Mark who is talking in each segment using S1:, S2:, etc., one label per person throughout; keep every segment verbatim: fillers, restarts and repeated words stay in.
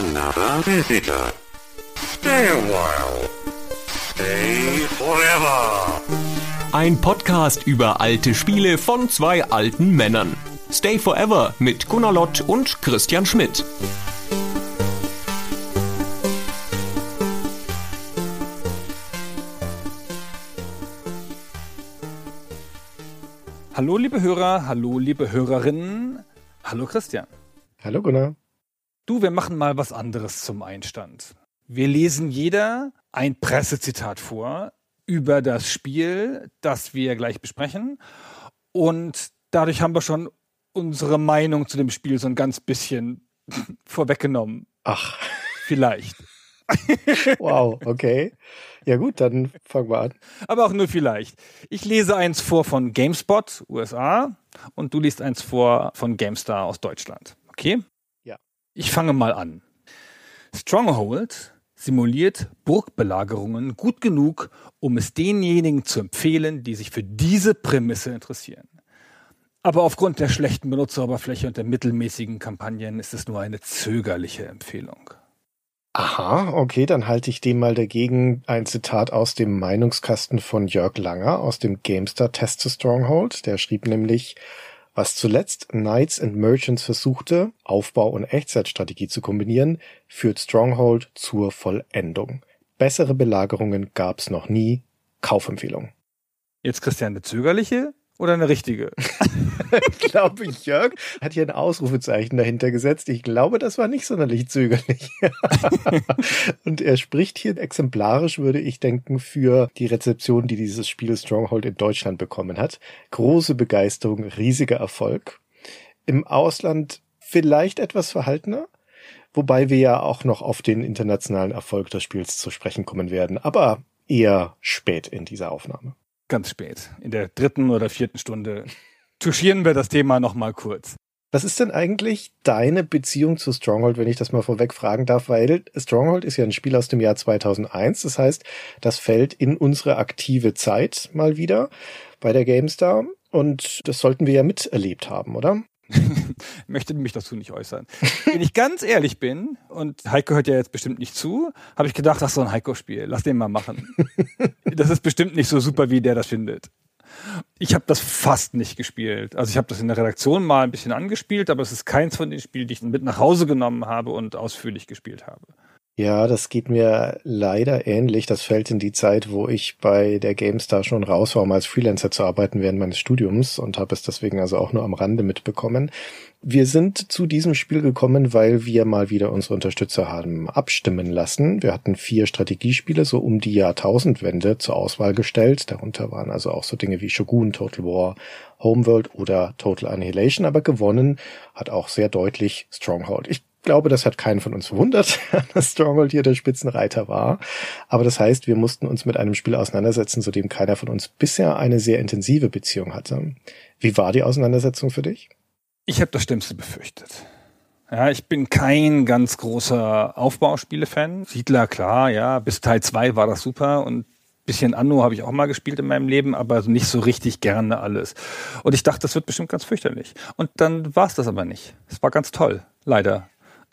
S1: another visitor. Stay a while. Stay forever.
S2: Ein Podcast über alte Spiele von zwei alten Männern. Stay Forever mit Gunnar Lott und Christian Schmidt.
S3: Hallo liebe Hörer, hallo liebe Hörerinnen, hallo Christian.
S4: Hallo Gunnar.
S3: Du, wir machen mal was anderes zum Einstand. Wir lesen jeder ein Pressezitat vor über das Spiel, das wir gleich besprechen. Und dadurch haben wir schon unsere Meinung zu dem Spiel so ein ganz bisschen vorweggenommen.
S4: Ach.
S3: Vielleicht.
S4: Wow, okay. Ja gut, dann fangen wir an.
S3: Aber auch nur vielleicht. Ich lese eins vor von GameSpot, U S A, und du liest eins vor von GameStar aus Deutschland. Okay?
S4: Ja.
S3: Ich fange mal an. Stronghold simuliert Burgbelagerungen gut genug, um es denjenigen zu empfehlen, die sich für diese Prämisse interessieren. Aber aufgrund der schlechten Benutzeroberfläche und der mittelmäßigen Kampagnen ist es nur eine zögerliche Empfehlung.
S4: Aha, okay, dann halte ich dem mal dagegen ein Zitat aus dem Meinungskasten von Jörg Langer aus dem GameStar Test zu Stronghold. Der schrieb nämlich, was zuletzt Knights and Merchants versuchte, Aufbau- und Echtzeitstrategie zu kombinieren, führt Stronghold zur Vollendung. Bessere Belagerungen gab's noch nie. Kaufempfehlung.
S3: Jetzt Christian, eine zögerliche oder eine richtige?
S4: Ich glaube, Jörg hat hier ein Ausrufezeichen dahinter gesetzt. Ich glaube, das war nicht sonderlich zögerlich. Und er spricht hier exemplarisch, würde ich denken, für die Rezeption, die dieses Spiel Stronghold in Deutschland bekommen hat. Große Begeisterung, riesiger Erfolg. Im Ausland vielleicht etwas verhaltener, wobei wir ja auch noch auf den internationalen Erfolg des Spiels zu sprechen kommen werden, aber eher spät in dieser Aufnahme.
S3: Ganz spät. In der dritten oder vierten Stunde touchieren wir das Thema nochmal kurz.
S4: Was ist denn eigentlich deine Beziehung zu Stronghold, wenn ich das mal vorweg fragen darf? Weil Stronghold ist ja ein Spiel aus dem Jahr zweitausendeins. Das heißt, das fällt in unsere aktive Zeit mal wieder bei der GameStar. Und das sollten wir ja miterlebt haben, oder?
S3: Ich möchte mich dazu nicht äußern. Wenn ich ganz ehrlich bin, und Heiko hört ja jetzt bestimmt nicht zu, habe ich gedacht, das ist so ein Heiko-Spiel. Lass den mal machen. Das ist bestimmt nicht so super, wie der das findet. Ich habe das fast nicht gespielt. Also ich habe das in der Redaktion mal ein bisschen angespielt, aber es ist keins von den Spielen, die ich mit nach Hause genommen habe und ausführlich gespielt habe.
S4: Ja, das geht mir leider ähnlich. Das fällt in die Zeit, wo ich bei der GameStar schon raus war, um als Freelancer zu arbeiten während meines Studiums und habe es deswegen also auch nur am Rande mitbekommen. Wir sind zu diesem Spiel gekommen, weil wir mal wieder unsere Unterstützer haben abstimmen lassen. Wir hatten vier Strategiespiele so um die Jahrtausendwende zur Auswahl gestellt. Darunter waren also auch so Dinge wie Shogun, Total War, Homeworld oder Total Annihilation. Aber gewonnen hat auch sehr deutlich Stronghold. Ich Ich glaube, das hat keinen von uns verwundert, dass Stronghold hier der Spitzenreiter war. Aber das heißt, wir mussten uns mit einem Spiel auseinandersetzen, zu dem keiner von uns bisher eine sehr intensive Beziehung hatte. Wie war die Auseinandersetzung für dich?
S3: Ich habe das Schlimmste befürchtet. Ja, ich bin kein ganz großer Aufbauspiele-Fan. Siedler, klar, ja, bis Teil zwei war das super und bisschen Anno habe ich auch mal gespielt in meinem Leben, aber nicht so richtig gerne alles. Und ich dachte, das wird bestimmt ganz fürchterlich. Und dann war es das aber nicht. Es war ganz toll, leider.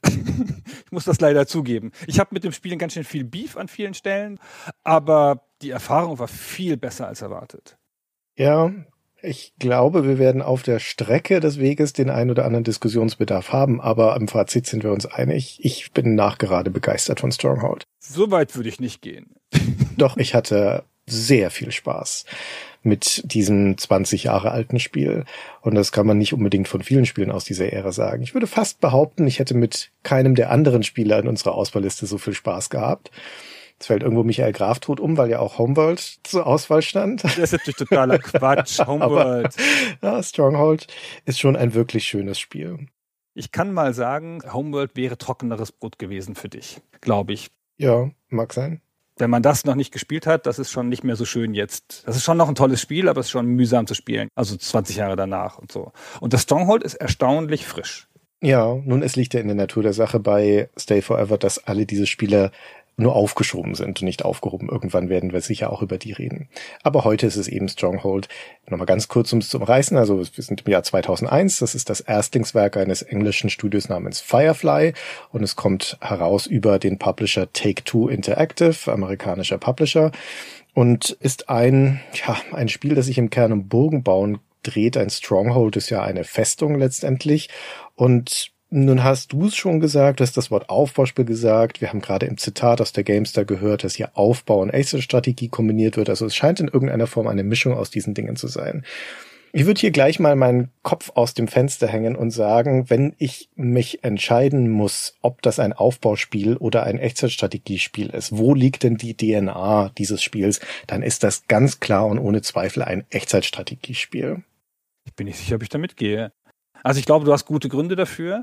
S3: Ich muss das leider zugeben. Ich habe mit dem Spiel ganz schön viel Beef an vielen Stellen, aber die Erfahrung war viel besser als erwartet.
S4: Ja, ich glaube, wir werden auf der Strecke des Weges den ein oder anderen Diskussionsbedarf haben, aber im Fazit sind wir uns einig. Ich bin nachgerade begeistert von Stronghold.
S3: So weit würde ich nicht gehen.
S4: Doch, ich hatte sehr viel Spaß mit diesem zwanzig Jahre alten Spiel. Und das kann man nicht unbedingt von vielen Spielen aus dieser Ära sagen. Ich würde fast behaupten, ich hätte mit keinem der anderen Spieler in unserer Auswahlliste so viel Spaß gehabt. Es fällt irgendwo Michael Graf tot um, weil ja auch Homeworld zur Auswahl stand.
S3: Das ist natürlich totaler Quatsch, Homeworld.
S4: Aber, ja, Stronghold ist schon ein wirklich schönes Spiel.
S3: Ich kann mal sagen, Homeworld wäre trockeneres Brot gewesen für dich, glaube ich.
S4: Ja, mag sein.
S3: Wenn man das noch nicht gespielt hat, das ist schon nicht mehr so schön jetzt. Das ist schon noch ein tolles Spiel, aber es ist schon mühsam zu spielen. Also zwanzig Jahre danach und so. Und das Stronghold ist erstaunlich frisch.
S4: Ja, nun, es liegt ja in der Natur der Sache bei Stay Forever, dass alle diese Spiele nur aufgeschoben sind und nicht aufgehoben. Irgendwann werden wir sicher auch über die reden. Aber heute ist es eben Stronghold. Nochmal ganz kurz, um es zu umreißen. Also wir sind im Jahr zweitausendeins. Das ist das Erstlingswerk eines englischen Studios namens Firefly und es kommt heraus über den Publisher Take-Two Interactive, amerikanischer Publisher, und ist ein, ja, ein Spiel, das sich im Kern um Burgenbauen dreht. Ein Stronghold ist ja eine Festung letztendlich. Und nun hast du es schon gesagt, du hast das Wort Aufbauspiel gesagt. Wir haben gerade im Zitat aus der GameStar gehört, dass hier Aufbau und Exit-Strategie kombiniert wird. Also es scheint in irgendeiner Form eine Mischung aus diesen Dingen zu sein. Ich würde hier gleich mal meinen Kopf aus dem Fenster hängen und sagen, wenn ich mich entscheiden muss, ob das ein Aufbauspiel oder ein Echtzeitstrategiespiel ist, wo liegt denn die D N A dieses Spiels, dann ist das ganz klar und ohne Zweifel ein Echtzeitstrategiespiel.
S3: Ich bin nicht sicher, ob ich da mitgehe. Also ich glaube, du hast gute Gründe dafür,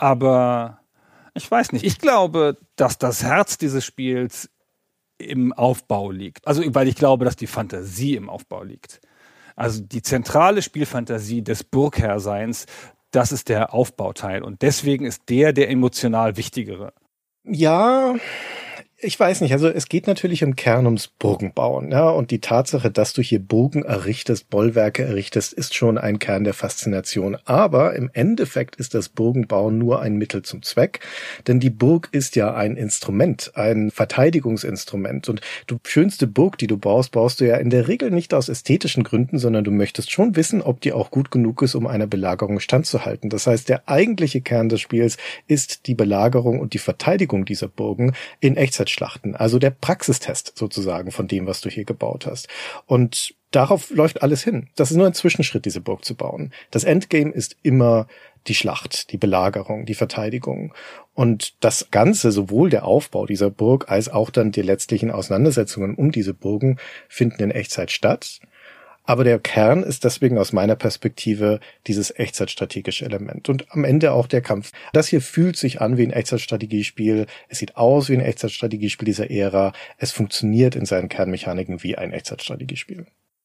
S3: aber ich weiß nicht. Ich glaube, dass das Herz dieses Spiels im Aufbau liegt. Also weil ich glaube, dass die Fantasie im Aufbau liegt. Also die zentrale Spielfantasie des Burgherrseins, das ist der Aufbauteil. Und deswegen ist der der emotional wichtigere.
S4: Ja, ich weiß nicht, also es geht natürlich im Kern ums Burgenbauen, ja, und die Tatsache, dass du hier Burgen errichtest, Bollwerke errichtest, ist schon ein Kern der Faszination. Aber im Endeffekt ist das Burgenbauen nur ein Mittel zum Zweck, denn die Burg ist ja ein Instrument, ein Verteidigungsinstrument. Und die schönste Burg, die du baust, baust du ja in der Regel nicht aus ästhetischen Gründen, sondern du möchtest schon wissen, ob die auch gut genug ist, um einer Belagerung standzuhalten. Das heißt, der eigentliche Kern des Spiels ist die Belagerung und die Verteidigung dieser Burgen in Echtzeit. Schlachten, also der Praxistest sozusagen von dem, was du hier gebaut hast. Und darauf läuft alles hin. Das ist nur ein Zwischenschritt, diese Burg zu bauen. Das Endgame ist immer die Schlacht, die Belagerung, die Verteidigung. Und das Ganze, sowohl der Aufbau dieser Burg als auch dann die letztlichen Auseinandersetzungen um diese Burgen, finden in Echtzeit statt. Aber der Kern ist deswegen aus meiner Perspektive dieses echtzeitstrategische Element und am Ende auch der Kampf. Das hier fühlt sich an wie ein Echtzeitstrategiespiel. Es sieht aus wie ein Echtzeitstrategiespiel dieser Ära. Es funktioniert in seinen Kernmechaniken wie ein Echtzeitstrategiespiel.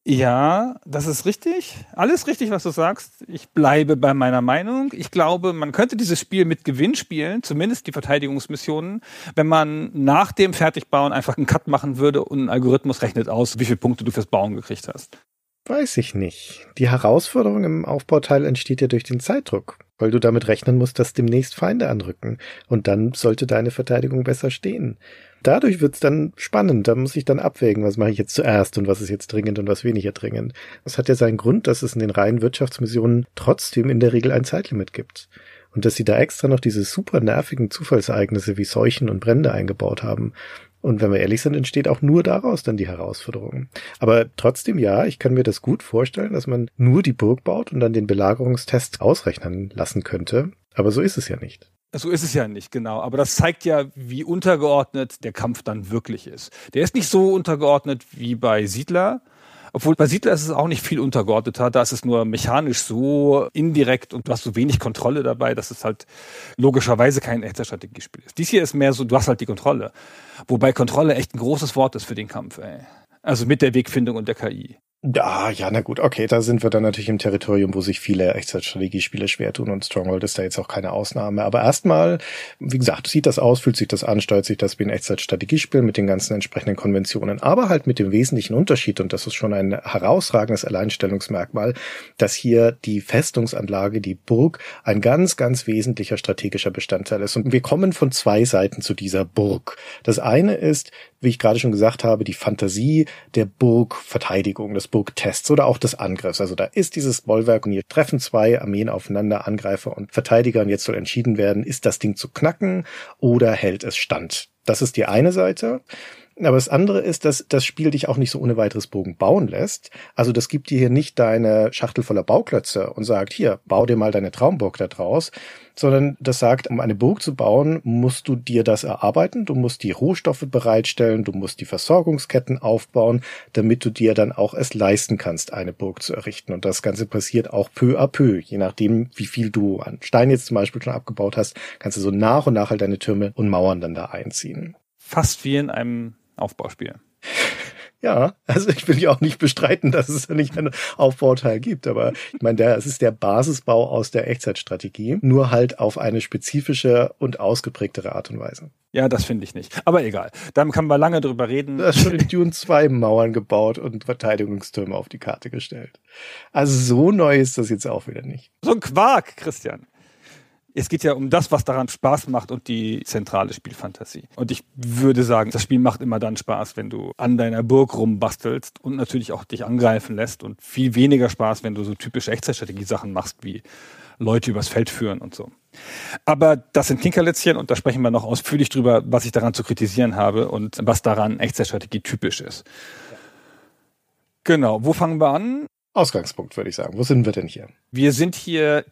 S3: Ja, das ist richtig. Alles richtig, was du sagst. Ich bleibe bei meiner Meinung. Ich glaube, man könnte dieses Spiel mit Gewinn spielen, zumindest die Verteidigungsmissionen, wenn man nach dem Fertigbauen einfach einen Cut machen würde und ein Algorithmus rechnet aus, wie viele Punkte du fürs Bauen gekriegt hast.
S4: Weiß ich nicht. Die Herausforderung im Aufbauteil entsteht ja durch den Zeitdruck, weil du damit rechnen musst, dass demnächst Feinde anrücken. Und dann sollte deine Verteidigung besser stehen. Dadurch wird's dann spannend. Da muss ich dann abwägen, was mache ich jetzt zuerst und was ist jetzt dringend und was weniger dringend. Das hat ja seinen Grund, dass es in den reinen Wirtschaftsmissionen trotzdem in der Regel ein Zeitlimit gibt. Und dass sie da extra noch diese super nervigen Zufallsereignisse wie Seuchen und Brände eingebaut haben. Und wenn wir ehrlich sind, entsteht auch nur daraus dann die Herausforderung. Aber trotzdem, ja, ich kann mir das gut vorstellen, dass man nur die Burg baut und dann den Belagerungstest ausrechnen lassen könnte. Aber so ist es ja nicht.
S3: So ist es ja nicht, genau. Aber das zeigt ja, wie untergeordnet der Kampf dann wirklich ist. Der ist nicht so untergeordnet wie bei Siedler. Obwohl bei Siedler ist es auch nicht viel untergeordneter, da ist es nur mechanisch so indirekt und du hast so wenig Kontrolle dabei, dass es halt logischerweise kein echter Strategiespiel ist. Dies hier ist mehr so, du hast halt die Kontrolle. Wobei Kontrolle echt ein großes Wort ist für den Kampf, ey. Also mit der Wegfindung und der K I.
S4: Ja, ja, na gut, okay, da sind wir dann natürlich im Territorium, wo sich viele Echtzeitstrategiespiele schwer tun und Stronghold ist da jetzt auch keine Ausnahme. Aber erstmal, wie gesagt, sieht das aus, fühlt sich das an, steuert sich das wie ein Echtzeitstrategiespiel mit den ganzen entsprechenden Konventionen, aber halt mit dem wesentlichen Unterschied, und das ist schon ein herausragendes Alleinstellungsmerkmal, dass hier die Festungsanlage, die Burg, ein ganz, ganz wesentlicher strategischer Bestandteil ist. Und wir kommen von zwei Seiten zu dieser Burg. Das eine ist, wie ich gerade schon gesagt habe, die Fantasie der Burgverteidigung, des Burgtests oder auch des Angriffs. Also da ist dieses Bollwerk und hier treffen zwei Armeen aufeinander, Angreifer und Verteidiger, und jetzt soll entschieden werden, ist das Ding zu knacken oder hält es stand. Das ist die eine Seite. Aber das andere ist, dass das Spiel dich auch nicht so ohne weiteres Bogen bauen lässt. Also das gibt dir hier nicht deine Schachtel voller Bauklötze und sagt, hier, bau dir mal deine Traumburg da draus, sondern das sagt, um eine Burg zu bauen, musst du dir das erarbeiten, du musst die Rohstoffe bereitstellen, du musst die Versorgungsketten aufbauen, damit du dir dann auch es leisten kannst, eine Burg zu errichten. Und das Ganze passiert auch peu à peu, je nachdem, wie viel du an Stein jetzt zum Beispiel schon abgebaut hast, kannst du so nach und nach halt deine Türme und Mauern dann da einziehen.
S3: Fast wie in einem Aufbauspiel.
S4: Ja, also ich will ja auch nicht bestreiten, dass es da nicht einen Aufbauteil gibt, aber ich meine, der, es ist der Basisbau aus der Echtzeitstrategie, nur halt auf eine spezifische und ausgeprägtere Art und Weise.
S3: Ja, das finde ich nicht. Aber egal, dann kann man lange drüber reden.
S4: Da ist schon in Dune zwei Mauern gebaut und Verteidigungstürme auf die Karte gestellt. Also so neu ist das jetzt auch wieder nicht.
S3: So ein Quark, Christian. Es geht ja um das, was daran Spaß macht und die zentrale Spielfantasie. Und ich würde sagen, das Spiel macht immer dann Spaß, wenn du an deiner Burg rumbastelst und natürlich auch dich angreifen lässt und viel weniger Spaß, wenn du so typische Echtzeitstrategie-Sachen machst, wie Leute übers Feld führen und so. Aber das sind Kinkerlitzchen und da sprechen wir noch ausführlich drüber, was ich daran zu kritisieren habe und was daran Echtzeitstrategie typisch ist. Genau, wo fangen wir an?
S4: Ausgangspunkt, würde ich sagen. Wo sind wir denn hier?
S3: Wir sind hier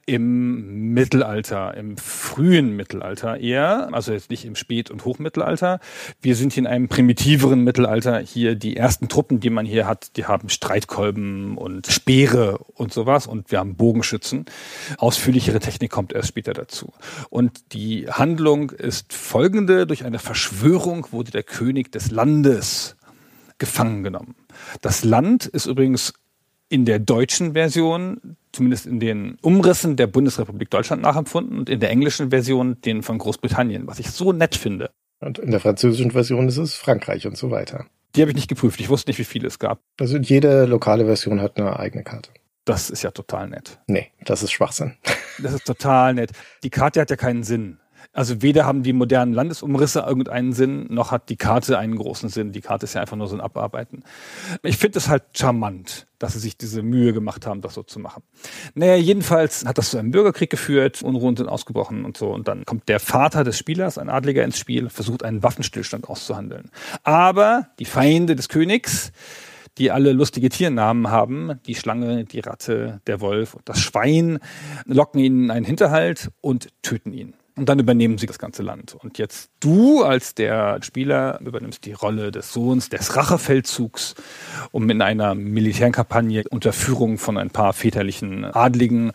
S3: im Mittelalter, im frühen Mittelalter eher, also jetzt nicht im Spät- und Hochmittelalter. Wir sind hier in einem primitiveren Mittelalter. Hier die ersten Truppen, die man hier hat, die haben Streitkolben und Speere und sowas und wir haben Bogenschützen. Ausführlichere Technik kommt erst später dazu. Und die Handlung ist folgende: Durch eine Verschwörung wurde der König des Landes gefangen genommen. Das Land ist übrigens in der deutschen Version, zumindest in den Umrissen der Bundesrepublik Deutschland nachempfunden und in der englischen Version den von Großbritannien, was ich so nett finde.
S4: Und in der französischen Version ist es Frankreich und so weiter.
S3: Die habe ich nicht geprüft, ich wusste nicht, wie viele es gab.
S4: Also jede lokale Version hat eine eigene Karte.
S3: Das ist ja total nett.
S4: Nee, das ist Schwachsinn.
S3: Das ist total nett. Die Karte hat ja keinen Sinn. Also weder haben die modernen Landesumrisse irgendeinen Sinn, noch hat die Karte einen großen Sinn. Die Karte ist ja einfach nur so ein Abarbeiten. Ich finde es halt charmant, dass sie sich diese Mühe gemacht haben, das so zu machen. Naja, jedenfalls hat das zu einem Bürgerkrieg geführt, Unruhen sind ausgebrochen und so. Und dann kommt der Vater des Spielers, ein Adliger, ins Spiel, versucht einen Waffenstillstand auszuhandeln. Aber die Feinde des Königs, die alle lustige Tiernamen haben, die Schlange, die Ratte, der Wolf und das Schwein, locken ihn in einen Hinterhalt und töten ihn. Und dann übernehmen sie das ganze Land. Und jetzt du als der Spieler übernimmst die Rolle des Sohns des Rachefeldzugs, um in einer militären Kampagne unter Führung von ein paar väterlichen Adligen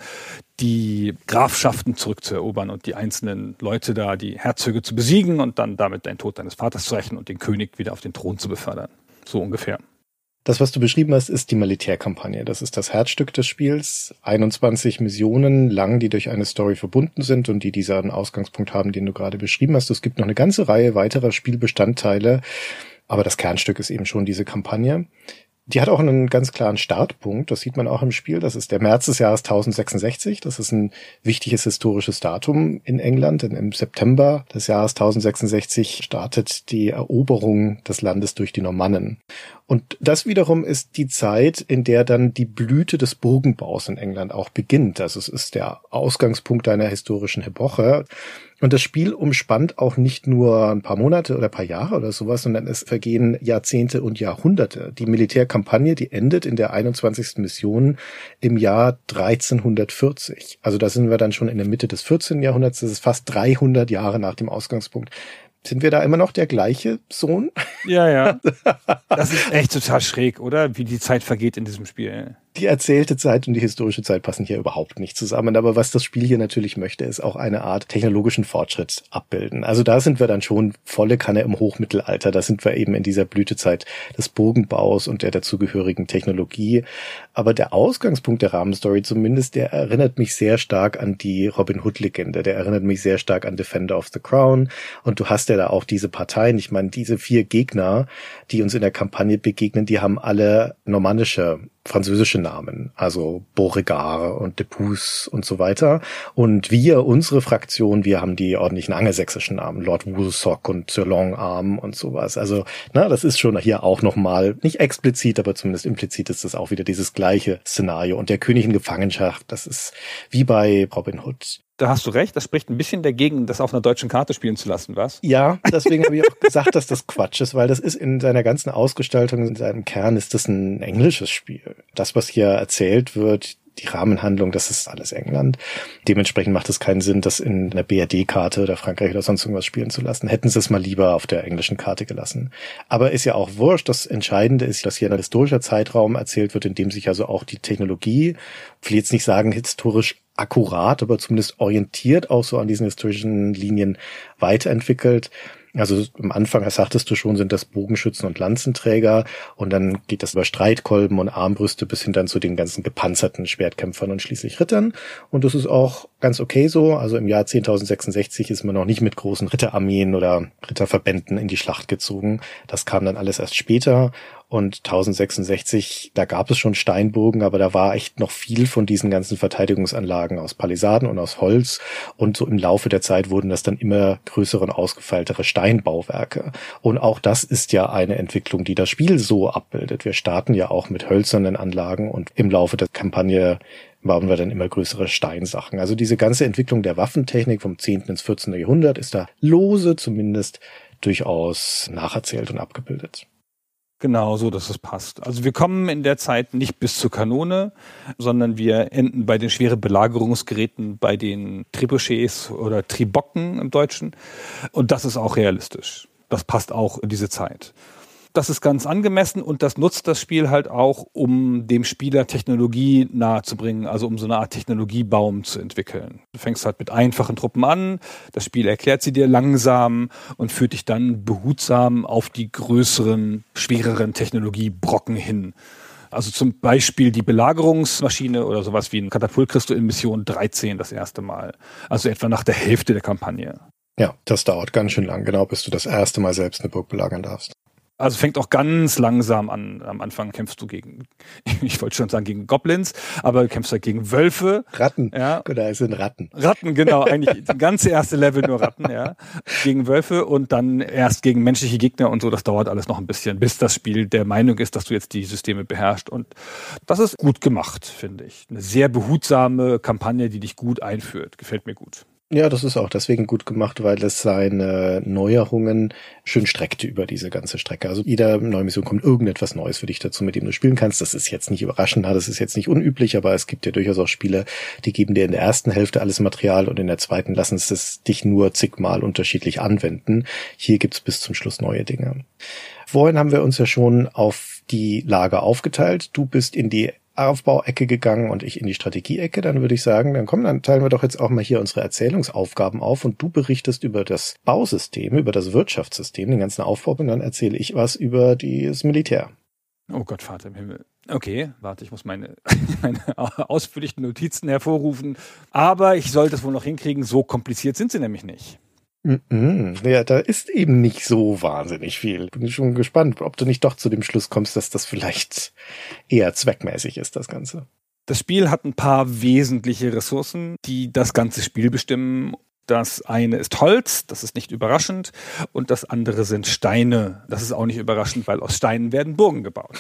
S3: die Grafschaften zurückzuerobern und die einzelnen Leute da, die Herzöge zu besiegen und dann damit den Tod deines Vaters zu rächen und den König wieder auf den Thron zu befördern. So ungefähr.
S4: Das, was du beschrieben hast, ist die Militärkampagne. Das ist das Herzstück des Spiels. einundzwanzig Missionen lang, die durch eine Story verbunden sind und die diesen Ausgangspunkt haben, den du gerade beschrieben hast. Es gibt noch eine ganze Reihe weiterer Spielbestandteile, aber das Kernstück ist eben schon diese Kampagne. Die hat auch einen ganz klaren Startpunkt, das sieht man auch im Spiel, das ist der März des Jahres tausendsechsundsechzig, das ist ein wichtiges historisches Datum in England, denn im September des Jahres tausendsechsundsechzig startet die Eroberung des Landes durch die Normannen. Und das wiederum ist die Zeit, in der dann die Blüte des Burgenbaus in England auch beginnt. Also es ist der Ausgangspunkt einer historischen Epoche. Und das Spiel umspannt auch nicht nur ein paar Monate oder ein paar Jahre oder sowas, sondern es vergehen Jahrzehnte und Jahrhunderte. Die Militärkampagne, die endet in der einundzwanzigsten Mission im Jahr dreizehnhundertvierzig. Also da sind wir dann schon in der Mitte des vierzehnten Jahrhunderts. Das ist fast dreihundert Jahre nach dem Ausgangspunkt. Sind wir da immer noch der gleiche Sohn?
S3: Ja, ja. Das ist echt total schräg, oder? Wie die Zeit vergeht in diesem Spiel.
S4: Die erzählte Zeit und die historische Zeit passen hier überhaupt nicht zusammen. Aber was das Spiel hier natürlich möchte, ist auch eine Art technologischen Fortschritt abbilden. Also da sind wir dann schon volle Kanne im Hochmittelalter. Da sind wir eben in dieser Blütezeit des Burgenbaus und der dazugehörigen Technologie. Aber der Ausgangspunkt der Rahmenstory zumindest, der erinnert mich sehr stark an die Robin Hood-Legende. Der erinnert mich sehr stark an Defender of the Crown. Und du hast ja da auch diese Parteien. Ich meine, diese vier Gegner, die uns in der Kampagne begegnen, die haben alle normannische, französische Namen, also Beauregard und Depus und so weiter. Und wir, unsere Fraktion, wir haben die ordentlichen angelsächsischen Namen, Lord Woolsock und Sir Longarm und sowas. Also, na, das ist schon hier auch nochmal, nicht explizit, aber zumindest implizit ist das auch wieder dieses gleiche Szenario. Und der König in Gefangenschaft, das ist wie bei Robin Hood.
S3: Da hast du recht, das spricht ein bisschen dagegen, das auf einer deutschen Karte spielen zu lassen, was?
S4: Ja, deswegen habe ich auch gesagt, dass das Quatsch ist, weil das ist in seiner ganzen Ausgestaltung, in seinem Kern ist das ein englisches Spiel. Das, was hier erzählt wird, die Rahmenhandlung, das ist alles England. Dementsprechend macht es keinen Sinn, das in einer B R D-Karte oder Frankreich oder sonst irgendwas spielen zu lassen. Hätten sie es mal lieber auf der englischen Karte gelassen. Aber ist ja auch wurscht. Das Entscheidende ist, dass hier ein historischer Zeitraum erzählt wird, in dem sich also auch die Technologie, ich will jetzt nicht sagen historisch akkurat, aber zumindest orientiert auch so an diesen historischen Linien weiterentwickelt. Also am Anfang, das sagtest du schon, sind das Bogenschützen und Lanzenträger und dann geht das über Streitkolben und Armbrüste bis hin dann zu den ganzen gepanzerten Schwertkämpfern und schließlich Rittern. Und das ist auch ganz okay so. Also im Jahr zehntausendsechsundsechzig ist man noch nicht mit großen Ritterarmeen oder Ritterverbänden in die Schlacht gezogen. Das kam dann alles erst später. Und tausendsechsundsechzig, da gab es schon Steinburgen, aber da war echt noch viel von diesen ganzen Verteidigungsanlagen aus Palisaden und aus Holz. Und so im Laufe der Zeit wurden das dann immer größere und ausgefeiltere Steinbauwerke. Und auch das ist ja eine Entwicklung, die das Spiel so abbildet. Wir starten ja auch mit hölzernen Anlagen und im Laufe der Kampagne bauen wir dann immer größere Steinsachen. Also diese ganze Entwicklung der Waffentechnik vom zehnten ins vierzehnten Jahrhundert ist da lose zumindest durchaus nacherzählt und abgebildet.
S3: Genau, so, dass es passt. Also wir kommen in der Zeit nicht bis zur Kanone, sondern wir enden bei den schweren Belagerungsgeräten, bei den Trebuchets oder Tribocken im Deutschen. Und das ist auch realistisch. Das passt auch in diese Zeit. Das ist ganz angemessen und das nutzt das Spiel halt auch, um dem Spieler Technologie nahezubringen, also um so eine Art Technologiebaum zu entwickeln. Du fängst halt mit einfachen Truppen an, das Spiel erklärt sie dir langsam und führt dich dann behutsam auf die größeren, schwereren Technologiebrocken hin. Also zum Beispiel die Belagerungsmaschine oder sowas wie ein Katapult kriegst du in Mission dreizehn das erste Mal. Also etwa nach der Hälfte der Kampagne.
S4: Ja, das dauert ganz schön lang, genau, bis du das erste Mal selbst eine Burg belagern darfst.
S3: Also fängt auch ganz langsam an. Am Anfang kämpfst du gegen, ich wollte schon sagen gegen Goblins, aber du kämpfst halt gegen Wölfe.
S4: Ratten.
S3: Ja.
S4: Oder es sind Ratten.
S3: Ratten, genau. Eigentlich das ganze erste Level nur Ratten, ja. Gegen Wölfe und dann erst gegen menschliche Gegner und so. Das dauert alles noch ein bisschen, bis das Spiel der Meinung ist, dass du jetzt die Systeme beherrschst. Und das ist gut gemacht, finde ich. Eine sehr behutsame Kampagne, die dich gut einführt. Gefällt mir gut.
S4: Ja, das ist auch deswegen gut gemacht, weil es seine Neuerungen schön streckte über diese ganze Strecke. Also jeder neue Mission kommt irgendetwas Neues für dich dazu, mit dem du spielen kannst. Das ist jetzt nicht überraschend, das ist jetzt nicht unüblich, aber es gibt ja durchaus auch Spiele, die geben dir in der ersten Hälfte alles Material und in der zweiten lassen es dich nur zigmal unterschiedlich anwenden. Hier gibt's bis zum Schluss neue Dinge. Vorhin haben wir uns ja schon auf die Lager aufgeteilt. Du bist in die Aufbauecke gegangen und ich in die Strategieecke, dann würde ich sagen, dann komm, dann teilen wir doch jetzt auch mal hier unsere Erzählungsaufgaben auf und du berichtest über das Bausystem, über das Wirtschaftssystem, den ganzen Aufbau und dann erzähle ich was über das Militär.
S3: Oh Gott, Vater im Himmel. Okay, warte, ich muss meine, meine ausführlichen Notizen hervorrufen, aber ich sollte es wohl noch hinkriegen, so kompliziert sind sie nämlich nicht.
S4: Ja, da ist eben nicht so wahnsinnig viel. Bin schon gespannt, ob du nicht doch zu dem Schluss kommst, dass das vielleicht eher zweckmäßig ist, das Ganze.
S3: Das Spiel hat ein paar wesentliche Ressourcen, die das ganze Spiel bestimmen. Das eine ist Holz, das ist nicht überraschend, und das andere sind Steine. Das ist auch nicht überraschend, weil aus Steinen werden Burgen gebaut.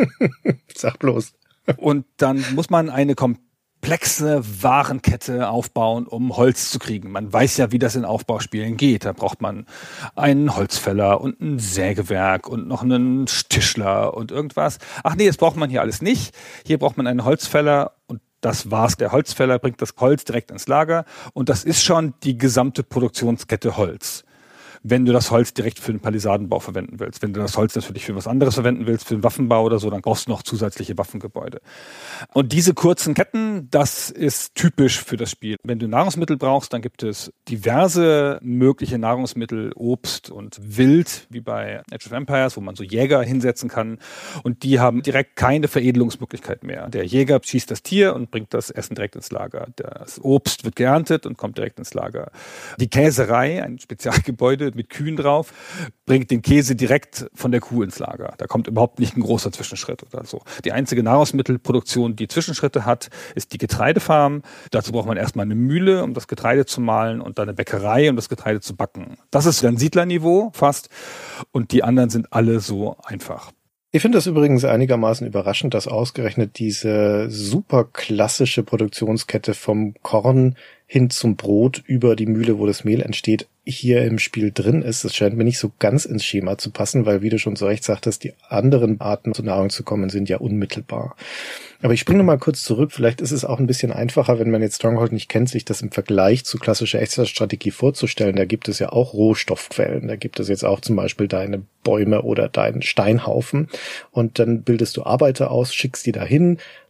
S4: Sag bloß.
S3: Und dann muss man eine komplette komplexe Warenkette aufbauen, um Holz zu kriegen. Man weiß ja, wie das in Aufbauspielen geht. Da braucht man einen Holzfäller und ein Sägewerk und noch einen Tischler und irgendwas. Ach nee, das braucht man hier alles nicht. Hier braucht man einen Holzfäller und das war's. Der Holzfäller bringt das Holz direkt ins Lager und das ist schon die gesamte Produktionskette Holz. Wenn du das Holz direkt für den Palisadenbau verwenden willst. Wenn du das Holz natürlich für was anderes verwenden willst, für den Waffenbau oder so, dann brauchst du noch zusätzliche Waffengebäude. Und diese kurzen Ketten, das ist typisch für das Spiel. Wenn du Nahrungsmittel brauchst, dann gibt es diverse mögliche Nahrungsmittel, Obst und Wild, wie bei Age of Empires, wo man so Jäger hinsetzen kann. Und die haben direkt keine Veredelungsmöglichkeit mehr. Der Jäger schießt das Tier und bringt das Essen direkt ins Lager. Das Obst wird geerntet und kommt direkt ins Lager. Die Käserei, ein Spezialgebäude mit Kühen drauf, bringt den Käse direkt von der Kuh ins Lager. Da kommt überhaupt nicht ein großer Zwischenschritt oder so. Die einzige Nahrungsmittelproduktion, die Zwischenschritte hat, ist die Getreidefarm. Dazu braucht man erstmal eine Mühle, um das Getreide zu mahlen, und dann eine Bäckerei, um das Getreide zu backen. Das ist dann Siedlerniveau fast, und die anderen sind alle so einfach.
S4: Ich finde das übrigens einigermaßen überraschend, dass ausgerechnet diese super klassische Produktionskette vom Korn hin zum Brot über die Mühle, wo das Mehl entsteht, hier im Spiel drin ist. Das scheint mir nicht so ganz ins Schema zu passen, weil, wie du schon so recht sagtest, die anderen Arten zur Nahrung zu kommen sind ja unmittelbar. Aber ich springe noch mal kurz zurück. Vielleicht ist es auch ein bisschen einfacher, wenn man jetzt Stronghold nicht kennt, sich das im Vergleich zu klassischer Echtzeitstrategie vorzustellen. Da gibt es ja auch Rohstoffquellen. Da gibt es jetzt auch zum Beispiel deine Bäume oder deinen Steinhaufen. Und dann bildest du Arbeiter aus, schickst die dahin.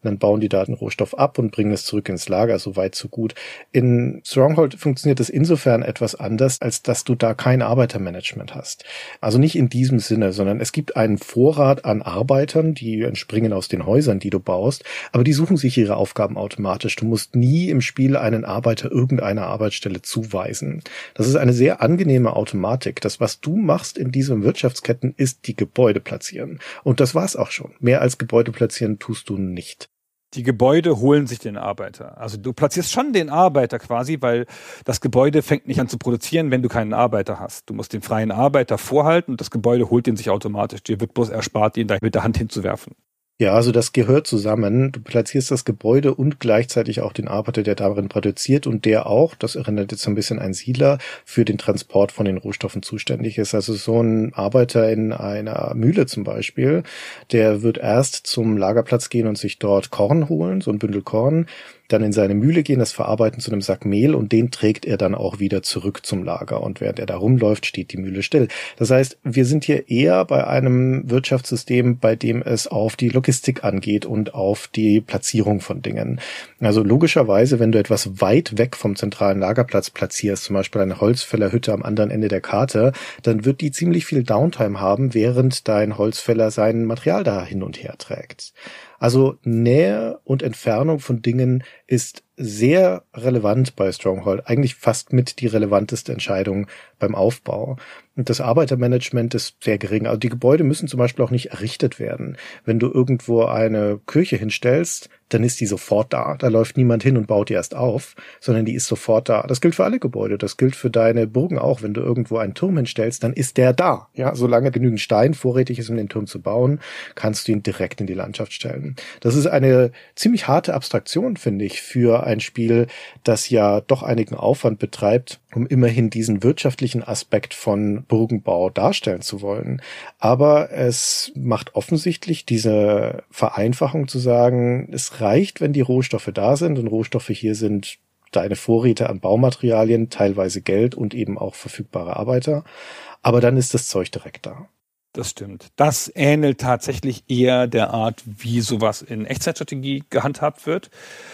S4: dann bauen die da den Rohstoff ab und bringen es zurück ins Lager, so weit, so gut. In Stronghold funktioniert das insofern etwas anders, als dass du da kein Arbeitermanagement hast. Also nicht in diesem Sinne, sondern es gibt einen Vorrat an Arbeitern, die entspringen aus den Häusern, die du baust, aber die suchen sich ihre Aufgaben automatisch. Du musst nie im Spiel einen Arbeiter irgendeiner Arbeitsstelle zuweisen. Das ist eine sehr angenehme Automatik. Das, was du machst in diesen Wirtschaftsketten, ist die Gebäude platzieren. Und das war's auch schon. Mehr als Gebäude platzieren tust du nicht.
S3: Die Gebäude holen sich den Arbeiter. Also du platzierst schon den Arbeiter quasi, weil das Gebäude fängt nicht an zu produzieren, wenn du keinen Arbeiter hast. Du musst den freien Arbeiter vorhalten und das Gebäude holt den sich automatisch. Dir wird bloß erspart, ihn da mit der Hand hinzuwerfen.
S4: Ja, also das gehört zusammen. Du platzierst das Gebäude und gleichzeitig auch den Arbeiter, der darin produziert und der auch, das erinnert jetzt so ein bisschen an Siedler, für den Transport von den Rohstoffen zuständig ist. Also so ein Arbeiter in einer Mühle zum Beispiel, der wird erst zum Lagerplatz gehen und sich dort Korn holen, so ein Bündel Korn, dann in seine Mühle gehen, das verarbeiten zu einem Sack Mehl und den trägt er dann auch wieder zurück zum Lager. Und während er da rumläuft, steht die Mühle still. Das heißt, wir sind hier eher bei einem Wirtschaftssystem, bei dem es auf die Logistik angeht und auf die Platzierung von Dingen. Also logischerweise, wenn du etwas weit weg vom zentralen Lagerplatz platzierst, zum Beispiel eine Holzfällerhütte am anderen Ende der Karte, dann wird die ziemlich viel Downtime haben, während dein Holzfäller sein Material da hin und her trägt. Also Nähe und Entfernung von Dingen ist sehr relevant bei Stronghold, eigentlich fast mit die relevanteste Entscheidung beim Aufbau. Und das Arbeitermanagement ist sehr gering. Also die Gebäude müssen zum Beispiel auch nicht errichtet werden. Wenn du irgendwo eine Kirche hinstellst, dann ist die sofort da. Da läuft niemand hin und baut die erst auf, sondern die ist sofort da. Das gilt für alle Gebäude. Das gilt für deine Burgen auch. Wenn du irgendwo einen Turm hinstellst, dann ist der da. Ja, solange genügend Stein vorrätig ist, um den Turm zu bauen, kannst du ihn direkt in die Landschaft stellen. Das ist eine ziemlich harte Abstraktion, finde ich, für ein Spiel, das ja doch einigen Aufwand betreibt, um immerhin diesen wirtschaftlichen Aspekt von Burgenbau darstellen zu wollen. Aber es macht offensichtlich diese Vereinfachung zu sagen, es reicht, wenn die Rohstoffe da sind, und Rohstoffe hier sind deine Vorräte an Baumaterialien, teilweise Geld und eben auch verfügbare Arbeiter. Aber dann ist das Zeug direkt da.
S3: Das stimmt. Das ähnelt tatsächlich eher der Art, wie sowas in Echtzeitstrategie gehandhabt wird,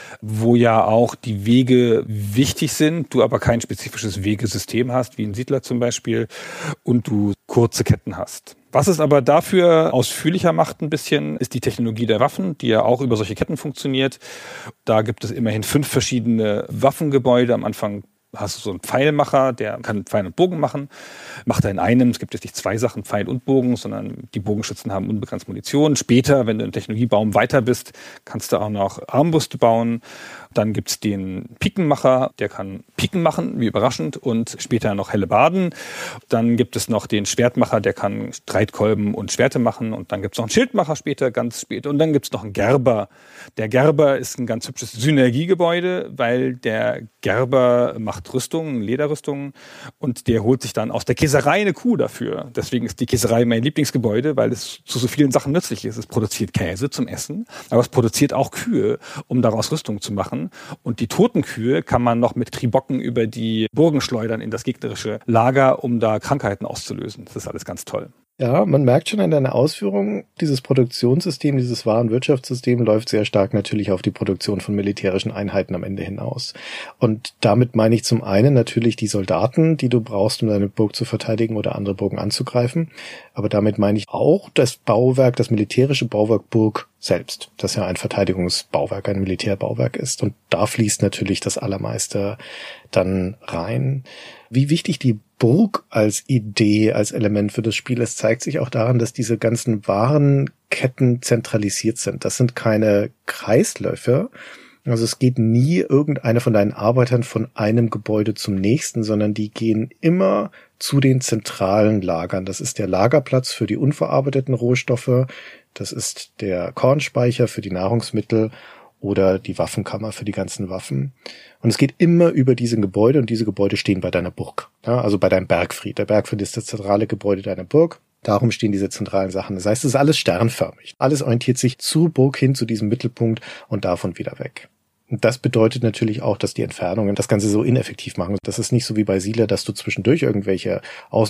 S3: wo ja auch die Wege wichtig sind, du aber kein spezifisches Wegesystem hast, wie ein Siedler zum Beispiel, und du kurze Ketten hast. Was es aber dafür ausführlicher macht ein bisschen, ist die Technologie der Waffen, die ja auch über solche Ketten funktioniert. Da gibt es immerhin fünf verschiedene Waffengebäude. Am Anfang hast du so einen Pfeilmacher, der kann Pfeil und Bogen machen. Macht er in einem, es gibt jetzt nicht zwei Sachen, Pfeil und Bogen, sondern die Bogenschützen haben unbegrenzt Munition. Später, wenn du im Technologiebaum weiter bist, kannst du auch noch Armbrüste bauen. Dann gibt's den Pikenmacher, der kann Piken machen, wie überraschend, und später noch Hellebarden. Dann gibt es noch den Schwertmacher, der kann Streitkolben und Schwerte machen. Und dann gibt's noch einen Schildmacher später, ganz spät. Und dann gibt's noch einen Gerber. Der Gerber ist ein ganz hübsches Synergiegebäude, weil der Gerber macht Rüstungen, Lederrüstungen, und der holt sich dann aus der Käserei eine Kuh dafür. Deswegen ist die Käserei mein Lieblingsgebäude, weil es zu so vielen Sachen nützlich ist. Es produziert Käse zum Essen, aber es produziert auch Kühe, um daraus Rüstung zu machen. Und die toten Kühe kann man noch mit Tribocken über die Burgen schleudern in das gegnerische Lager, um da Krankheiten auszulösen. Das ist alles ganz toll.
S4: Ja, man merkt schon an deiner Ausführung, dieses Produktionssystem, dieses Warenwirtschaftssystem läuft sehr stark natürlich auf die Produktion von militärischen Einheiten am Ende hinaus. Und damit meine ich zum einen natürlich die Soldaten, die du brauchst, um deine Burg zu verteidigen oder andere Burgen anzugreifen. Aber damit meine ich auch das Bauwerk, das militärische Bauwerk Burg selbst, das ja ein Verteidigungsbauwerk, ein Militärbauwerk ist. Und da fließt natürlich das Allermeiste dann rein. Wie wichtig die Burg als Idee, als Element für das Spiel ist, zeigt sich auch daran, dass diese ganzen Warenketten zentralisiert sind. Das sind keine Kreisläufe. Also es geht nie irgendeiner von deinen Arbeitern von einem Gebäude zum nächsten, sondern die gehen immer zu den zentralen Lagern. Das ist der Lagerplatz für die unverarbeiteten Rohstoffe, das ist der Kornspeicher für die Nahrungsmittel oder die Waffenkammer für die ganzen Waffen. Und es geht immer über diese Gebäude, und diese Gebäude stehen bei deiner Burg. Ja, also bei deinem Bergfried. Der Bergfried ist das zentrale Gebäude deiner Burg. Darum stehen diese zentralen Sachen. Das heißt, es ist alles sternförmig. Alles orientiert sich zur Burg hin, zu diesem Mittelpunkt, und davon wieder weg. Und das bedeutet natürlich auch, dass die Entfernungen das Ganze so ineffektiv machen. Das ist nicht so wie bei Siedler, dass du zwischendurch irgendwelche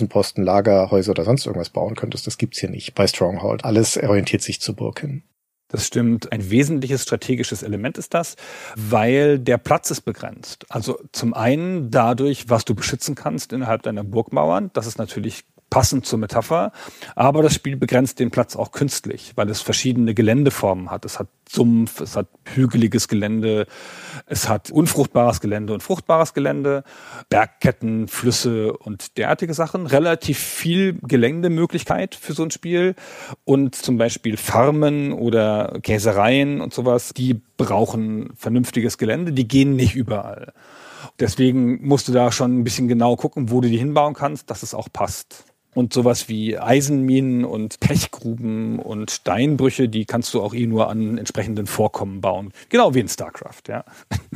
S4: Außenposten, Lagerhäuser oder sonst irgendwas bauen könntest. Das gibt's hier nicht bei Stronghold. Alles orientiert sich zur Burg hin.
S3: Das stimmt. Ein wesentliches strategisches Element ist das, weil der Platz ist begrenzt. Also zum einen dadurch, was du beschützen kannst innerhalb deiner Burgmauern. Das ist natürlich passend zur Metapher, aber das Spiel begrenzt den Platz auch künstlich, weil es verschiedene Geländeformen hat. Es hat Sumpf, es hat hügeliges Gelände, es hat unfruchtbares Gelände und fruchtbares Gelände, Bergketten, Flüsse und derartige Sachen. Relativ viel Geländemöglichkeit für so ein Spiel und zum Beispiel Farmen oder Käsereien und sowas, die brauchen vernünftiges Gelände, die gehen nicht überall. Deswegen musst du da schon ein bisschen genau gucken, wo du die hinbauen kannst, dass es auch passt. Und sowas wie Eisenminen und Pechgruben und Steinbrüche, die kannst du auch eh nur an entsprechenden Vorkommen bauen. Genau wie in StarCraft, ja.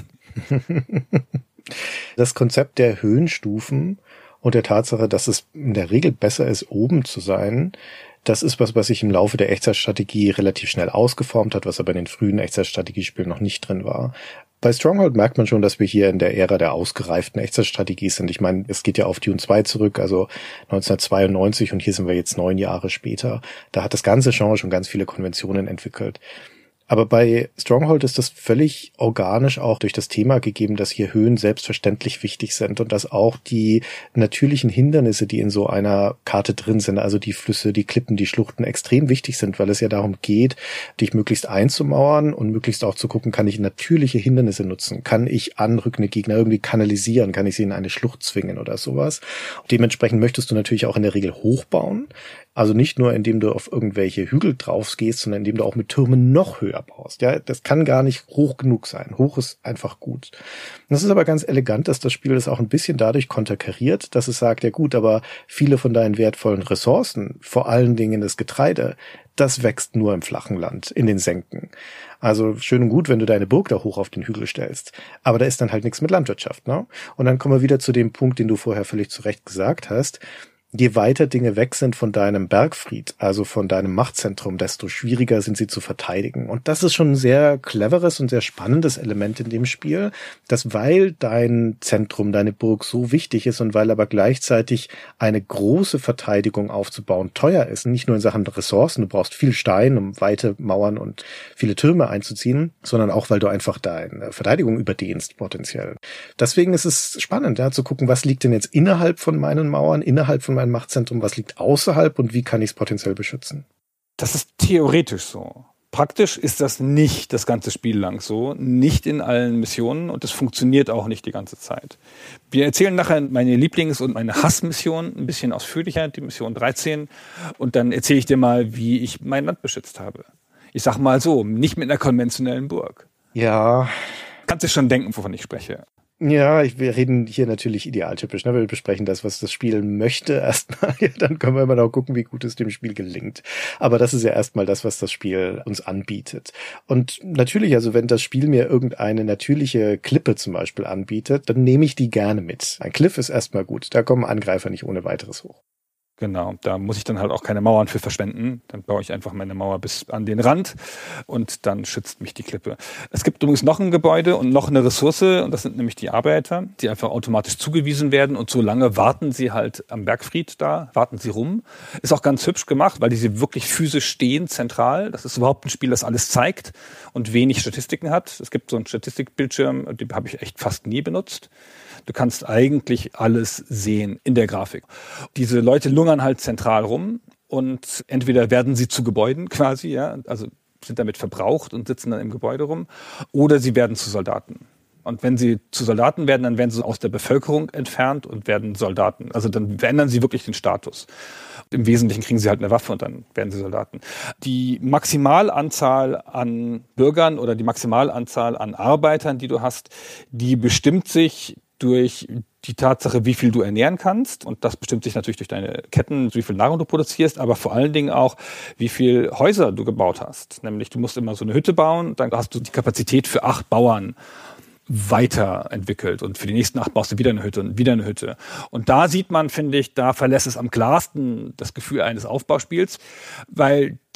S4: Das Konzept der Höhenstufen und der Tatsache, dass es in der Regel besser ist, oben zu sein, das ist was, was sich im Laufe der Echtzeitstrategie relativ schnell ausgeformt hat, was aber in den frühen Echtzeitstrategiespielen noch nicht drin war. Bei Stronghold merkt man schon, dass wir hier in der Ära der ausgereiften Echtzeitstrategie sind. Ich meine, es geht ja auf Dune zwei zurück, also neunzehnhundertzweiundneunzig, und hier sind wir jetzt neun Jahre später. Da hat das ganze Genre schon ganz viele Konventionen entwickelt. Aber bei Stronghold ist das völlig organisch auch durch das Thema gegeben, dass hier Höhen selbstverständlich wichtig sind und dass auch die natürlichen Hindernisse, die in so einer Karte drin sind, also die Flüsse, die Klippen, die Schluchten, extrem wichtig sind, weil es ja darum geht, dich möglichst einzumauern und möglichst auch zu gucken, kann ich natürliche Hindernisse nutzen? Kann ich anrückende Gegner irgendwie kanalisieren? Kann ich sie in eine Schlucht zwingen oder sowas? Und dementsprechend möchtest du natürlich auch in der Regel hochbauen. Also nicht nur, indem du auf irgendwelche Hügel drauf gehst, sondern indem du auch mit Türmen noch höher baust. Ja, das kann gar nicht hoch genug sein. Hoch ist einfach gut. Und das ist aber ganz elegant, dass das Spiel das auch ein bisschen dadurch konterkariert, dass es sagt, ja gut, aber viele von deinen wertvollen Ressourcen, vor allen Dingen das Getreide, das wächst nur im flachen Land, in den Senken. Also schön und gut, wenn du deine Burg da hoch auf den Hügel stellst. Aber da ist dann halt nichts mit Landwirtschaft, ne? Und dann kommen wir wieder zu dem Punkt, den du vorher völlig zu Recht gesagt hast. Je weiter Dinge weg sind von deinem Bergfried, also von deinem Machtzentrum, desto schwieriger sind sie zu verteidigen. Und das ist schon ein sehr cleveres und sehr spannendes Element in dem Spiel, dass weil dein Zentrum, deine Burg so wichtig ist und weil aber gleichzeitig eine große Verteidigung aufzubauen teuer ist, nicht nur in Sachen Ressourcen, du brauchst viel Stein, um weite Mauern und viele Türme einzuziehen, sondern auch, weil du einfach deine Verteidigung überdehnst potenziell. Deswegen ist es spannend, ja, zu gucken, was liegt denn jetzt innerhalb von meinen Mauern, innerhalb von mein Machtzentrum, was liegt außerhalb und wie kann ich es potenziell beschützen?
S3: Das ist theoretisch so. Praktisch ist das nicht das ganze Spiel lang so, nicht in allen Missionen und es funktioniert auch nicht die ganze Zeit. Wir erzählen nachher meine Lieblings- und meine Hassmission ein bisschen ausführlicher, die Mission dreizehn, und dann erzähle ich dir mal, wie ich mein Land beschützt habe. Ich sag mal so, nicht mit einer konventionellen Burg.
S4: Ja.
S3: Kannst du schon denken, wovon ich spreche.
S4: Ja, ich, wir reden hier natürlich idealtypisch, ne? Wir besprechen das, was das Spiel möchte erstmal, ja, dann können wir immer noch gucken, wie gut es dem Spiel gelingt. Aber das ist ja erstmal das, was das Spiel uns anbietet. Und natürlich, also wenn das Spiel mir irgendeine natürliche Klippe zum Beispiel anbietet, dann nehme ich die gerne mit. Ein Cliff ist erstmal gut, da kommen Angreifer nicht ohne weiteres hoch.
S3: Genau, da muss ich dann halt auch keine Mauern für verschwenden. Dann baue ich einfach meine Mauer bis an den Rand und dann schützt mich die Klippe. Es gibt übrigens noch ein Gebäude und noch eine Ressource und das sind nämlich die Arbeiter, die einfach automatisch zugewiesen werden und so lange warten sie halt am Bergfried da, warten sie rum. Ist auch ganz hübsch gemacht, weil diese wirklich physisch stehen, zentral. Das ist überhaupt ein Spiel, das alles zeigt und wenig Statistiken hat. Es gibt so einen Statistikbildschirm, den habe ich echt fast nie benutzt. Du kannst eigentlich alles sehen in der Grafik. Diese Leute lungern halt zentral rum und entweder werden sie zu Gebäuden quasi, ja, also sind damit verbraucht und sitzen dann im Gebäude rum, oder sie werden zu Soldaten. Und wenn sie zu Soldaten werden, dann werden sie aus der Bevölkerung entfernt und werden Soldaten. Also dann verändern sie wirklich den Status. Im Wesentlichen kriegen sie halt eine Waffe und dann werden sie Soldaten. Die Maximalanzahl an Bürgern oder die Maximalanzahl an Arbeitern, die du hast, die bestimmt sich durch die Tatsache, wie viel du ernähren kannst. Und das bestimmt sich natürlich durch deine Ketten, wie viel Nahrung du produzierst, aber vor allen Dingen auch, wie viel Häuser du gebaut hast. Nämlich, du musst immer so eine Hütte bauen, dann hast du die Kapazität für acht Bauern weiterentwickelt und für die nächsten acht baust du wieder eine Hütte und wieder eine Hütte. Und da sieht man, finde ich, da verlässt es am klarsten das Gefühl eines Aufbauspiels, weil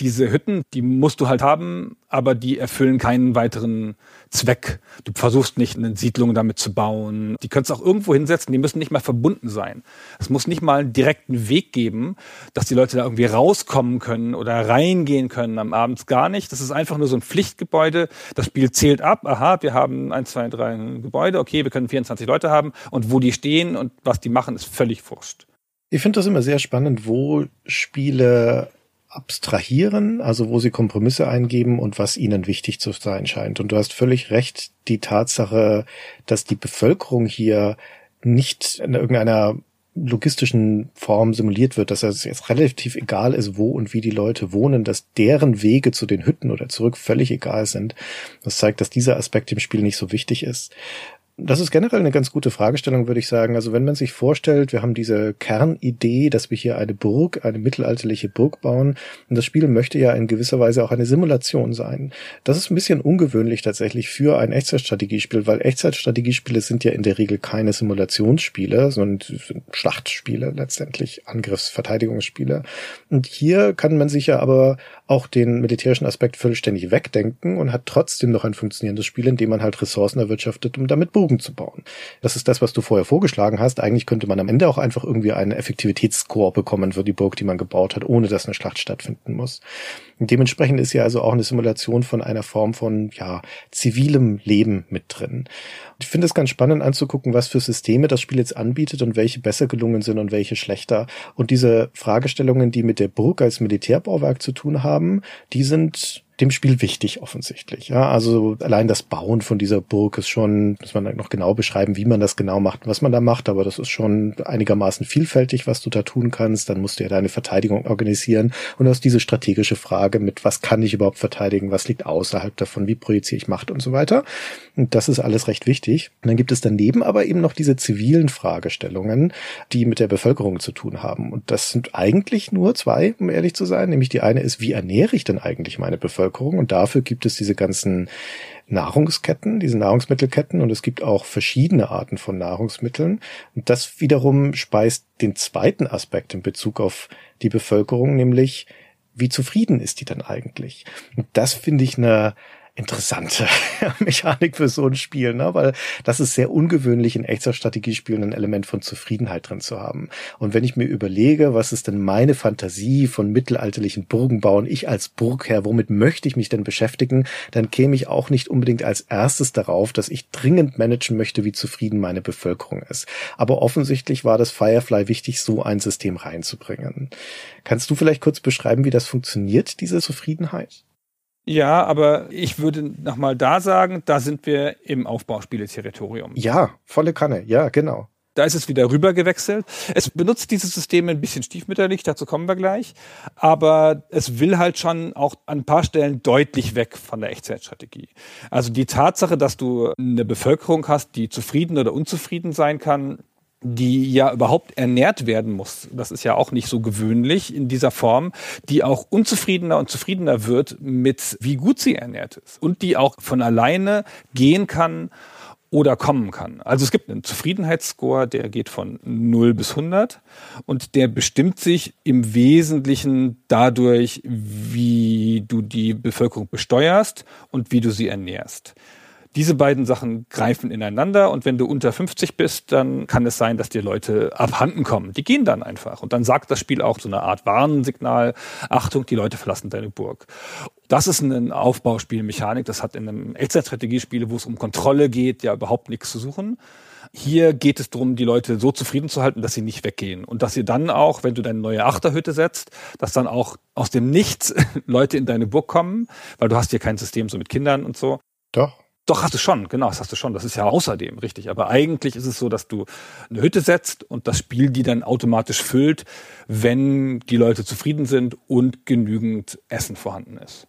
S3: diese Hütten, die musst du halt haben, aber die erfüllen keinen weiteren Zweck. Du versuchst nicht, eine Siedlung damit zu bauen. Die könntest du auch irgendwo hinsetzen, die müssen nicht mal verbunden sein. Es muss nicht mal einen direkten Weg geben, dass die Leute da irgendwie rauskommen können oder reingehen können am Abend. Gar nicht. Das ist einfach nur so ein Pflichtgebäude. Das Spiel zählt ab. Aha, wir haben eins, zwei, drei Gebäude. Okay, wir können vierundzwanzig Leute haben. Und wo die stehen und was die machen, ist völlig wurscht.
S4: Ich finde das immer sehr spannend, wo Spiele abstrahieren, also wo sie Kompromisse eingeben und was ihnen wichtig zu sein scheint. Und du hast völlig recht, die Tatsache, dass die Bevölkerung hier nicht in irgendeiner logistischen Form simuliert wird, dass es jetzt relativ egal ist, wo und wie die Leute wohnen, dass deren Wege zu den Hütten oder zurück völlig egal sind. Das zeigt, dass dieser Aspekt im Spiel nicht so wichtig ist. Das ist generell eine ganz gute Fragestellung, würde ich sagen. Also wenn man sich vorstellt, wir haben diese Kernidee, dass wir hier eine Burg, eine mittelalterliche Burg bauen, und das Spiel möchte ja in gewisser Weise auch eine Simulation sein. Das ist ein bisschen ungewöhnlich tatsächlich für ein Echtzeitstrategiespiel, weil Echtzeitstrategiespiele sind ja in der Regel keine Simulationsspiele, sondern sind Schlachtspiele letztendlich, Angriffs-Verteidigungsspiele. Und hier kann man sich ja aber auch den militärischen Aspekt vollständig wegdenken und hat trotzdem noch ein funktionierendes Spiel, in dem man halt Ressourcen erwirtschaftet, um damit Burgen zu bauen. Das ist das, was du vorher vorgeschlagen hast. Eigentlich könnte man am Ende auch einfach irgendwie einen Effektivitätsscore bekommen für die Burg, die man gebaut hat, ohne dass eine Schlacht stattfinden muss. Und dementsprechend ist ja also auch eine Simulation von einer Form von, ja, zivilem Leben mit drin. Ich finde es ganz spannend anzugucken, was für Systeme das Spiel jetzt anbietet und welche besser gelungen sind und welche schlechter. Und diese Fragestellungen, die mit der Burg als Militärbauwerk zu tun haben, die sind dem Spiel wichtig offensichtlich. Ja, also allein das Bauen von dieser Burg ist schon, muss man noch genau beschreiben, wie man das genau macht und was man da macht, aber das ist schon einigermaßen vielfältig, was du da tun kannst. Dann musst du ja deine Verteidigung organisieren und du hast diese strategische Frage mit, was kann ich überhaupt verteidigen, was liegt außerhalb davon, wie projiziere ich Macht und so weiter. Und das ist alles recht wichtig. Und dann gibt es daneben aber eben noch diese zivilen Fragestellungen, die mit der Bevölkerung zu tun haben. Und das sind eigentlich nur zwei, um ehrlich zu sein. Nämlich die eine ist, wie ernähre ich denn eigentlich meine Bevölkerung? Und dafür gibt es diese ganzen Nahrungsketten, diese Nahrungsmittelketten, und es gibt auch verschiedene Arten von Nahrungsmitteln. Und das wiederum speist den zweiten Aspekt in Bezug auf die Bevölkerung, nämlich wie zufrieden ist die denn eigentlich? Und das finde ich eine interessante Mechanik für so ein Spiel, ne? Weil das ist sehr ungewöhnlich, in Echtzeitstrategiespielen ein Element von Zufriedenheit drin zu haben. Und wenn ich mir überlege, was ist denn meine Fantasie von mittelalterlichen Burgen bauen, ich als Burgherr, womit möchte ich mich denn beschäftigen, dann käme ich auch nicht unbedingt als erstes darauf, dass ich dringend managen möchte, wie zufrieden meine Bevölkerung ist. Aber offensichtlich war das Firefly wichtig, so ein System reinzubringen. Kannst du vielleicht kurz beschreiben, wie das funktioniert, diese Zufriedenheit?
S3: Ja, aber ich würde nochmal da sagen, da sind wir im Aufbauspiele-Territorium.
S4: Ja, volle Kanne, ja, genau.
S3: Da ist es wieder rüber gewechselt. Es benutzt dieses System ein bisschen stiefmütterlich, dazu kommen wir gleich. Aber es will halt schon auch an ein paar Stellen deutlich weg von der Echtzeitstrategie. Also die Tatsache, dass du eine Bevölkerung hast, die zufrieden oder unzufrieden sein kann, die ja überhaupt ernährt werden muss. Das ist ja auch nicht so gewöhnlich in dieser Form, die auch unzufriedener und zufriedener wird mit, wie gut sie ernährt ist. Und die auch von alleine gehen kann oder kommen kann. Also es gibt einen Zufriedenheitsscore, der geht von null bis hundert und der bestimmt sich im Wesentlichen dadurch, wie du die Bevölkerung besteuerst und wie du sie ernährst. Diese beiden Sachen greifen ineinander und wenn du unter fünfzig bist, dann kann es sein, dass dir Leute abhanden kommen. Die gehen dann einfach und dann sagt das Spiel auch so eine Art Warnsignal, Achtung, die Leute verlassen deine Burg. Das ist eine Aufbauspielmechanik, das hat in einem Echtzeitstrategiespiel, wo es um Kontrolle geht, ja überhaupt nichts zu suchen. Hier geht es darum, die Leute so zufrieden zu halten, dass sie nicht weggehen. Und dass sie dann auch, wenn du deine neue Achterhütte setzt, dass dann auch aus dem Nichts Leute in deine Burg kommen, weil du hast hier kein System so mit Kindern und so.
S4: Doch.
S3: Doch, hast du schon, genau, das hast du schon. Das ist ja außerdem richtig. Aber eigentlich ist es so, dass du eine Hütte setzt und das Spiel die dann automatisch füllt, wenn die Leute zufrieden sind und genügend Essen vorhanden ist.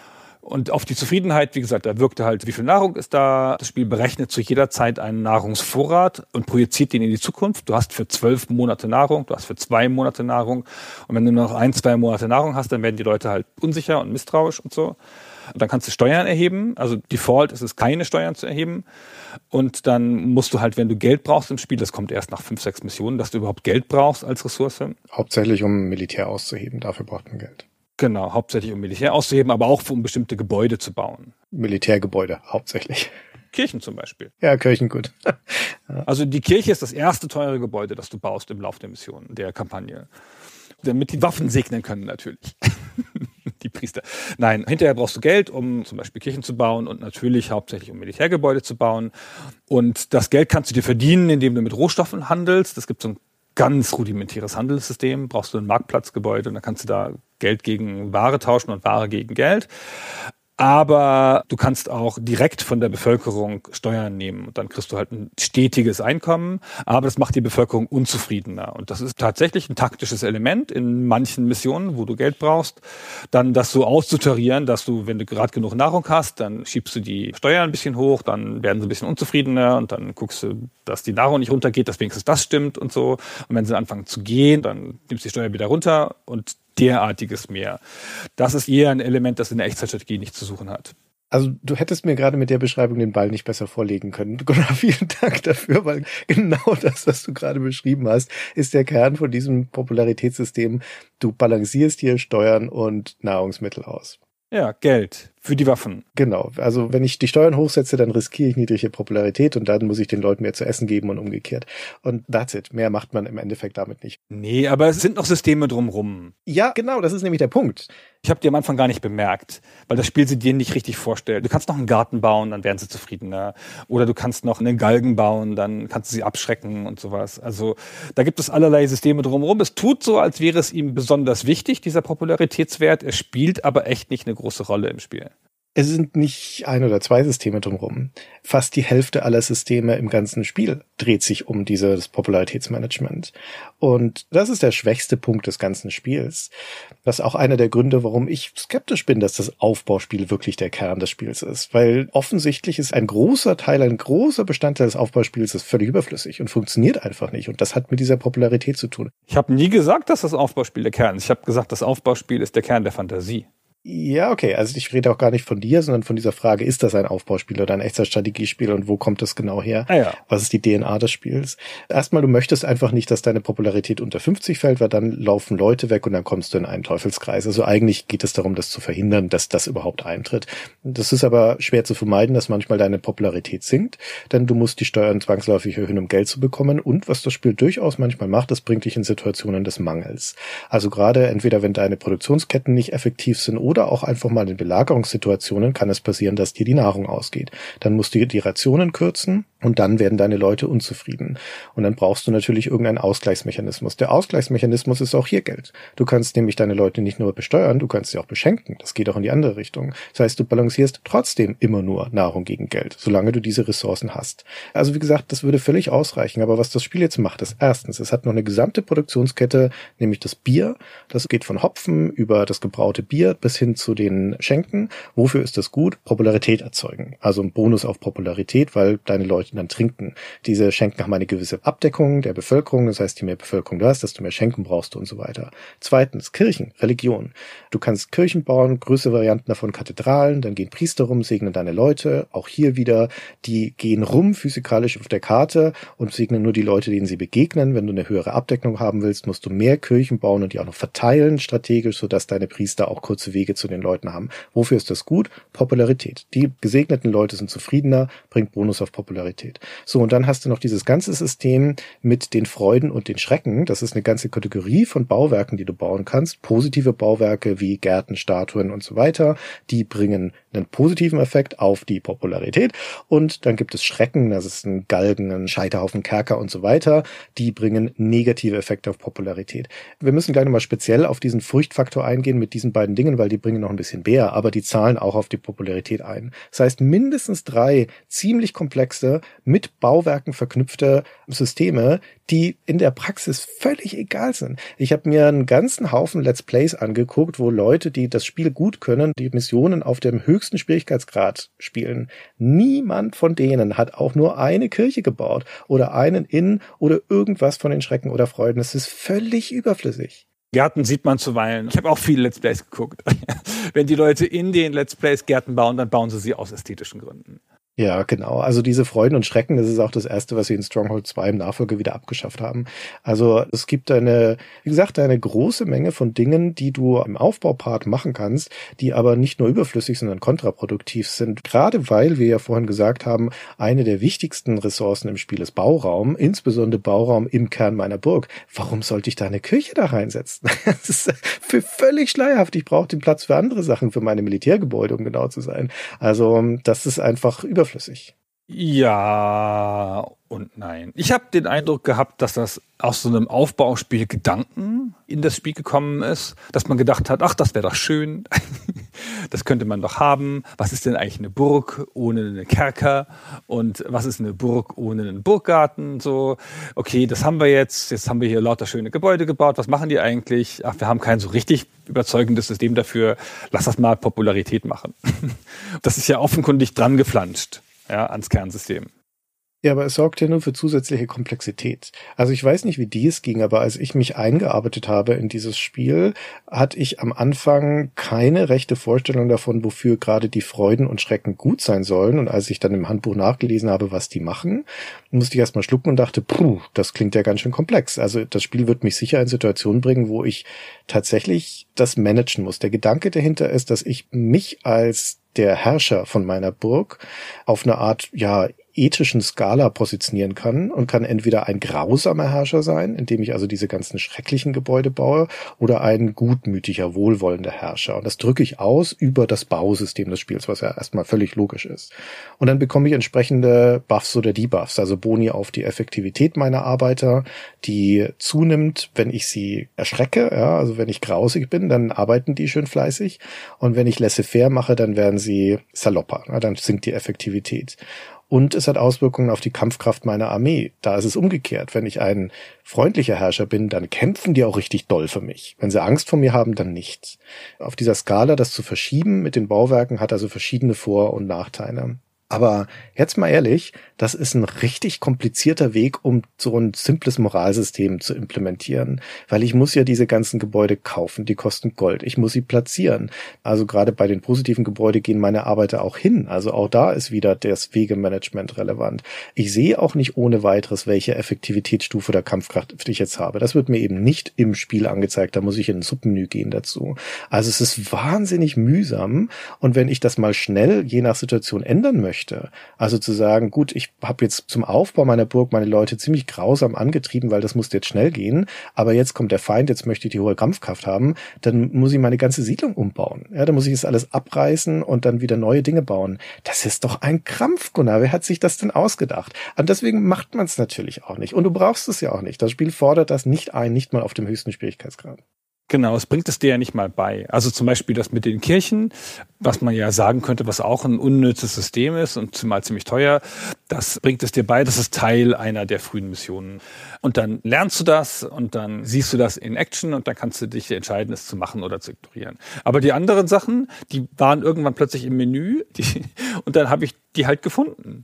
S3: Und auf die Zufriedenheit, wie gesagt, da wirkte halt, wie viel Nahrung ist da. Das Spiel berechnet zu jeder Zeit einen Nahrungsvorrat und projiziert den in die Zukunft. Du hast für zwölf Monate Nahrung, du hast für zwei Monate Nahrung. Und wenn du noch ein, zwei Monate Nahrung hast, dann werden die Leute halt unsicher und misstrauisch und so. Und dann kannst du Steuern erheben. Also Default ist es, keine Steuern zu erheben. Und dann musst du halt, wenn du Geld brauchst im Spiel, das kommt erst nach fünf, sechs Missionen, dass du überhaupt Geld brauchst als Ressource.
S4: Hauptsächlich, um Militär auszuheben. Dafür braucht man Geld.
S3: Genau, hauptsächlich um Militär auszuheben, aber auch um bestimmte Gebäude zu bauen.
S4: Militärgebäude hauptsächlich.
S3: Kirchen zum Beispiel.
S4: Ja, Kirchen, gut.
S3: Also die Kirche ist das erste teure Gebäude, das du baust im Lauf der Mission, der Kampagne. Damit die Waffen segnen können natürlich. Die Priester. Nein, hinterher brauchst du Geld, um zum Beispiel Kirchen zu bauen und natürlich hauptsächlich um Militärgebäude zu bauen. Und das Geld kannst du dir verdienen, indem du mit Rohstoffen handelst. Es gibt so ein ganz rudimentäres Handelssystem. Brauchst du ein Marktplatzgebäude und dann kannst du da Geld gegen Ware tauschen und Ware gegen Geld. Aber du kannst auch direkt von der Bevölkerung Steuern nehmen und dann kriegst du halt ein stetiges Einkommen, aber das macht die Bevölkerung unzufriedener. Und das ist tatsächlich ein taktisches Element in manchen Missionen, wo du Geld brauchst, dann das so auszutarieren, dass du, wenn du gerade genug Nahrung hast, dann schiebst du die Steuern ein bisschen hoch, dann werden sie ein bisschen unzufriedener und dann guckst du, dass die Nahrung nicht runtergeht, dass wenigstens das stimmt und so. Und wenn sie anfangen zu gehen, dann nimmst du die Steuer wieder runter und derartiges mehr. Das ist eher ein Element, das in der Echtzeitstrategie nichts zu suchen hat.
S4: Also du hättest mir gerade mit der Beschreibung den Ball nicht besser vorlegen können. Gunnar, vielen Dank dafür, weil genau das, was du gerade beschrieben hast, ist der Kern von diesem Popularitätssystem. Du balancierst hier Steuern und Nahrungsmittel aus.
S3: Ja, Geld für die Waffen.
S4: Genau. Also wenn ich die Steuern hochsetze, dann riskiere ich niedrige Popularität und dann muss ich den Leuten mehr zu essen geben und umgekehrt. Und that's it. Mehr macht man im Endeffekt damit nicht.
S3: Nee, aber es sind noch Systeme drumrum.
S4: Ja, genau. Das ist nämlich der Punkt.
S3: Ich habe die am Anfang gar nicht bemerkt, weil das Spiel sie dir nicht richtig vorstellt. Du kannst noch einen Garten bauen, dann werden sie zufriedener. Oder du kannst noch einen Galgen bauen, dann kannst du sie abschrecken und sowas. Also da gibt es allerlei Systeme drumherum. Es tut so, als wäre es ihm besonders wichtig, dieser Popularitätswert. Er spielt aber echt nicht eine große Rolle im Spiel.
S4: Es sind nicht ein oder zwei Systeme drumherum. Fast die Hälfte aller Systeme im ganzen Spiel dreht sich um dieses Popularitätsmanagement. Und das ist der schwächste Punkt des ganzen Spiels. Das ist auch einer der Gründe, warum ich skeptisch bin, dass das Aufbauspiel wirklich der Kern des Spiels ist. Weil offensichtlich ist ein großer Teil, ein großer Bestandteil des Aufbauspiels ist völlig überflüssig und funktioniert einfach nicht. Und das hat mit dieser Popularität zu tun.
S3: Ich habe nie gesagt, dass das Aufbauspiel der Kern ist. Ich habe gesagt, das Aufbauspiel ist der Kern der Fantasie.
S4: Ja, okay. Also ich rede auch gar nicht von dir, sondern von dieser Frage, ist das ein Aufbauspiel oder ein Echtzeitstrategiespiel und wo kommt das genau her?
S3: Ah ja.
S4: Was ist die D N A des Spiels? Erstmal, du möchtest einfach nicht, dass deine Popularität unter fünfzig fällt, weil dann laufen Leute weg und dann kommst du in einen Teufelskreis. Also eigentlich geht es darum, das zu verhindern, dass das überhaupt eintritt. Das ist aber schwer zu vermeiden, dass manchmal deine Popularität sinkt, denn du musst die Steuern zwangsläufig erhöhen, um Geld zu bekommen. Und was das Spiel durchaus manchmal macht, das bringt dich in Situationen des Mangels. Also gerade entweder, wenn deine Produktionsketten nicht effektiv sind oder auch einfach mal in Belagerungssituationen kann es passieren, dass dir die Nahrung ausgeht. Dann musst du die Rationen kürzen und dann werden deine Leute unzufrieden. Und dann brauchst du natürlich irgendeinen Ausgleichsmechanismus. Der Ausgleichsmechanismus ist auch hier Geld. Du kannst nämlich deine Leute nicht nur besteuern, du kannst sie auch beschenken. Das geht auch in die andere Richtung. Das heißt, du balancierst trotzdem immer nur Nahrung gegen Geld, solange du diese Ressourcen hast. Also wie gesagt, das würde völlig ausreichen. Aber was das Spiel jetzt macht, ist erstens, es hat noch eine gesamte Produktionskette, nämlich das Bier. Das geht von Hopfen über das gebraute Bier bis hin zu den Schenken. Wofür ist das gut? Popularität erzeugen. Also ein Bonus auf Popularität, weil deine Leute dann trinken. Diese Schenken haben eine gewisse Abdeckung der Bevölkerung. Das heißt, je mehr Bevölkerung du hast, desto mehr Schenken brauchst du und so weiter. Zweitens, Kirchen, Religion. Du kannst Kirchen bauen, größere Varianten davon Kathedralen, dann gehen Priester rum, segnen deine Leute. Auch hier wieder, die gehen rum physikalisch auf der Karte und segnen nur die Leute, denen sie begegnen. Wenn du eine höhere Abdeckung haben willst, musst du mehr Kirchen bauen und die auch noch verteilen strategisch, sodass deine Priester auch kurze Wege zu den Leuten haben. Wofür ist das gut? Popularität. Die gesegneten Leute sind zufriedener, bringt Bonus auf Popularität. So, und dann hast du noch dieses ganze System mit den Freuden und den Schrecken. Das ist eine ganze Kategorie von Bauwerken, die du bauen kannst. Positive Bauwerke wie Gärten, Statuen und so weiter. Die bringen einen positiven Effekt auf die Popularität. Und dann gibt es Schrecken, das ist ein Galgen, ein Scheiterhaufen, Kerker und so weiter. Die bringen negative Effekte auf Popularität. Wir müssen gleich nochmal speziell auf diesen Furchtfaktor eingehen mit diesen beiden Dingen, weil die bringen noch ein bisschen mehr, aber die zahlen auch auf die Popularität ein. Das heißt, mindestens drei ziemlich komplexe, mit Bauwerken verknüpfte Systeme, die in der Praxis völlig egal sind. Ich habe mir einen ganzen Haufen Let's Plays angeguckt, wo Leute, die das Spiel gut können, die Missionen auf dem höchsten Schwierigkeitsgrad spielen. Niemand von denen hat auch nur eine Kirche gebaut oder einen Inn oder irgendwas von den Schrecken oder Freuden. Es ist völlig überflüssig.
S3: Gärten sieht man zuweilen. Ich habe auch viele Let's Plays geguckt. Wenn die Leute in den Let's Plays Gärten bauen, dann bauen sie sie aus ästhetischen Gründen.
S4: Ja, genau. Also diese Freuden und Schrecken, das ist auch das Erste, was sie in Stronghold zwei im Nachfolger wieder abgeschafft haben. Also es gibt eine, wie gesagt, eine große Menge von Dingen, die du im Aufbaupart machen kannst, die aber nicht nur überflüssig, sondern kontraproduktiv sind. Gerade weil wir ja vorhin gesagt haben, eine der wichtigsten Ressourcen im Spiel ist Bauraum, insbesondere Bauraum im Kern meiner Burg. Warum sollte ich da eine Kirche da reinsetzen? Das ist für völlig schleierhaft. Ich brauche den Platz für andere Sachen, für meine Militärgebäude, um genau zu sein. Also das ist einfach überflüssig. Überflüssig.
S3: Ja und nein. Ich habe den Eindruck gehabt, dass das aus so einem Aufbauspiel Gedanken in das Spiel gekommen ist, dass man gedacht hat, ach, das wäre doch schön, das könnte man doch haben. Was ist denn eigentlich eine Burg ohne einen Kerker und was ist eine Burg ohne einen Burggarten? So, okay, das haben wir jetzt, jetzt haben wir hier lauter schöne Gebäude gebaut, was machen die eigentlich? Ach, wir haben kein so richtig überzeugendes System dafür, lass das mal Popularität machen. Das ist ja offenkundig dran geflanscht. Ja, ans Kernsystem.
S4: Ja, aber es sorgt ja nur für zusätzliche Komplexität. Also ich weiß nicht, wie die es ging, aber als ich mich eingearbeitet habe in dieses Spiel, hatte ich am Anfang keine rechte Vorstellung davon, wofür gerade die Freuden und Schrecken gut sein sollen. Und als ich dann im Handbuch nachgelesen habe, was die machen, musste ich erstmal schlucken und dachte, puh, das klingt ja ganz schön komplex. Also das Spiel wird mich sicher in Situationen bringen, wo ich tatsächlich das managen muss. Der Gedanke dahinter ist, dass ich mich als der Herrscher von meiner Burg auf eine Art, ja, ethischen Skala positionieren kann und kann entweder ein grausamer Herrscher sein, indem ich also diese ganzen schrecklichen Gebäude baue, oder ein gutmütiger, wohlwollender Herrscher. Und das drücke ich aus über das Bausystem des Spiels, was ja erstmal völlig logisch ist. Und dann bekomme ich entsprechende Buffs oder Debuffs, also Boni auf die Effektivität meiner Arbeiter, die zunimmt, wenn ich sie erschrecke. Ja, also wenn ich grausig bin, dann arbeiten die schön fleißig. Und wenn ich laissez-faire mache, dann werden sie salopper. Ja, dann sinkt die Effektivität. Und es hat Auswirkungen auf die Kampfkraft meiner Armee. Da ist es umgekehrt. Wenn ich ein freundlicher Herrscher bin, dann kämpfen die auch richtig doll für mich. Wenn sie Angst vor mir haben, dann nicht. Auf dieser Skala, das zu verschieben mit den Bauwerken, hat also verschiedene Vor- und Nachteile. Aber jetzt mal ehrlich, das ist ein richtig komplizierter Weg, um so ein simples Moralsystem zu implementieren. Weil ich muss ja diese ganzen Gebäude kaufen, die kosten Gold. Ich muss sie platzieren. Also gerade bei den positiven Gebäuden gehen meine Arbeiter auch hin. Also auch da ist wieder das Wegemanagement relevant. Ich sehe auch nicht ohne weiteres, welche Effektivitätsstufe der Kampfkraft ich jetzt habe. Das wird mir eben nicht im Spiel angezeigt. Da muss ich in ein Submenü gehen dazu. Also es ist wahnsinnig mühsam. Und wenn ich das mal schnell, je nach Situation ändern möchte, also zu sagen, gut, ich habe jetzt zum Aufbau meiner Burg meine Leute ziemlich grausam angetrieben, weil das musste jetzt schnell gehen, aber jetzt kommt der Feind, jetzt möchte ich die hohe Kampfkraft haben, dann muss ich meine ganze Siedlung umbauen. Ja, dann muss ich das alles abreißen und dann wieder neue Dinge bauen. Das ist doch ein Krampf, Gunnar. Wer hat sich das denn ausgedacht? Und deswegen macht man es natürlich auch nicht. Und du brauchst es ja auch nicht. Das Spiel fordert das nicht ein, nicht mal auf dem höchsten Schwierigkeitsgrad.
S3: Genau, es bringt es dir ja nicht mal bei. Also zum Beispiel das mit den Kirchen, was man ja sagen könnte, was auch ein unnützes System ist und zumal ziemlich teuer, das bringt es dir bei, das ist Teil einer der frühen Missionen. Und dann lernst du das und dann siehst du das in Action und dann kannst du dich entscheiden, es zu machen oder zu ignorieren. Aber die anderen Sachen, die waren irgendwann plötzlich im Menü die, und dann habe ich die halt gefunden.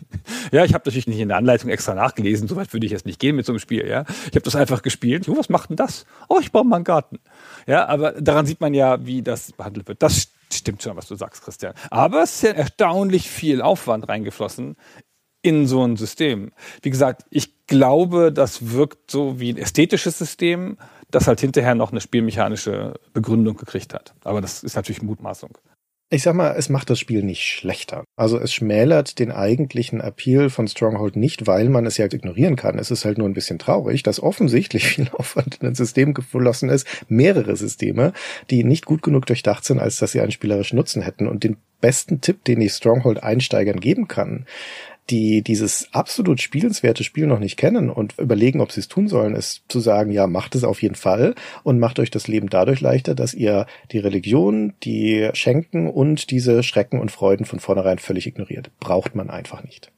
S3: Ja, ich habe natürlich nicht in der Anleitung extra nachgelesen, so weit würde ich jetzt nicht gehen mit so einem Spiel. Ja, ich habe das einfach gespielt. Jo, was macht denn das? Oh, ich baue mal einen Garten. Ja, aber daran sieht man ja, wie das behandelt wird. Das stimmt schon, was du sagst, Christian. Aber es ist ja erstaunlich viel Aufwand reingeflossen in so ein System. Wie gesagt, ich glaube, das wirkt so wie ein ästhetisches System, das halt hinterher noch eine spielmechanische Begründung gekriegt hat. Aber das ist natürlich Mutmaßung.
S4: Ich sag mal, es macht das Spiel nicht schlechter. Also es schmälert den eigentlichen Appeal von Stronghold nicht, weil man es ja ignorieren kann. Es ist halt nur ein bisschen traurig, dass offensichtlich viel Aufwand in ein System geflossen ist, mehrere Systeme, die nicht gut genug durchdacht sind, als dass sie einen spielerischen Nutzen hätten. Und den besten Tipp, den ich Stronghold-Einsteigern geben kann, die dieses absolut spielenswerte Spiel noch nicht kennen und überlegen, ob sie es tun sollen, ist zu sagen, ja, macht es auf jeden Fall und macht euch das Leben dadurch leichter, dass ihr die Religion, die Schenken und diese Schrecken und Freuden von vornherein völlig ignoriert. Braucht man einfach nicht.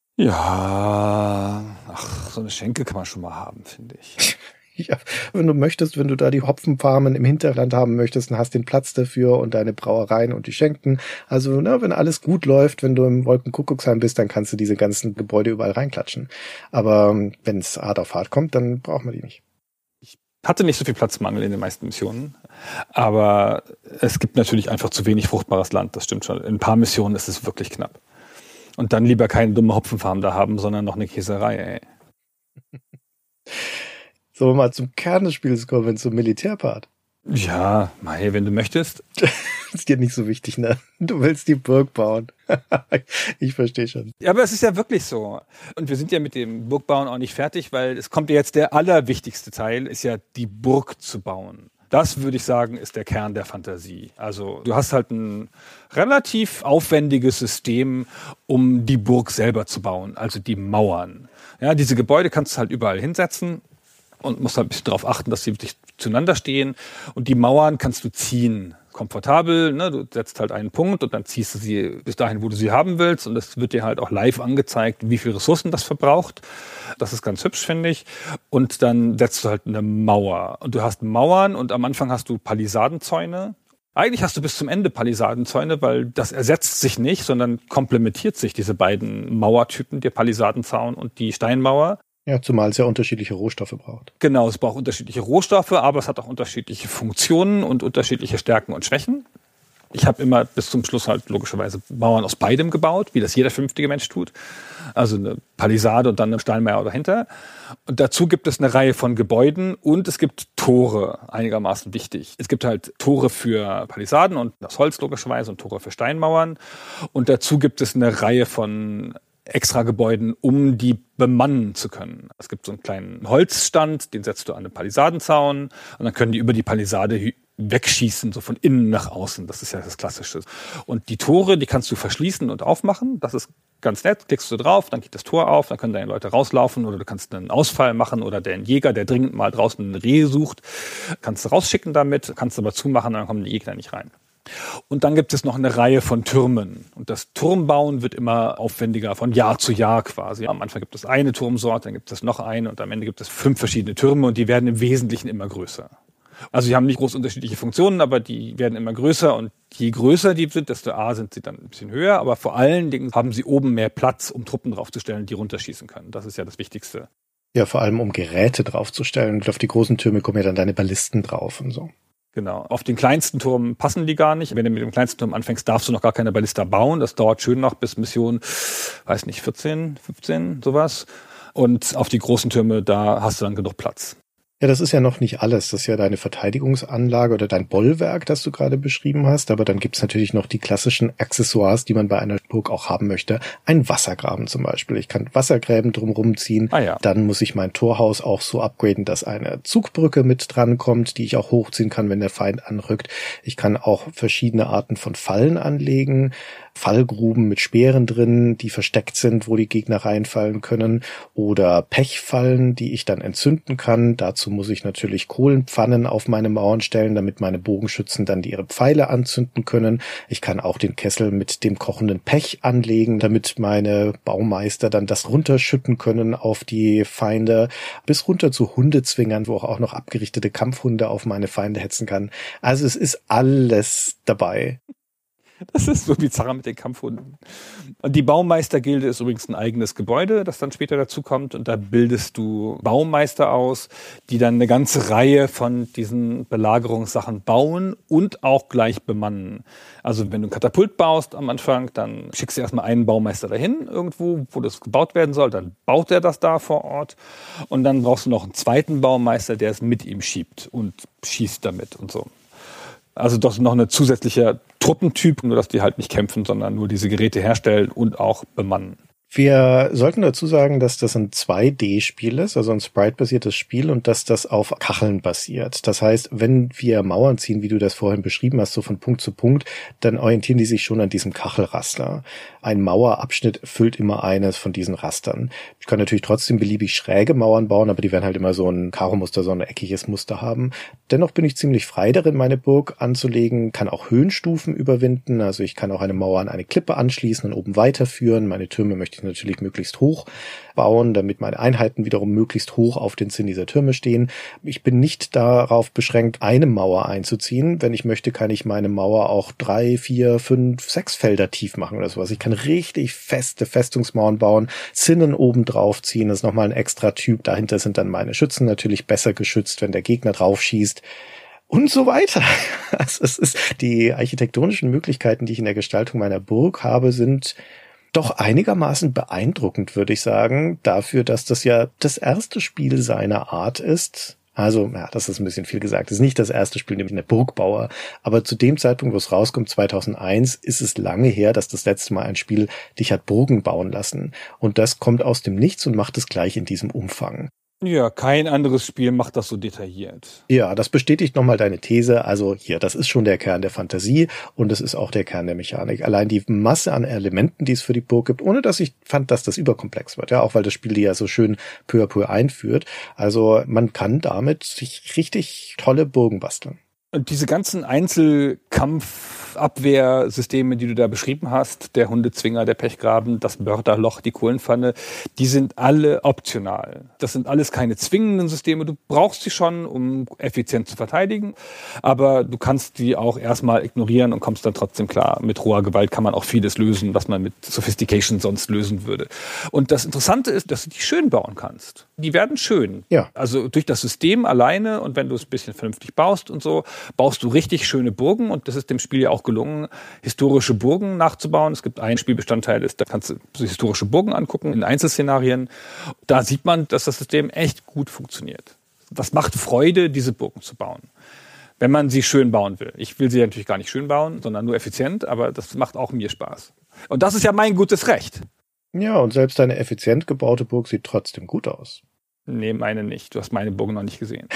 S3: Ja, ach, so eine Schenke kann man schon mal haben, finde ich.
S4: Ja, wenn du möchtest, wenn du da die Hopfenfarmen im Hinterland haben möchtest, dann hast du den Platz dafür und deine Brauereien und die Schenken. Also, ne, wenn alles gut läuft, wenn du im Wolkenkuckucksheim bist, dann kannst du diese ganzen Gebäude überall reinklatschen. Aber wenn es hart auf hart kommt, dann braucht man die nicht.
S3: Ich hatte nicht so viel Platzmangel in den meisten Missionen, aber es gibt natürlich einfach zu wenig fruchtbares Land, das stimmt schon. In ein paar Missionen ist es wirklich knapp. Und dann lieber keine dumme Hopfenfarm da haben, sondern noch eine Käserei, ey.
S4: Sollen wir mal zum Kern des Spiels kommen, zum Militärpart?
S3: Ja, hey, wenn du möchtest.
S4: Ist dir nicht so wichtig, ne? Du willst die Burg bauen. Ich verstehe schon.
S3: Ja, aber es ist ja wirklich so. Und wir sind ja mit dem Burgbauen auch nicht fertig, weil es kommt ja jetzt der allerwichtigste Teil, ist ja die Burg zu bauen. Das, würde ich sagen, ist der Kern der Fantasie. Also du hast halt ein relativ aufwendiges System, um die Burg selber zu bauen, also die Mauern. Ja, diese Gebäude kannst du halt überall hinsetzen und musst halt ein bisschen darauf achten, dass sie wirklich zueinander stehen. Und die Mauern kannst du ziehen. Komfortabel, ne? Du setzt halt einen Punkt und dann ziehst du sie bis dahin, wo du sie haben willst. Und es wird dir halt auch live angezeigt, wie viele Ressourcen das verbraucht. Das ist ganz hübsch, finde ich. Und dann setzt du halt eine Mauer. Und du hast Mauern und am Anfang hast du Palisadenzäune. Eigentlich hast du bis zum Ende Palisadenzäune, weil das ersetzt sich nicht, sondern komplementiert sich, diese beiden Mauertypen, der Palisadenzaun und die Steinmauer.
S4: Ja, zumal es ja unterschiedliche Rohstoffe braucht.
S3: Genau, es braucht unterschiedliche Rohstoffe, aber es hat auch unterschiedliche Funktionen und unterschiedliche Stärken und Schwächen. Ich habe immer bis zum Schluss halt logischerweise Mauern aus beidem gebaut, wie das jeder vernünftige Mensch tut. Also eine Palisade und dann eine Steinmauer dahinter. Und dazu gibt es eine Reihe von Gebäuden und es gibt Tore, einigermaßen wichtig. Es gibt halt Tore für Palisaden und das Holz logischerweise und Tore für Steinmauern. Und dazu gibt es eine Reihe von extra Gebäuden, um die bemannen zu können. Es gibt so einen kleinen Holzstand, den setzt du an den Palisadenzaun und dann können die über die Palisade wegschießen, so von innen nach außen. Das ist ja das Klassische. Und die Tore, die kannst du verschließen und aufmachen. Das ist ganz nett. Klickst du drauf, dann geht das Tor auf, dann können deine Leute rauslaufen oder du kannst einen Ausfall machen oder den Jäger, der dringend mal draußen ein Reh sucht, kannst du rausschicken damit, kannst aber zumachen, dann kommen die Gegner nicht rein. Und dann gibt es noch eine Reihe von Türmen. Und das Turmbauen wird immer aufwendiger von Jahr zu Jahr quasi. Am Anfang gibt es eine Turmsorte, dann gibt es noch eine und am Ende gibt es fünf verschiedene Türme und die werden im Wesentlichen immer größer. Also die haben nicht groß unterschiedliche Funktionen, aber die werden immer größer und je größer die sind, desto A sind sie dann ein bisschen höher, aber vor allen Dingen haben sie oben mehr Platz, um Truppen draufzustellen, die runterschießen können. Das ist ja das Wichtigste.
S4: Ja, vor allem um Geräte draufzustellen. Und auf die großen Türme kommen ja dann deine Ballisten drauf und so.
S3: Genau. Auf den kleinsten Turm passen die gar nicht. Wenn du mit dem kleinsten Turm anfängst, darfst du noch gar keine Ballista bauen. Das dauert schön noch bis Mission, weiß nicht, vierzehn, fünfzehn, sowas. Und auf die großen Türme, da hast du dann genug Platz.
S4: Ja, das ist ja noch nicht alles. Das ist ja deine Verteidigungsanlage oder dein Bollwerk, das du gerade beschrieben hast. Aber dann gibt's natürlich noch die klassischen Accessoires, die man bei einer Burg auch haben möchte. Ein Wassergraben zum Beispiel. Ich kann Wassergräben drumherum ziehen.
S3: Ah, ja.
S4: Dann muss ich mein Torhaus auch so upgraden, dass eine Zugbrücke mit dran kommt, die ich auch hochziehen kann, wenn der Feind anrückt. Ich kann auch verschiedene Arten von Fallen anlegen. Fallgruben mit Speeren drin, die versteckt sind, wo die Gegner reinfallen können, oder Pechfallen, die ich dann entzünden kann. Dazu muss ich natürlich Kohlenpfannen auf meine Mauern stellen, damit meine Bogenschützen dann ihre Pfeile anzünden können. Ich kann auch den Kessel mit dem kochenden Pech anlegen, damit meine Baumeister dann das runterschütten können auf die Feinde, bis runter zu Hundezwingern, wo auch noch abgerichtete Kampfhunde auf meine Feinde hetzen kann. Also es ist alles dabei.
S3: Das ist so bizarr mit den Kampfhunden. Und die Baumeistergilde ist übrigens ein eigenes Gebäude, das dann später dazu kommt. Und da bildest du Baumeister aus, die dann eine ganze Reihe von diesen Belagerungssachen bauen und auch gleich bemannen. Also wenn du ein Katapult baust am Anfang, dann schickst du erstmal einen Baumeister dahin, irgendwo, wo das gebaut werden soll. Dann baut er das da vor Ort. Und dann brauchst du noch einen zweiten Baumeister, der es mit ihm schiebt und schießt damit und so. Also doch noch eine zusätzliche Truppentyp, nur dass die halt nicht kämpfen, sondern nur diese Geräte herstellen und auch bemannen.
S4: Wir sollten dazu sagen, dass das ein zwei D-Spiel ist, also ein Sprite-basiertes Spiel, und dass das auf Kacheln basiert. Das heißt, wenn wir Mauern ziehen, wie du das vorhin beschrieben hast, so von Punkt zu Punkt, dann orientieren die sich schon an diesem Kachelraster. Ein Mauerabschnitt füllt immer eines von diesen Rastern. Ich kann natürlich trotzdem beliebig schräge Mauern bauen, aber die werden halt immer so ein Karo-Muster, so ein eckiges Muster haben. Dennoch bin ich ziemlich frei darin, meine Burg anzulegen, kann auch Höhenstufen überwinden, also ich kann auch eine Mauer an eine Klippe anschließen und oben weiterführen. Meine Türme möchte ich natürlich möglichst hoch bauen, damit meine Einheiten wiederum möglichst hoch auf den Zinn dieser Türme stehen. Ich bin nicht darauf beschränkt, eine Mauer einzuziehen. Wenn ich möchte, kann ich meine Mauer auch drei, vier, fünf, sechs Felder tief machen oder sowas. Ich kann richtig feste Festungsmauern bauen, Zinnen oben drauf ziehen. Das ist nochmal ein extra Typ. Dahinter sind dann meine Schützen natürlich besser geschützt, wenn der Gegner drauf schießt. Und so weiter. Also es ist, die architektonischen Möglichkeiten, die ich in der Gestaltung meiner Burg habe, sind doch einigermaßen beeindruckend, würde ich sagen, dafür, dass das ja das erste Spiel seiner Art ist. Also, ja, das ist ein bisschen viel gesagt. Das ist nicht das erste Spiel, nämlich eine Burgbauer. Aber zu dem Zeitpunkt, wo es rauskommt, zweitausendeins, ist es lange her, dass das letzte Mal ein Spiel dich hat Burgen bauen lassen. Und das kommt aus dem Nichts und macht es gleich in diesem Umfang.
S3: Ja, kein anderes Spiel macht das so detailliert.
S4: Ja, das bestätigt nochmal deine These. Also hier, das ist schon der Kern der Fantasie und es ist auch der Kern der Mechanik. Allein die Masse an Elementen, die es für die Burg gibt, ohne dass ich fand, dass das überkomplex wird. Ja, auch weil das Spiel die ja so schön peu à peu einführt. Also man kann damit sich richtig tolle Burgen basteln.
S3: Und diese ganzen Einzelkampfabwehrsysteme, die du da beschrieben hast, der Hundezwinger, der Pechgraben, das Mörderloch, die Kohlenpfanne, die sind alle optional. Das sind alles keine zwingenden Systeme. Du brauchst sie schon, um effizient zu verteidigen, aber du kannst die auch erstmal ignorieren und kommst dann trotzdem klar. Mit roher Gewalt kann man auch vieles lösen, was man mit Sophistication sonst lösen würde. Und das Interessante ist, dass du die schön bauen kannst. Die werden schön.
S4: Ja.
S3: Also durch das System alleine und wenn du es ein bisschen vernünftig baust und so, baust du richtig schöne Burgen und das ist dem Spiel ja auch gelungen, historische Burgen nachzubauen. Es gibt einen Spielbestandteil, ist, da kannst du historische Burgen angucken in Einzelszenarien. Da sieht man, dass das System echt gut funktioniert. Das macht Freude, diese Burgen zu bauen, wenn man sie schön bauen will. Ich will sie natürlich gar nicht schön bauen, sondern nur effizient, aber das macht auch mir Spaß. Und das ist ja mein gutes Recht.
S4: Ja, und selbst eine effizient gebaute Burg sieht trotzdem gut aus.
S3: Nee, meine nicht. Du hast meine Burgen noch nicht gesehen.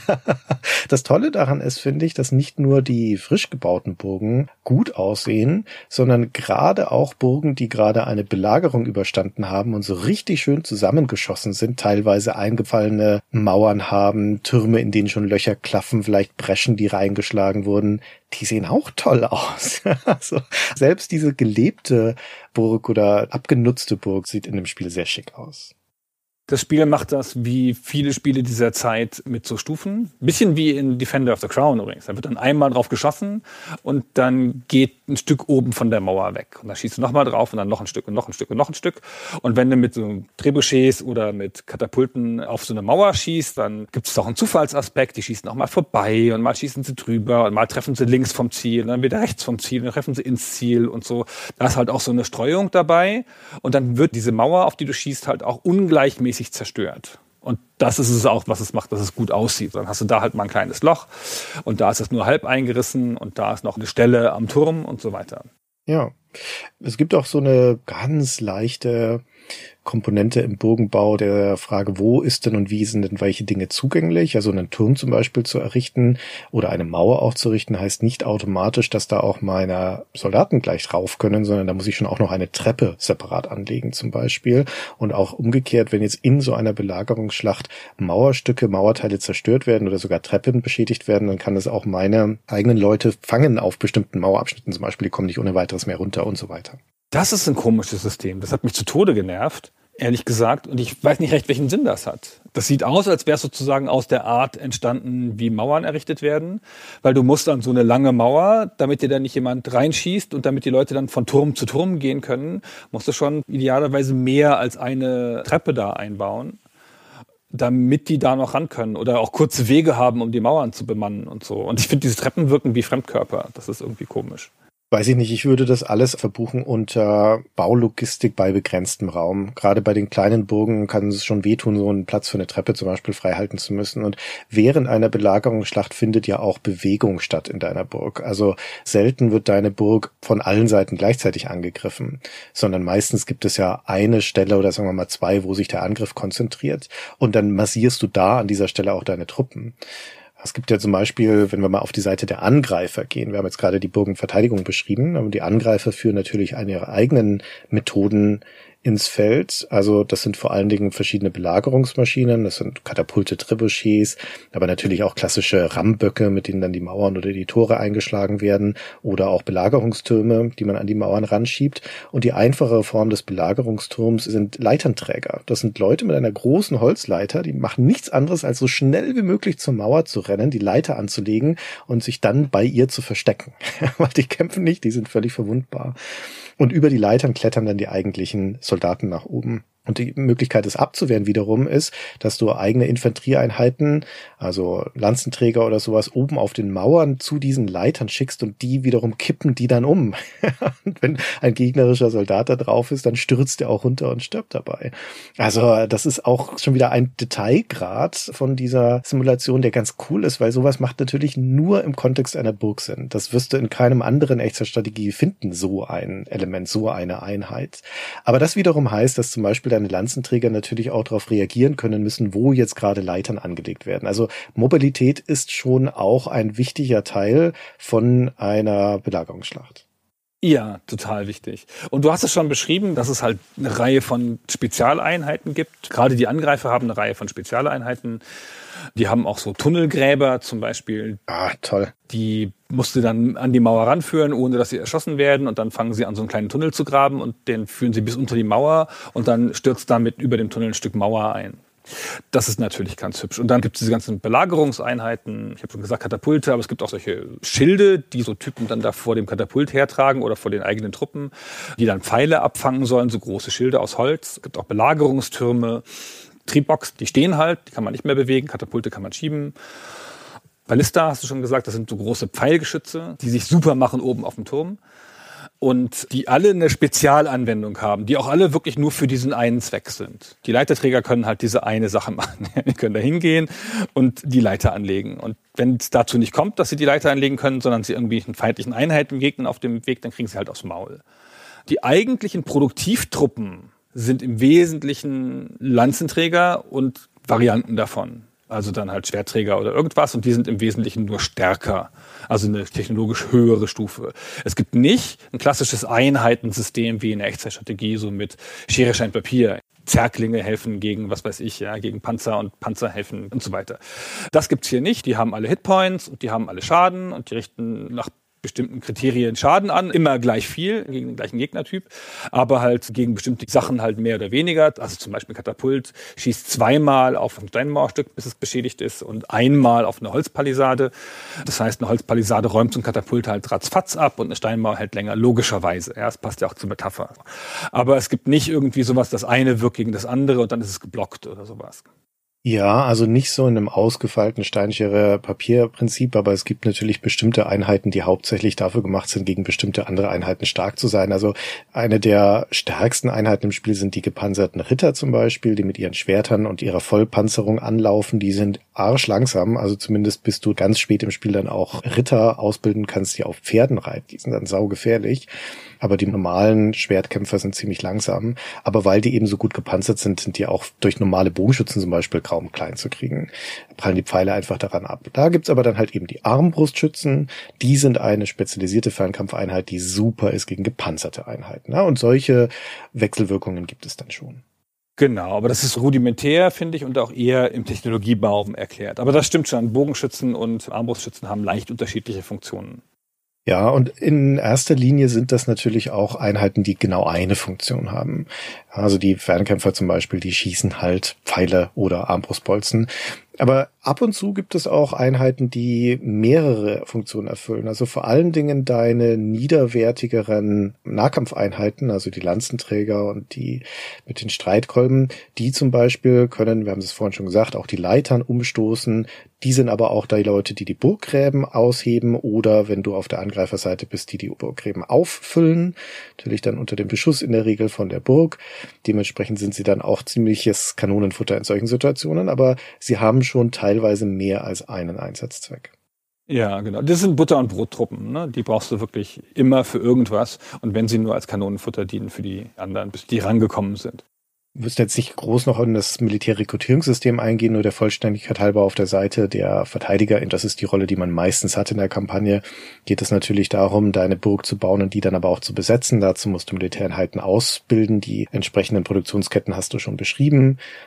S4: Das Tolle daran ist, finde ich, dass nicht nur die frisch gebauten Burgen gut aussehen, sondern gerade auch Burgen, die gerade eine Belagerung überstanden haben und so richtig schön zusammengeschossen sind, teilweise eingefallene Mauern haben, Türme, in denen schon Löcher klaffen, vielleicht Breschen, die reingeschlagen wurden, die sehen auch toll aus. Also selbst diese gelebte Burg oder abgenutzte Burg sieht in dem Spiel sehr schick aus.
S3: Das Spiel macht das wie viele Spiele dieser Zeit mit so Stufen. Ein bisschen wie in Defender of the Crown übrigens. Da wird dann einmal drauf geschossen und dann geht ein Stück oben von der Mauer weg. Und dann schießt du nochmal drauf und dann noch ein Stück und noch ein Stück und noch ein Stück. Und wenn du mit so Trebuchets oder mit Katapulten auf so eine Mauer schießt, dann gibt es auch einen Zufallsaspekt. Die schießen auch mal vorbei und mal schießen sie drüber und mal treffen sie links vom Ziel und dann wieder rechts vom Ziel und dann treffen sie ins Ziel und so. Da ist halt auch so eine Streuung dabei. Und dann wird diese Mauer, auf die du schießt, halt auch ungleichmäßig zerstört. Und das ist es auch, was es macht, dass es gut aussieht. Dann hast du da halt mal ein kleines Loch und da ist es nur halb eingerissen und da ist noch eine Stelle am Turm und so weiter.
S4: Ja, es gibt auch so eine ganz leichte Komponente im Burgenbau der Frage, wo ist denn und wie sind denn welche Dinge zugänglich? Also einen Turm zum Beispiel zu errichten oder eine Mauer auch zu richten, heißt nicht automatisch, dass da auch meine Soldaten gleich rauf können, sondern da muss ich schon auch noch eine Treppe separat anlegen zum Beispiel. Und auch umgekehrt, wenn jetzt in so einer Belagerungsschlacht Mauerstücke, Mauerteile zerstört werden oder sogar Treppen beschädigt werden, dann kann das auch meine eigenen Leute fangen auf bestimmten Mauerabschnitten zum Beispiel, die kommen nicht ohne weiteres mehr runter und so weiter.
S3: Das ist ein komisches System. Das hat mich zu Tode genervt, ehrlich gesagt. Und ich weiß nicht recht, welchen Sinn das hat. Das sieht aus, als wäre es sozusagen aus der Art entstanden, wie Mauern errichtet werden. Weil du musst dann so eine lange Mauer, damit dir da nicht jemand reinschießt und damit die Leute dann von Turm zu Turm gehen können, musst du schon idealerweise mehr als eine Treppe da einbauen, damit die da noch ran können oder auch kurze Wege haben, um die Mauern zu bemannen und so. Und ich finde, diese Treppen wirken wie Fremdkörper. Das ist irgendwie komisch.
S4: Weiß ich nicht, ich würde das alles verbuchen unter Baulogistik bei begrenztem Raum. Gerade bei den kleinen Burgen kann es schon wehtun, so einen Platz für eine Treppe zum Beispiel frei halten zu müssen. Und während einer Belagerungsschlacht findet ja auch Bewegung statt in deiner Burg. Also selten wird deine Burg von allen Seiten gleichzeitig angegriffen, sondern meistens gibt es ja eine Stelle oder sagen wir mal zwei, wo sich der Angriff konzentriert. Und dann massierst du da an dieser Stelle auch deine Truppen. Es gibt ja zum Beispiel, wenn wir mal auf die Seite der Angreifer gehen, wir haben jetzt gerade die Burgenverteidigung beschrieben, aber die Angreifer führen natürlich ihre eigenen Methoden ins Feld. Also das sind vor allen Dingen verschiedene Belagerungsmaschinen, das sind Katapulte, Trebuchets, aber natürlich auch klassische Rammböcke, mit denen dann die Mauern oder die Tore eingeschlagen werden oder auch Belagerungstürme, die man an die Mauern ranschiebt. Und die einfache Form des Belagerungsturms sind Leiternträger. Das sind Leute mit einer großen Holzleiter, die machen nichts anderes, als so schnell wie möglich zur Mauer zu rennen, die Leiter anzulegen und sich dann bei ihr zu verstecken. Weil die kämpfen nicht, die sind völlig verwundbar. Und über die Leitern klettern dann die eigentlichen Soldaten nach oben. Und die Möglichkeit, es abzuwehren wiederum ist, dass du eigene Infanterieeinheiten, also Lanzenträger oder sowas, oben auf den Mauern zu diesen Leitern schickst und die wiederum kippen die dann um. Und wenn ein gegnerischer Soldat da drauf ist, dann stürzt er auch runter und stirbt dabei. Also das ist auch schon wieder ein Detailgrad von dieser Simulation, der ganz cool ist, weil sowas macht natürlich nur im Kontext einer Burg Sinn. Das wirst du in keinem anderen Echtzeitstrategie finden, so ein Element, so eine Einheit. Aber das wiederum heißt, dass zum Beispiel deine Lanzenträger natürlich auch darauf reagieren können müssen, wo jetzt gerade Leitern angelegt werden. Also Mobilität ist schon auch ein wichtiger Teil von einer Belagerungsschlacht.
S3: Ja, total wichtig. Und du hast es schon beschrieben, dass es halt eine Reihe von Spezialeinheiten gibt. Gerade die Angreifer haben eine Reihe von Spezialeinheiten. Die haben auch so Tunnelgräber zum Beispiel.
S4: Ah, toll.
S3: Die musst du dann an die Mauer ranführen, ohne dass sie erschossen werden. Und dann fangen sie an, so einen kleinen Tunnel zu graben und den führen sie bis unter die Mauer. Und dann stürzt damit über dem Tunnel ein Stück Mauer ein. Das ist natürlich ganz hübsch. Und dann gibt es diese ganzen Belagerungseinheiten. Ich habe schon gesagt Katapulte, aber es gibt auch solche Schilde, die so Typen dann da vor dem Katapult hertragen oder vor den eigenen Truppen, die dann Pfeile abfangen sollen, so große Schilde aus Holz. Es gibt auch Belagerungstürme. Triebbox, die stehen halt, die kann man nicht mehr bewegen. Katapulte kann man schieben. Ballista, hast du schon gesagt, das sind so große Pfeilgeschütze, die sich super machen oben auf dem Turm. Und die alle eine Spezialanwendung haben, die auch alle wirklich nur für diesen einen Zweck sind. Die Leiterträger können halt diese eine Sache machen. Die können da hingehen und die Leiter anlegen. Und wenn es dazu nicht kommt, dass sie die Leiter anlegen können, sondern sie irgendwie einen feindlichen Einheiten begegnen auf dem Weg, dann kriegen sie halt aufs Maul. Die eigentlichen Produktivtruppen sind im Wesentlichen Lanzenträger und Varianten davon. Also dann halt Schwertträger oder irgendwas und die sind im Wesentlichen nur stärker. Also eine technologisch höhere Stufe. Es gibt nicht ein klassisches Einheitensystem wie in der Echtzeitstrategie, so mit Schere, Stein, Papier. Zerklinge helfen gegen, was weiß ich, ja, gegen Panzer und Panzer helfen und so weiter. Das gibt's hier nicht. Die haben alle Hitpoints und die haben alle Schaden und die richten nach bestimmten Kriterien Schaden an, immer gleich viel gegen den gleichen Gegnertyp, aber halt gegen bestimmte Sachen halt mehr oder weniger. Also zum Beispiel Katapult schießt zweimal auf ein Steinmauerstück, bis es beschädigt ist und einmal auf eine Holzpalisade. Das heißt, eine Holzpalisade räumt so ein Katapult halt ratzfatz ab und eine Steinmauer hält länger, logischerweise. Ja, das passt ja auch zur Metapher. Aber es gibt nicht irgendwie sowas, das eine wirkt gegen das andere und dann ist es geblockt oder sowas.
S4: Ja, also nicht so in einem ausgefeilten Steinschere-Papier-Prinzip, aber es gibt natürlich bestimmte Einheiten, die hauptsächlich dafür gemacht sind, gegen bestimmte andere Einheiten stark zu sein. Also eine der stärksten Einheiten im Spiel sind die gepanzerten Ritter zum Beispiel, die mit ihren Schwertern und ihrer Vollpanzerung anlaufen. Die sind arschlangsam, also zumindest bis du ganz spät im Spiel dann auch Ritter ausbilden kannst, die auf Pferden reiten. Die sind dann saugefährlich. Aber die normalen Schwertkämpfer sind ziemlich langsam. Aber weil die eben so gut gepanzert sind, sind die auch durch normale Bogenschützen zum Beispiel kaum klein zu kriegen. Prallen die Pfeile einfach daran ab. Da gibt's aber dann halt eben die Armbrustschützen. Die sind eine spezialisierte Fernkampfeinheit, die super ist gegen gepanzerte Einheiten. Und solche Wechselwirkungen gibt es dann schon.
S3: Genau, aber das ist rudimentär, finde ich, und auch eher im Technologiebaum erklärt. Aber das stimmt schon. Bogenschützen und Armbrustschützen haben leicht unterschiedliche Funktionen.
S4: Ja, und in erster Linie sind das natürlich auch Einheiten, die genau eine Funktion haben. Also die Fernkämpfer zum Beispiel, die schießen halt Pfeile oder Armbrustbolzen. Aber ab und zu gibt es auch Einheiten, die mehrere Funktionen erfüllen. Also vor allen Dingen deine niederwertigeren Nahkampfeinheiten, also die Lanzenträger und die mit den Streitkolben, die zum Beispiel können, wir haben es vorhin schon gesagt, auch die Leitern umstoßen. Die sind aber auch die Leute, die die Burggräben ausheben oder wenn du auf der Angreiferseite bist, die die Burggräben auffüllen. Natürlich dann unter dem Beschuss in der Regel von der Burg. Dementsprechend sind sie dann auch ziemliches Kanonenfutter in solchen Situationen, aber sie haben schon teilweise mehr als einen Einsatzzweck.
S3: Ja, genau. Das sind Butter- und Brottruppen, ne? Die brauchst du wirklich immer für irgendwas. Und wenn sie nur als Kanonenfutter dienen für die anderen, bis die rangekommen sind.
S4: Wir müssen jetzt nicht groß noch in das Militärrekrutierungssystem eingehen, nur der Vollständigkeit halber auf der Seite der Verteidiger, das ist die Rolle, die man meistens hat in der Kampagne, geht es natürlich darum, deine Burg zu bauen und die dann aber auch zu besetzen. Dazu musst du Militäreinheiten ausbilden, die entsprechenden Produktionsketten hast du schon beschrieben.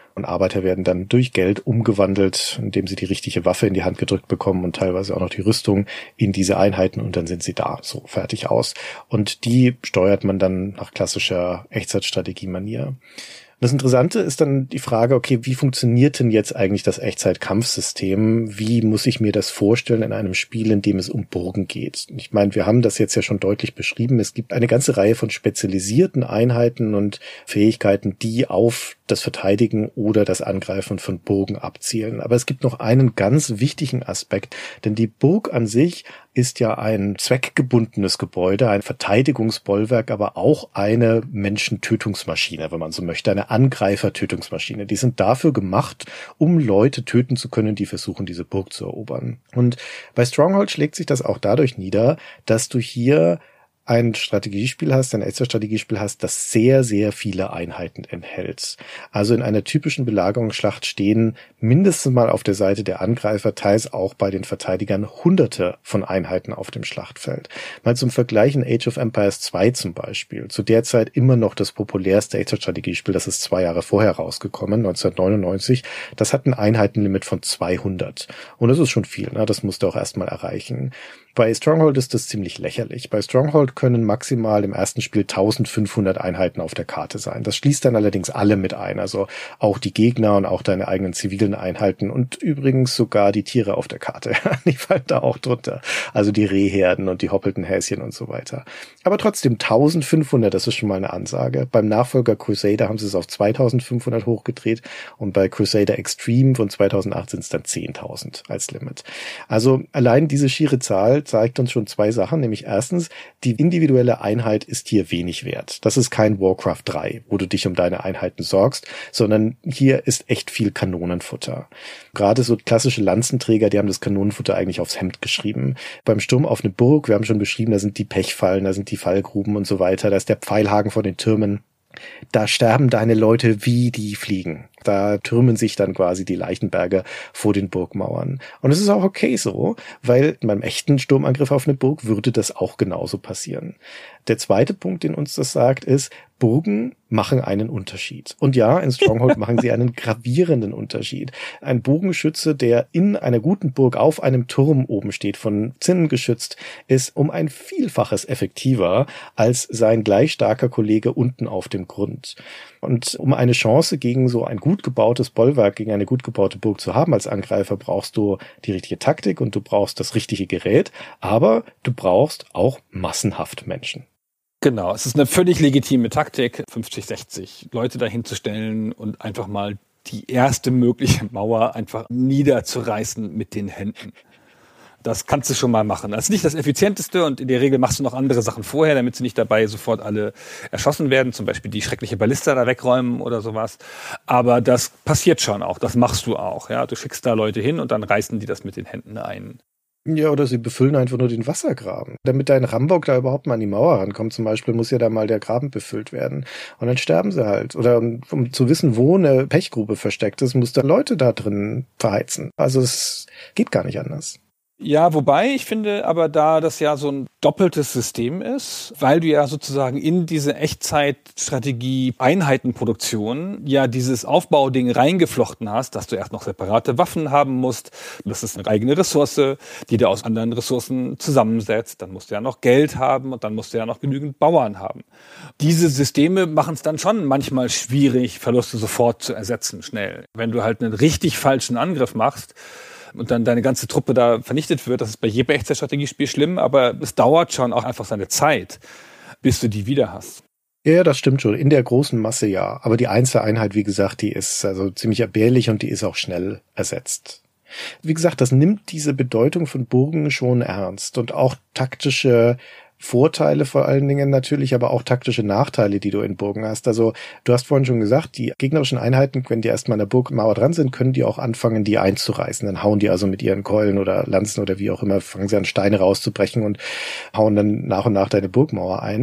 S4: Und Arbeiter werden dann durch Geld umgewandelt, indem sie die richtige Waffe in die Hand gedrückt bekommen und teilweise auch noch die Rüstung in diese Einheiten und dann sind sie da, so fertig aus. Und die steuert man dann nach klassischer Echtzeitstrategie-Manier. Das Interessante ist dann die Frage, okay, wie funktioniert denn jetzt eigentlich das Echtzeit-Kampfsystem? Wie muss ich mir das vorstellen in einem Spiel, in dem es um Burgen geht? Ich meine, wir haben das jetzt ja schon deutlich beschrieben. Es gibt eine ganze Reihe von spezialisierten Einheiten und Fähigkeiten, die auf das Verteidigen oder das Angreifen von Burgen abzielen. Aber es gibt noch einen ganz wichtigen Aspekt, denn die Burg an sich ist ja ein zweckgebundenes Gebäude, ein Verteidigungsbollwerk, aber auch eine Menschentötungsmaschine, wenn man so möchte, eine Angreifertötungsmaschine. Die sind dafür gemacht, um Leute töten zu können, die versuchen, diese Burg zu erobern. Und bei Stronghold schlägt sich das auch dadurch nieder, dass du hier ein Strategiespiel hast, ein Echtzeitstrategiespiel hast, das sehr, sehr viele Einheiten enthält. Also in einer typischen Belagerungsschlacht stehen mindestens mal auf der Seite der Angreifer, teils auch bei den Verteidigern, hunderte von Einheiten auf dem Schlachtfeld. Mal zum Vergleich in Age of Empires zwei zum Beispiel, zu der Zeit immer noch das populärste Echtzeitstrategiespiel, das ist zwei Jahre vorher rausgekommen, neunzehnhundertneunundneunzig, das hat ein Einheitenlimit von zweihundert. Und das ist schon viel, ne? Das musst du auch erstmal erreichen. Bei Stronghold ist das ziemlich lächerlich. Bei Stronghold können maximal im ersten Spiel eintausendfünfhundert Einheiten auf der Karte sein. Das schließt dann allerdings alle mit ein, also auch die Gegner und auch deine eigenen zivilen Einheiten und übrigens sogar die Tiere auf der Karte. Die fallen da auch drunter. Also die Rehherden und die hoppelten Häschen und so weiter. Aber trotzdem eintausendfünfhundert, das ist schon mal eine Ansage. Beim Nachfolger Crusader haben sie es auf zweitausendfünfhundert hochgedreht und bei Crusader Extreme von zweitausendacht sind es dann zehntausend als Limit. Also allein diese schiere Zahl zeigt uns schon zwei Sachen, nämlich erstens, die individuelle Einheit ist hier wenig wert. Das ist kein Warcraft drei, wo du dich um deine Einheiten sorgst, sondern hier ist echt viel Kanonenfutter. Gerade so klassische Lanzenträger, die haben das Kanonenfutter eigentlich aufs Hemd geschrieben. Beim Sturm auf eine Burg, wir haben schon beschrieben, da sind die Pechfallen, da sind die Fallgruben und so weiter, da ist der Pfeilhaken vor den Türmen. Da sterben deine Leute wie die Fliegen. Da türmen sich dann quasi die Leichenberge vor den Burgmauern. Und es ist auch okay so, weil beim echten Sturmangriff auf eine Burg würde das auch genauso passieren. Der zweite Punkt, den uns das sagt, ist, Burgen machen einen Unterschied. Und ja, in Stronghold machen sie einen gravierenden Unterschied. Ein Bogenschütze, der in einer guten Burg auf einem Turm oben steht, von Zinnen geschützt, ist um ein Vielfaches effektiver als sein gleich starker Kollege unten auf dem Grund. Und um eine Chance gegen so ein gut gebautes Bollwerk, gegen eine gut gebaute Burg zu haben als Angreifer, brauchst du die richtige Taktik und du brauchst das richtige Gerät, aber du brauchst auch massenhaft Menschen.
S3: Genau, es ist eine völlig legitime Taktik, fünfzig, sechzig Leute dahinzustellen und einfach mal die erste mögliche Mauer einfach niederzureißen mit den Händen. Das kannst du schon mal machen. Das ist nicht das Effizienteste und in der Regel machst du noch andere Sachen vorher, damit sie nicht dabei sofort alle erschossen werden, zum Beispiel die schreckliche Ballista da wegräumen oder sowas. Aber das passiert schon auch, das machst du auch. Ja, du schickst da Leute hin und dann reißen die das mit den Händen ein.
S4: Ja, oder sie befüllen einfach nur den Wassergraben. Damit dein Rambock da überhaupt mal an die Mauer rankommt zum Beispiel, muss ja da mal der Graben befüllt werden. Und dann sterben sie halt. Oder um, um zu wissen, wo eine Pechgrube versteckt ist, muss da Leute da drin verheizen. Also es geht gar nicht anders.
S3: Ja, wobei ich finde aber, da das ja so ein doppeltes System ist, weil du ja sozusagen in diese Echtzeitstrategie-Einheitenproduktion ja dieses Aufbauding reingeflochten hast, dass du erst noch separate Waffen haben musst. Das ist eine eigene Ressource, die du aus anderen Ressourcen zusammensetzt. Dann musst du ja noch Geld haben und dann musst du ja noch genügend Bauern haben. Diese Systeme machen es dann schon manchmal schwierig, Verluste sofort zu ersetzen, schnell. Wenn du halt einen richtig falschen Angriff machst, und dann deine ganze Truppe da vernichtet wird, das ist bei jedem Echtzeitstrategiespiel schlimm, aber es dauert schon auch einfach seine Zeit, bis du die wieder hast.
S4: Ja, das stimmt schon. In der großen Masse ja. Aber die Einzeleinheit, wie gesagt, die ist also ziemlich erbärlich und die ist auch schnell ersetzt. Wie gesagt, das nimmt diese Bedeutung von Burgen schon ernst und auch taktische Vorteile vor allen Dingen natürlich, aber auch taktische Nachteile, die du in Burgen hast. Also du hast vorhin schon gesagt, die gegnerischen Einheiten, wenn die erstmal an der Burgmauer dran sind, können die auch anfangen, die einzureißen. Dann hauen die also mit ihren Keulen oder Lanzen oder wie auch immer, fangen sie an, Steine rauszubrechen und hauen dann nach und nach deine Burgmauer ein.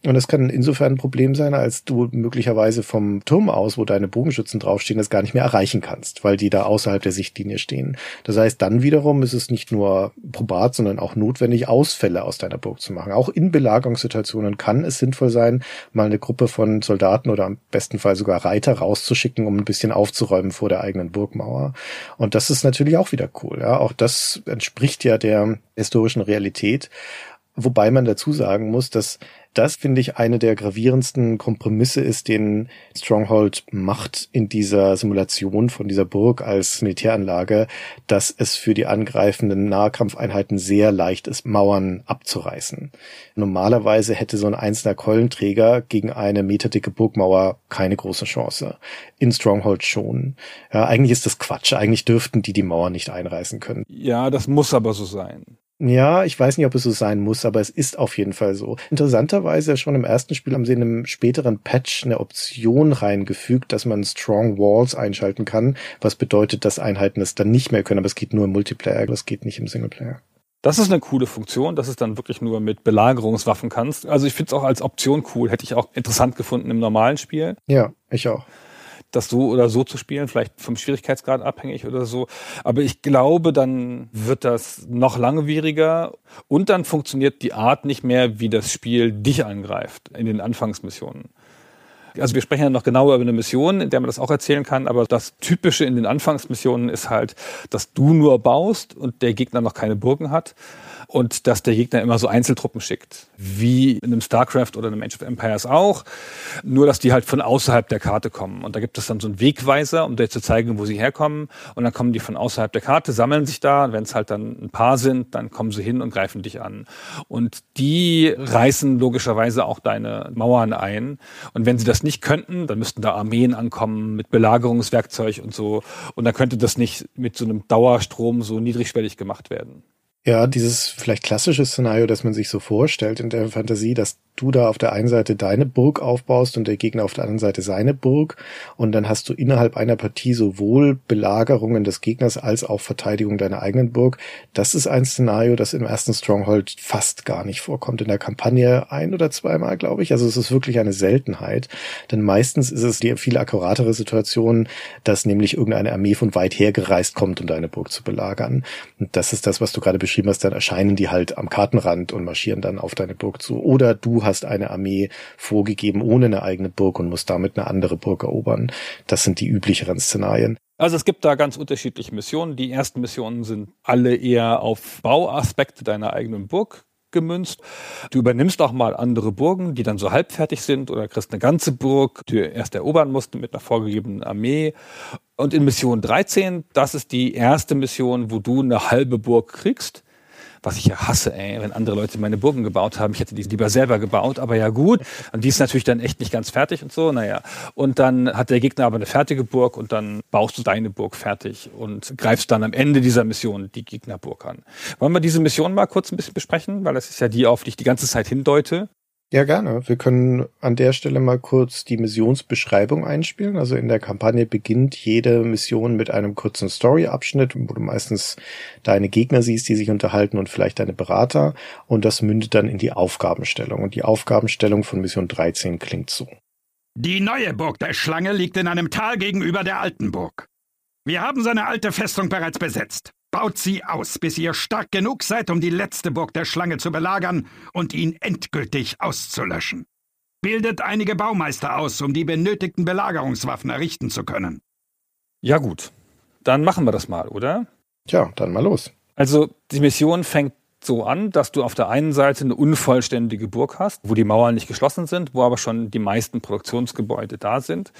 S4: Und das kann insofern ein Problem sein, als du möglicherweise vom Turm aus, wo deine Bogenschützen draufstehen, das gar nicht mehr erreichen kannst, weil die da außerhalb der Sichtlinie stehen. Das heißt, dann wiederum ist es nicht nur probat, sondern auch notwendig, Ausfälle aus deiner Burg zu machen. Auch in Belagerungssituationen kann es sinnvoll sein, mal eine Gruppe von Soldaten oder am besten Fall sogar Reiter rauszuschicken, um ein bisschen aufzuräumen vor der eigenen Burgmauer. Und das ist natürlich auch wieder cool. Ja, auch das entspricht ja der historischen Realität. Wobei man dazu sagen muss, dass das, finde ich, eine der gravierendsten Kompromisse ist, den Stronghold macht in dieser Simulation von dieser Burg als Militäranlage, dass es für die angreifenden Nahkampfeinheiten sehr leicht ist, Mauern abzureißen. Normalerweise hätte so ein einzelner Keulenträger gegen eine meterdicke Burgmauer keine große Chance. In Stronghold schon. Ja, eigentlich ist das Quatsch. Eigentlich dürften die die Mauer nicht einreißen können.
S3: Ja, das muss aber so sein.
S4: Ja, ich weiß nicht, ob es so sein muss, aber es ist auf jeden Fall so. Interessanterweise schon im ersten Spiel haben sie in einem späteren Patch eine Option reingefügt, dass man Strong Walls einschalten kann, was bedeutet, dass Einheiten es dann nicht mehr können, aber es geht nur im Multiplayer, das geht nicht im Singleplayer.
S3: Das ist eine coole Funktion, dass es dann wirklich nur mit Belagerungswaffen kannst. Also ich finde es auch als Option cool, hätte ich auch interessant gefunden im normalen Spiel.
S4: Ja, ich auch.
S3: Das so oder so zu spielen, vielleicht vom Schwierigkeitsgrad abhängig oder so. Aber ich glaube, dann wird das noch langwieriger und dann funktioniert die Art nicht mehr, wie das Spiel dich angreift in den Anfangsmissionen. Also wir sprechen ja noch genauer über eine Mission, in der man das auch erzählen kann, aber das Typische in den Anfangsmissionen ist halt, dass du nur baust und der Gegner noch keine Burgen hat. Und dass der Gegner immer so Einzeltruppen schickt, wie in einem StarCraft oder einem Age of Empires auch, nur dass die halt von außerhalb der Karte kommen. Und da gibt es dann so einen Wegweiser, um dir zu zeigen, wo sie herkommen. Und dann kommen die von außerhalb der Karte, sammeln sich da. Und wenn es halt dann ein paar sind, dann kommen sie hin und greifen dich an. Und die reißen logischerweise auch deine Mauern ein. Und wenn sie das nicht könnten, dann müssten da Armeen ankommen mit Belagerungswerkzeug und so. Und dann könnte das nicht mit so einem Dauerstrom so niedrigschwellig gemacht werden.
S4: Ja, dieses vielleicht klassische Szenario, das man sich so vorstellt in der Fantasie, dass du da auf der einen Seite deine Burg aufbaust und der Gegner auf der anderen Seite seine Burg und dann hast du innerhalb einer Partie sowohl Belagerungen des Gegners als auch Verteidigung deiner eigenen Burg. Das ist ein Szenario, das im ersten Stronghold fast gar nicht vorkommt. In der Kampagne ein oder zweimal, glaube ich. Also es ist wirklich eine Seltenheit, denn meistens ist es die viel akkuratere Situation, dass nämlich irgendeine Armee von weit her gereist kommt, um deine Burg zu belagern. Und das ist das, was du gerade beschrieben hast, dann erscheinen die halt am Kartenrand und marschieren dann auf deine Burg zu. Oder du hast eine Armee vorgegeben ohne eine eigene Burg und musst damit eine andere Burg erobern. Das sind die üblicheren Szenarien.
S3: Also es gibt da ganz unterschiedliche Missionen. Die ersten Missionen sind alle eher auf Bauaspekte deiner eigenen Burg gemünzt. Du übernimmst auch mal andere Burgen, die dann so halbfertig sind oder kriegst eine ganze Burg, die du erst erobern musst mit einer vorgegebenen Armee. Und in Mission dreizehn, das ist die erste Mission, wo du eine halbe Burg kriegst. Was ich ja hasse, ey, wenn andere Leute meine Burgen gebaut haben. Ich hätte die lieber selber gebaut, aber ja gut. Und die ist natürlich dann echt nicht ganz fertig und so, naja. Und dann hat der Gegner aber eine fertige Burg und dann baust du deine Burg fertig und greifst dann am Ende dieser Mission die Gegnerburg an. Wollen wir diese Mission mal kurz ein bisschen besprechen? Weil das ist ja die, auf die ich die ganze Zeit hindeute.
S4: Ja, gerne. Wir können an der Stelle mal kurz die Missionsbeschreibung einspielen. Also in der Kampagne beginnt jede Mission mit einem kurzen Story-Abschnitt, wo du meistens deine Gegner siehst, die sich unterhalten und vielleicht deine Berater. Und das mündet dann in die Aufgabenstellung. Und die Aufgabenstellung von Mission dreizehn klingt so.
S5: Die neue Burg der Schlange liegt in einem Tal gegenüber der alten Burg. Wir haben seine alte Festung bereits besetzt. Baut sie aus, bis ihr stark genug seid, um die letzte Burg der Schlange zu belagern und ihn endgültig auszulöschen. Bildet einige Baumeister aus, um die benötigten Belagerungswaffen errichten zu können.
S3: Ja gut, dann machen wir das mal, oder?
S4: Tja, dann mal los.
S3: Also die Mission fängt so an, dass du auf der einen Seite eine unvollständige Burg hast, wo die Mauern nicht geschlossen sind, wo aber schon die meisten Produktionsgebäude da sind.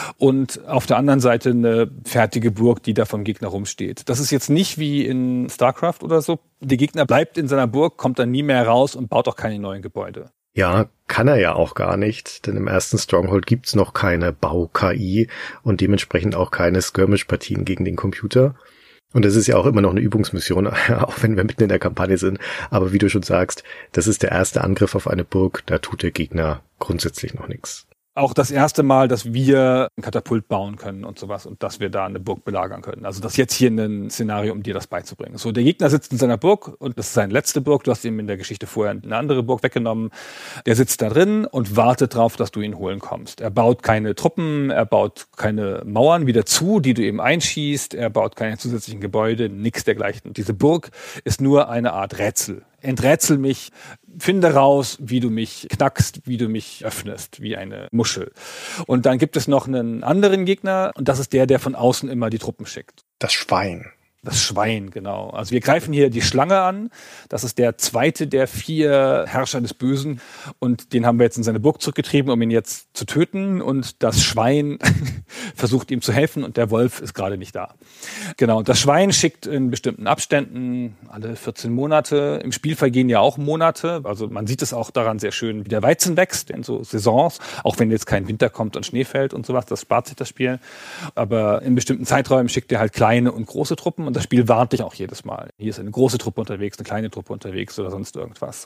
S3: Und auf der anderen Seite eine fertige Burg, die da vom Gegner rumsteht. Das ist jetzt nicht wie in StarCraft oder so. Der Gegner bleibt in seiner Burg, kommt dann nie mehr raus und baut auch keine neuen Gebäude.
S4: Ja, kann er ja auch gar nicht, denn im ersten Stronghold gibt's noch keine Bau-K I und dementsprechend auch keine Skirmish-Partien gegen den Computer. Und das ist ja auch immer noch eine Übungsmission, auch wenn wir mitten in der Kampagne sind. Aber wie du schon sagst, das ist der erste Angriff auf eine Burg, da tut der Gegner grundsätzlich noch nichts.
S3: auch das erste Mal, dass wir ein Katapult bauen können und sowas und dass wir da eine Burg belagern können. Also das ist jetzt hier ein Szenario, um dir das beizubringen. So, der Gegner sitzt in seiner Burg und das ist seine letzte Burg. Du hast ihm in der Geschichte vorher eine andere Burg weggenommen. Der sitzt da drin und wartet drauf, dass du ihn holen kommst. Er baut keine Truppen, er baut keine Mauern wieder zu, die du eben einschießt. Er baut keine zusätzlichen Gebäude, nichts dergleichen. Diese Burg ist nur eine Art Rätsel. Enträtsel mich, finde raus, wie du mich knackst, wie du mich öffnest, wie eine Muschel. Und dann gibt es noch einen anderen Gegner und das ist der, der von außen immer die Truppen schickt.
S4: Das Schwein.
S3: Das Schwein, genau. Also wir greifen hier die Schlange an. Das ist der zweite der vier Herrscher des Bösen. Und den haben wir jetzt in seine Burg zurückgetrieben, um ihn jetzt zu töten. Und das Schwein versucht ihm zu helfen und der Wolf ist gerade nicht da. Genau, und das Schwein schickt in bestimmten Abständen, alle vierzehn Monate. Im Spiel vergehen ja auch Monate. Also man sieht es auch daran sehr schön, wie der Weizen wächst in so Saisons. Auch wenn jetzt kein Winter kommt und Schnee fällt und sowas, das spart sich das Spiel. Aber in bestimmten Zeiträumen schickt er halt kleine und große Truppen. Und das Spiel warnt dich auch jedes Mal. Hier ist eine große Truppe unterwegs, eine kleine Truppe unterwegs oder sonst irgendwas.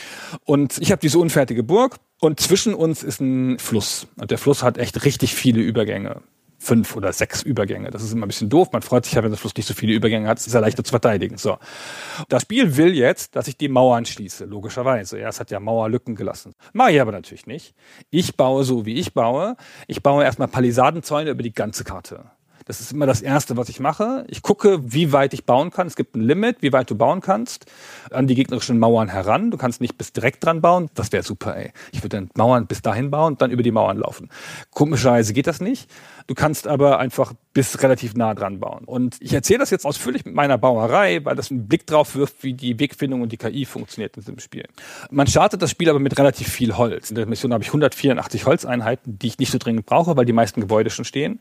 S3: Und ich habe diese unfertige Burg und zwischen uns ist ein Fluss. Und der Fluss hat echt richtig viele Übergänge. Fünf oder sechs Übergänge. Das ist immer ein bisschen doof. Man freut sich ja, wenn der Fluss nicht so viele Übergänge hat. Es ist ja leichter zu verteidigen. So. Das Spiel will jetzt, dass ich die Mauern schließe. Logischerweise. Ja, es hat ja Mauerlücken gelassen. Mache ich aber natürlich nicht. Ich baue so, wie ich baue. Ich baue erstmal Palisadenzäune über die ganze Karte. Das ist immer das Erste, was ich mache. Ich gucke, wie weit ich bauen kann. Es gibt ein Limit, wie weit du bauen kannst, an die gegnerischen Mauern heran. Du kannst nicht bis direkt dran bauen. Das wäre super, ey. Ich würde dann Mauern bis dahin bauen und dann über die Mauern laufen. Komischerweise geht das nicht. Du kannst aber einfach bis relativ nah dran bauen. Und ich erzähle das jetzt ausführlich mit meiner Bauerei, weil das einen Blick drauf wirft, wie die Wegfindung und die K I funktioniert in diesem Spiel. Man startet das Spiel aber mit relativ viel Holz. In der Mission habe ich hundertvierundachtzig Holzeinheiten, die ich nicht so dringend brauche, weil die meisten Gebäude schon stehen.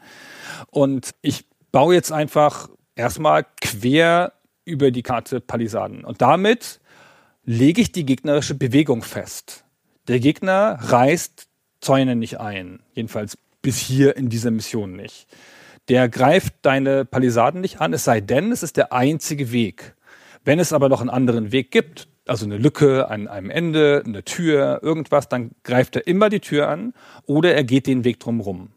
S3: Und ich baue jetzt einfach erstmal quer über die Karte Palisaden. Und damit lege ich die gegnerische Bewegung fest. Der Gegner reißt Zäune nicht ein. Jedenfalls bis hier in dieser Mission nicht. Der greift deine Palisaden nicht an, es sei denn, es ist der einzige Weg. Wenn es aber noch einen anderen Weg gibt, also eine Lücke an einem Ende, eine Tür, irgendwas, dann greift er immer die Tür an oder er geht den Weg drumherum.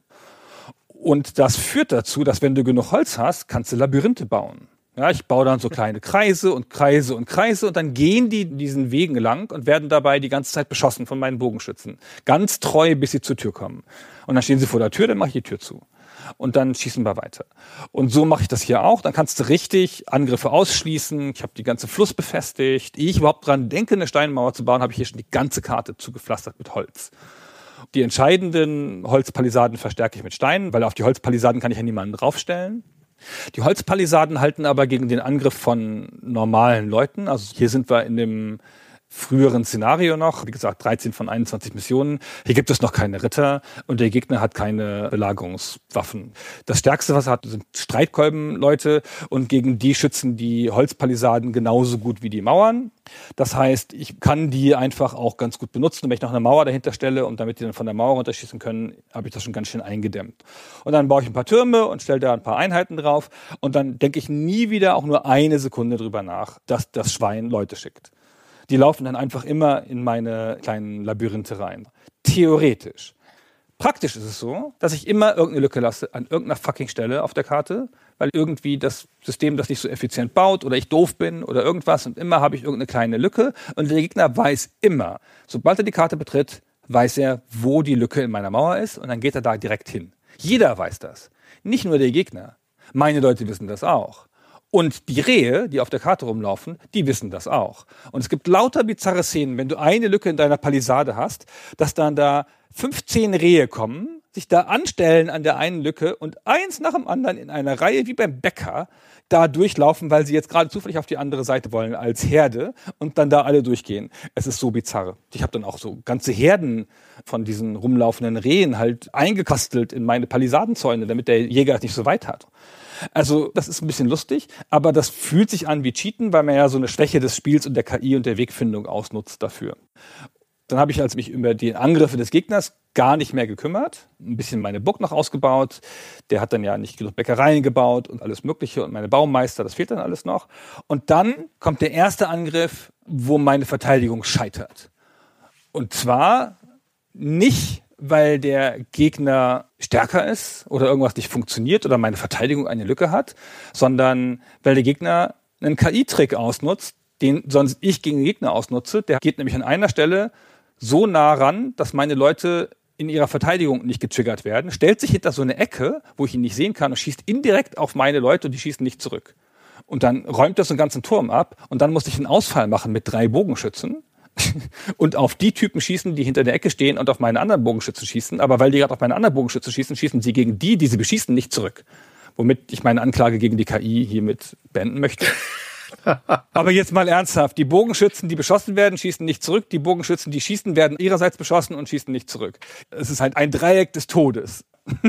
S3: Und das führt dazu, dass wenn du genug Holz hast, kannst du Labyrinthe bauen. Ja, ich baue dann so kleine Kreise und Kreise und Kreise und dann gehen die diesen Wegen lang und werden dabei die ganze Zeit beschossen von meinen Bogenschützen. Ganz treu, bis sie zur Tür kommen. Und dann stehen sie vor der Tür, dann mache ich die Tür zu. Und dann schießen wir weiter. Und so mache ich das hier auch. Dann kannst du richtig Angriffe ausschließen. Ich habe die ganze Fluss befestigt. Ehe ich überhaupt dran denke, eine Steinmauer zu bauen, habe ich hier schon die ganze Karte zugepflastert mit Holz. Die entscheidenden Holzpalisaden verstärke ich mit Steinen, weil auf die Holzpalisaden kann ich ja niemanden draufstellen. Die Holzpalisaden halten aber gegen den Angriff von normalen Leuten. Also hier sind wir in dem früheren Szenario noch, wie gesagt, dreizehn von einundzwanzig Missionen. Hier gibt es noch keine Ritter und der Gegner hat keine Belagerungswaffen. Das Stärkste, was er hat, sind Streitkolbenleute und gegen die schützen die Holzpalisaden genauso gut wie die Mauern. Das heißt, ich kann die einfach auch ganz gut benutzen. Und wenn ich noch eine Mauer dahinter stelle und damit die dann von der Mauer runterschießen können, habe ich das schon ganz schön eingedämmt. Und dann baue ich ein paar Türme und stelle da ein paar Einheiten drauf und dann denke ich nie wieder auch nur eine Sekunde drüber nach, dass das Schwein Leute schickt. Die laufen dann einfach immer in meine kleinen Labyrinthe rein. Theoretisch. Praktisch ist es so, dass ich immer irgendeine Lücke lasse an irgendeiner fucking Stelle auf der Karte, weil irgendwie das System das nicht so effizient baut oder ich doof bin oder irgendwas und immer habe ich irgendeine kleine Lücke und der Gegner weiß immer, sobald er die Karte betritt, weiß er, wo die Lücke in meiner Mauer ist und dann geht er da direkt hin. Jeder weiß das. Nicht nur der Gegner. Meine Leute wissen das auch. Und die Rehe, die auf der Karte rumlaufen, die wissen das auch. Und es gibt lauter bizarre Szenen, wenn du eine Lücke in deiner Palisade hast, dass dann da fünfzehn Rehe kommen, sich da anstellen an der einen Lücke und eins nach dem anderen in einer Reihe wie beim Bäcker da durchlaufen, weil sie jetzt gerade zufällig auf die andere Seite wollen als Herde und dann da alle durchgehen. Es ist so bizarr. Ich habe dann auch so ganze Herden von diesen rumlaufenden Rehen halt eingekastelt in meine Palisadenzäune, damit der Jäger es nicht so weit hat. Also das ist ein bisschen lustig, aber das fühlt sich an wie Cheaten, weil man ja so eine Schwäche des Spiels und der K I und der Wegfindung ausnutzt dafür. Dann habe ich also mich über die Angriffe des Gegners gar nicht mehr gekümmert, ein bisschen meine Burg noch ausgebaut, der hat dann ja nicht genug Bäckereien gebaut und alles Mögliche und meine Baumeister, das fehlt dann alles noch. Und dann kommt der erste Angriff, wo meine Verteidigung scheitert. Und zwar nicht, weil der Gegner stärker ist oder irgendwas nicht funktioniert oder meine Verteidigung eine Lücke hat, sondern weil der Gegner einen K I-Trick ausnutzt, den sonst ich gegen den Gegner ausnutze. Der geht nämlich an einer Stelle so nah ran, dass meine Leute in ihrer Verteidigung nicht getriggert werden, stellt sich hinter so eine Ecke, wo ich ihn nicht sehen kann und schießt indirekt auf meine Leute und die schießen nicht zurück. Und dann räumt das einen ganzen Turm ab und dann musste ich einen Ausfall machen mit drei Bogenschützen und auf die Typen schießen, die hinter der Ecke stehen und auf meine anderen Bogenschützen schießen. Aber weil die gerade auf meine anderen Bogenschützen schießen, schießen sie gegen die, die sie beschießen, nicht zurück. Womit ich meine Anklage gegen die K I hiermit beenden möchte. Aber jetzt mal ernsthaft. Die Bogenschützen, die beschossen werden, schießen nicht zurück. Die Bogenschützen, die schießen, werden ihrerseits beschossen und schießen nicht zurück. Es ist halt ein Dreieck des Todes.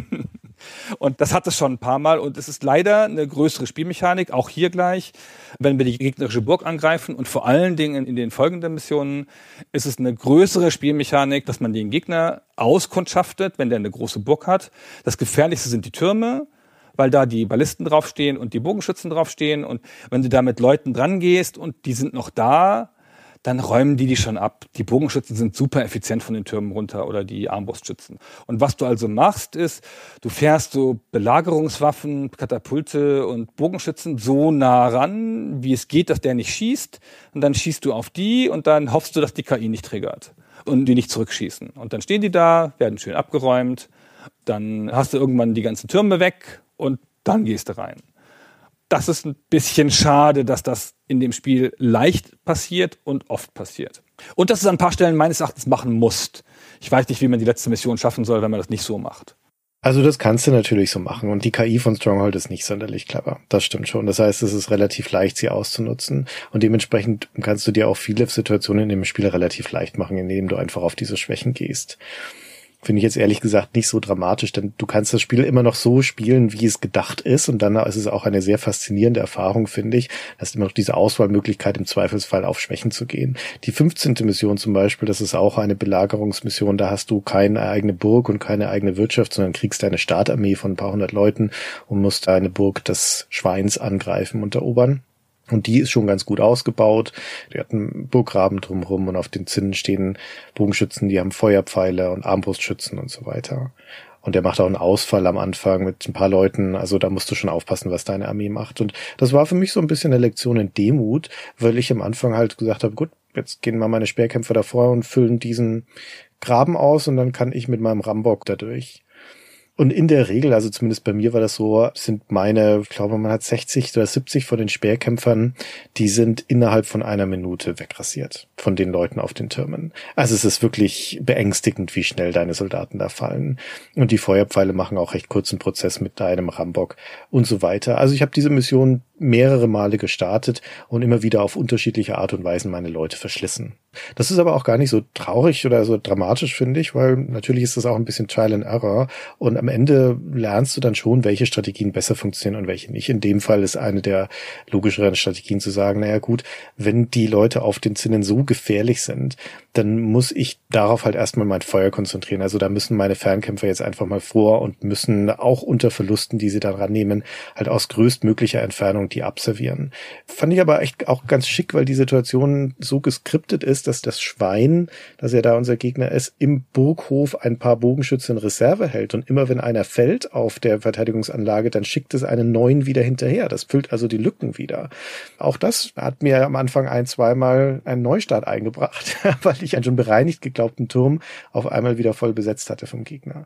S3: Und das hat es schon ein paar Mal. Und es ist leider eine größere Spielmechanik, auch hier gleich, wenn wir die gegnerische Burg angreifen. Und vor allen Dingen in den folgenden Missionen ist es eine größere Spielmechanik, dass man den Gegner auskundschaftet, wenn der eine große Burg hat. Das Gefährlichste sind die Türme, weil da die Ballisten draufstehen und die Bogenschützen draufstehen. Und wenn du da mit Leuten dran gehst und die sind noch da, dann räumen die die schon ab. Die Bogenschützen sind super effizient von den Türmen runter oder die Armbrustschützen. Und was du also machst, ist, du fährst so Belagerungswaffen, Katapulte und Bogenschützen so nah ran, wie es geht, dass der nicht schießt. Und dann schießt du auf die und dann hoffst du, dass die K I nicht triggert und die nicht zurückschießen. Und dann stehen die da, werden schön abgeräumt. Dann hast du irgendwann die ganzen Türme weg und dann gehst du rein. Das ist ein bisschen schade, dass das in dem Spiel leicht passiert und oft passiert. Und dass es an ein paar Stellen meines Erachtens machen musst. Ich weiß nicht, wie man die letzte Mission schaffen soll, wenn man das nicht so macht.
S4: Also das kannst du natürlich so machen. Und die K I von Stronghold ist nicht sonderlich clever. Das stimmt schon. Das heißt, es ist relativ leicht, sie auszunutzen. Und dementsprechend kannst du dir auch viele Situationen in dem Spiel relativ leicht machen, indem du einfach auf diese Schwächen gehst. Finde ich jetzt ehrlich gesagt nicht so dramatisch, denn du kannst das Spiel immer noch so spielen, wie es gedacht ist, und dann ist es auch eine sehr faszinierende Erfahrung, finde ich. Du hast immer noch diese Auswahlmöglichkeit, im Zweifelsfall auf Schwächen zu gehen. Die fünfzehnte Mission zum Beispiel, das ist auch eine Belagerungsmission, da hast du keine eigene Burg und keine eigene Wirtschaft, sondern kriegst eine Startarmee von ein paar hundert Leuten und musst eine Burg des Schweins angreifen und erobern. Und die ist schon ganz gut ausgebaut. Die hat einen Burggraben drumherum und auf den Zinnen stehen Bogenschützen, die haben Feuerpfeile und Armbrustschützen und so weiter. Und der macht auch einen Ausfall am Anfang mit ein paar Leuten. Also da musst du schon aufpassen, was deine Armee macht. Und das war für mich so ein bisschen eine Lektion in Demut, weil ich am Anfang halt gesagt habe, gut, jetzt gehen mal meine Speerkämpfer davor und füllen diesen Graben aus und dann kann ich mit meinem Rambock da durch. Und in der Regel, also zumindest bei mir war das so, sind meine, ich glaube, man hat sechzig oder siebzig von den Speerkämpfern, die sind innerhalb von einer Minute wegrasiert von den Leuten auf den Türmen. Also es ist wirklich beängstigend, wie schnell deine Soldaten da fallen. Und die Feuerpfeile machen auch recht kurzen Prozess mit deinem Rambock und so weiter. Also ich habe diese Mission mehrere Male gestartet und immer wieder auf unterschiedliche Art und Weisen meine Leute verschlissen. Das ist aber auch gar nicht so traurig oder so dramatisch, finde ich, weil natürlich ist das auch ein bisschen Trial and Error und am Ende lernst du dann schon, welche Strategien besser funktionieren und welche nicht. In dem Fall ist eine der logischeren Strategien zu sagen, naja gut, wenn die Leute auf den Zinnen so gefährlich sind, dann muss ich darauf halt erstmal mein Feuer konzentrieren. Also da müssen meine Fernkämpfer jetzt einfach mal vor und müssen auch unter Verlusten, die sie dann rannehmen, halt aus größtmöglicher Entfernung die abservieren. Fand ich aber echt auch ganz schick, weil die Situation so geskriptet ist, dass das Schwein, das ja da unser Gegner ist, im Burghof ein paar Bogenschützen in Reserve hält und immer wenn einer fällt auf der Verteidigungsanlage, dann schickt es einen neuen wieder hinterher. Das füllt also die Lücken wieder. Auch das hat mir am Anfang ein, zweimal einen Neustart eingebracht, weil ich einen schon bereinigt geglaubten Turm auf einmal wieder voll besetzt hatte vom Gegner.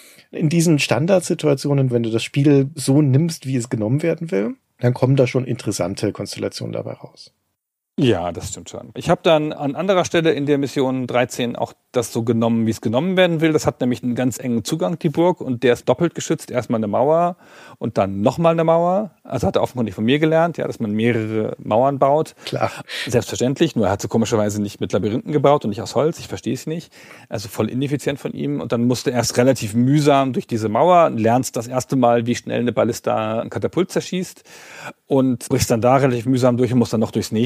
S4: In diesen Standardsituationen, wenn du das Spiel so nimmst, wie es genommen werden will, dann kommen da schon interessante Konstellationen dabei raus.
S3: Ja, das stimmt schon. Ich habe dann an anderer Stelle in der Mission dreizehn auch das so genommen, wie es genommen werden will. Das hat nämlich einen ganz engen Zugang, die Burg, und der ist doppelt geschützt. Erstmal eine Mauer und dann nochmal eine Mauer. Also hat er offenkundig von mir gelernt, ja, dass man mehrere Mauern baut.
S4: Klar.
S3: Selbstverständlich, nur er hat sie komischerweise nicht mit Labyrinthen gebaut und nicht aus Holz. Ich verstehe es nicht. Also voll ineffizient von ihm. Und dann musste er erst relativ mühsam durch diese Mauer, lernst das erste Mal, wie schnell eine Ballista ein Katapult zerschießt und brichst dann da relativ mühsam durch und musst dann noch durchs nächste.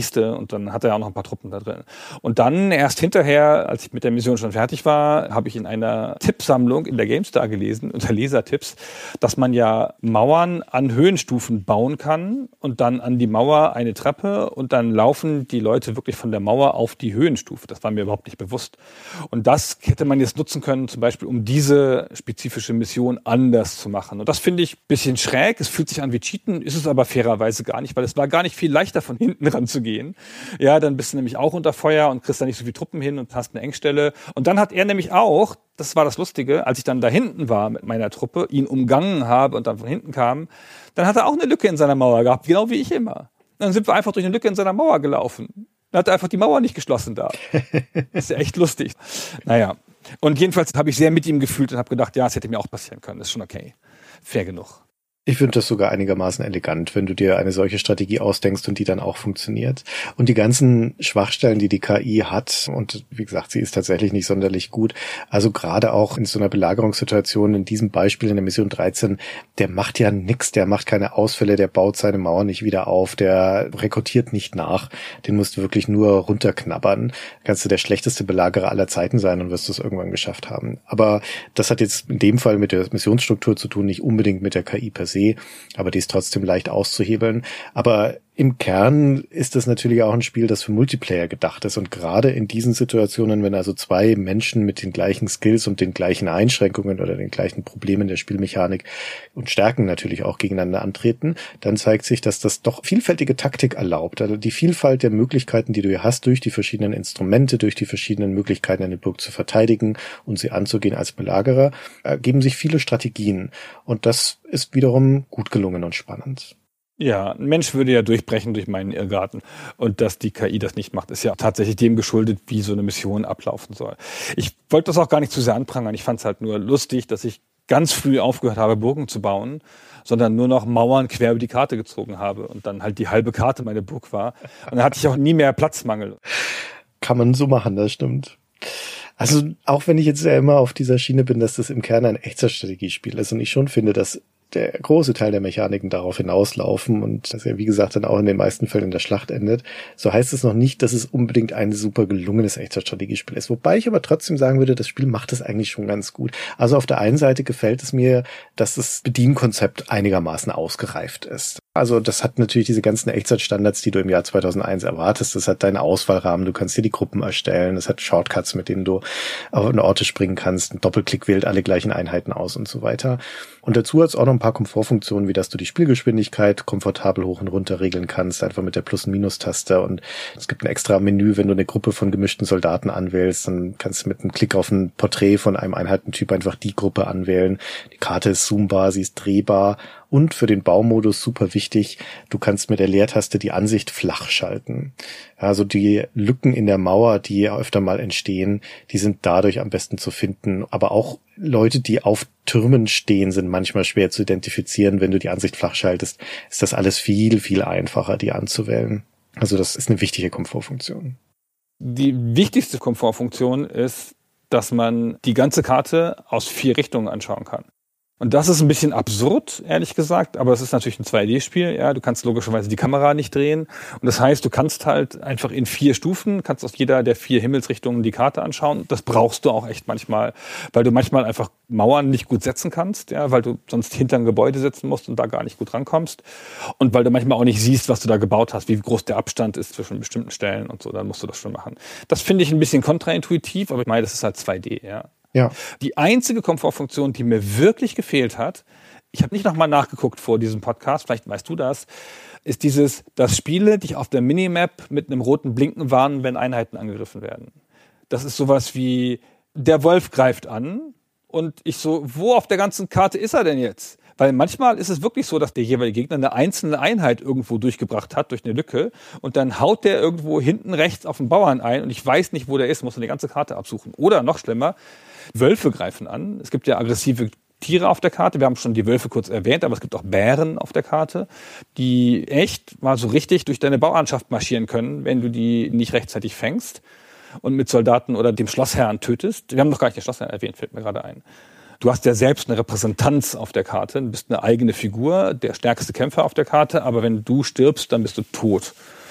S3: und dann hat er auch noch ein paar Truppen da drin. Und dann erst hinterher, als ich mit der Mission schon fertig war, habe ich in einer Tippsammlung in der GameStar gelesen, unter Lesertipps, dass man ja Mauern an Höhenstufen bauen kann und dann an die Mauer eine Treppe und dann laufen die Leute wirklich von der Mauer auf die Höhenstufe. Das war mir überhaupt nicht bewusst. Und das hätte man jetzt nutzen können, zum Beispiel, um diese spezifische Mission anders zu machen. Und das finde ich ein bisschen schräg. Es fühlt sich an wie Cheaten, ist es aber fairerweise gar nicht, weil es war gar nicht viel leichter, von hinten ranzugehen. Ja, dann bist du nämlich auch unter Feuer und kriegst da nicht so viele Truppen hin und hast eine Engstelle. Und dann hat er nämlich auch, das war das Lustige, als ich dann da hinten war mit meiner Truppe, ihn umgangen habe und dann von hinten kam, dann hat er auch eine Lücke in seiner Mauer gehabt, genau wie ich immer. Dann sind wir einfach durch eine Lücke in seiner Mauer gelaufen. Dann hat er einfach die Mauer nicht geschlossen da. Das ist ja echt lustig. Naja, und jedenfalls habe ich sehr mit ihm gefühlt und habe gedacht, ja, es hätte mir auch passieren können. Das ist schon okay. Fair genug.
S4: Ich finde das sogar einigermaßen elegant, wenn du dir eine solche Strategie ausdenkst und die dann auch funktioniert. Und die ganzen Schwachstellen, die die K I hat, und wie gesagt, sie ist tatsächlich nicht sonderlich gut, also gerade auch in so einer Belagerungssituation, in diesem Beispiel in der Mission dreizehn, der macht ja nix, der macht keine Ausfälle, der baut seine Mauer nicht wieder auf, der rekrutiert nicht nach, den musst du wirklich nur runterknabbern. Kannst du der schlechteste Belagerer aller Zeiten sein und wirst du es irgendwann geschafft haben. Aber das hat jetzt in dem Fall mit der Missionsstruktur zu tun, nicht unbedingt mit der K I per se. Aber die ist trotzdem leicht auszuhebeln. Aber im Kern ist das natürlich auch ein Spiel, das für Multiplayer gedacht ist. Und gerade in diesen Situationen, wenn also zwei Menschen mit den gleichen Skills und den gleichen Einschränkungen oder den gleichen Problemen der Spielmechanik und Stärken natürlich auch gegeneinander antreten, dann zeigt sich, dass das doch vielfältige Taktik erlaubt. Also die Vielfalt der Möglichkeiten, die du hier hast, durch die verschiedenen Instrumente, durch die verschiedenen Möglichkeiten, eine Burg zu verteidigen und sie anzugehen als Belagerer, ergeben sich viele Strategien. Und das ist wiederum gut gelungen und spannend.
S3: Ja, ein Mensch würde ja durchbrechen durch meinen Irrgarten. Und dass die K I das nicht macht, ist ja tatsächlich dem geschuldet, wie so eine Mission ablaufen soll. Ich wollte das auch gar nicht zu sehr anprangern. Ich fand es halt nur lustig, dass ich ganz früh aufgehört habe, Burgen zu bauen, sondern nur noch Mauern quer über die Karte gezogen habe und dann halt die halbe Karte meine Burg war. Und dann hatte ich auch nie mehr Platzmangel.
S4: Kann man so machen, das stimmt. Also auch wenn ich jetzt ja immer auf dieser Schiene bin, dass das im Kern ein Echtzeitstrategiespiel ist und ich schon finde, dass der große Teil der Mechaniken darauf hinauslaufen und das ja, wie gesagt, dann auch in den meisten Fällen in der Schlacht endet, so heißt es noch nicht, dass es unbedingt ein super gelungenes Echtzeitstrategiespiel ist. Wobei ich aber trotzdem sagen würde, das Spiel macht es eigentlich schon ganz gut. Also auf der einen Seite gefällt es mir, dass das Bedienkonzept einigermaßen ausgereift ist. Also das hat natürlich diese ganzen Echtzeitstandards, die du im Jahr zweitausendeins erwartest. Das hat deinen Auswahlrahmen, du kannst dir die Gruppen erstellen, das hat Shortcuts, mit denen du auf eine Orte springen kannst, ein Doppelklick wählt alle gleichen Einheiten aus und so weiter. Und dazu hat es auch noch ein paar Komfortfunktionen, wie dass du die Spielgeschwindigkeit komfortabel hoch und runter regeln kannst, einfach mit der Plus- und Minus-Taste. Und es gibt ein extra Menü, wenn du eine Gruppe von gemischten Soldaten anwählst, dann kannst du mit einem Klick auf ein Porträt von einem Einheitentyp einfach die Gruppe anwählen. Die Karte ist zoombar, sie ist drehbar. Und für den Baumodus super wichtig, du kannst mit der Leertaste die Ansicht flach schalten. Also die Lücken in der Mauer, die öfter mal entstehen, die sind dadurch am besten zu finden. Aber auch Leute, die auf Türmen stehen, sind manchmal schwer zu identifizieren. Wenn du die Ansicht flach schaltest, ist das alles viel, viel einfacher, die anzuwählen. Also das ist eine wichtige Komfortfunktion.
S3: Die wichtigste Komfortfunktion ist, dass man die ganze Karte aus vier Richtungen anschauen kann. Und das ist ein bisschen absurd, ehrlich gesagt, aber es ist natürlich ein zwei D-Spiel, ja, du kannst logischerweise die Kamera nicht drehen und das heißt, du kannst halt einfach in vier Stufen, kannst aus jeder der vier Himmelsrichtungen die Karte anschauen. Das brauchst du auch echt manchmal, weil du manchmal einfach Mauern nicht gut setzen kannst, ja, weil du sonst hinter ein Gebäude setzen musst und da gar nicht gut rankommst und weil du manchmal auch nicht siehst, was du da gebaut hast, wie groß der Abstand ist zwischen bestimmten Stellen und so, dann musst du das schon machen. Das finde ich ein bisschen kontraintuitiv, aber ich meine, das ist halt zwei D, ja.
S4: Ja.
S3: Die einzige Komfortfunktion, die mir wirklich gefehlt hat, ich habe nicht nochmal nachgeguckt vor diesem Podcast, vielleicht weißt du das, ist dieses, dass Spiele dich auf der Minimap mit einem roten Blinken warnen, wenn Einheiten angegriffen werden. Das ist sowas wie, der Wolf greift an und ich so, wo auf der ganzen Karte ist er denn jetzt? Weil manchmal ist es wirklich so, dass der jeweilige Gegner eine einzelne Einheit irgendwo durchgebracht hat, durch eine Lücke, und dann haut der irgendwo hinten rechts auf den Bauern ein und ich weiß nicht, wo der ist, muss dann die ganze Karte absuchen. Oder noch schlimmer, Wölfe greifen an. Es gibt ja aggressive Tiere auf der Karte. Wir haben schon die Wölfe kurz erwähnt, aber es gibt auch Bären auf der Karte, die echt mal so richtig durch deine Bauernschaft marschieren können, wenn du die nicht rechtzeitig fängst und mit Soldaten oder dem Schlossherrn tötest. Wir haben noch gar nicht den Schlossherrn erwähnt, fällt mir gerade ein. Du hast ja selbst eine Repräsentanz auf der Karte, du bist eine eigene Figur, der stärkste Kämpfer auf der Karte, aber wenn du stirbst, dann bist du tot.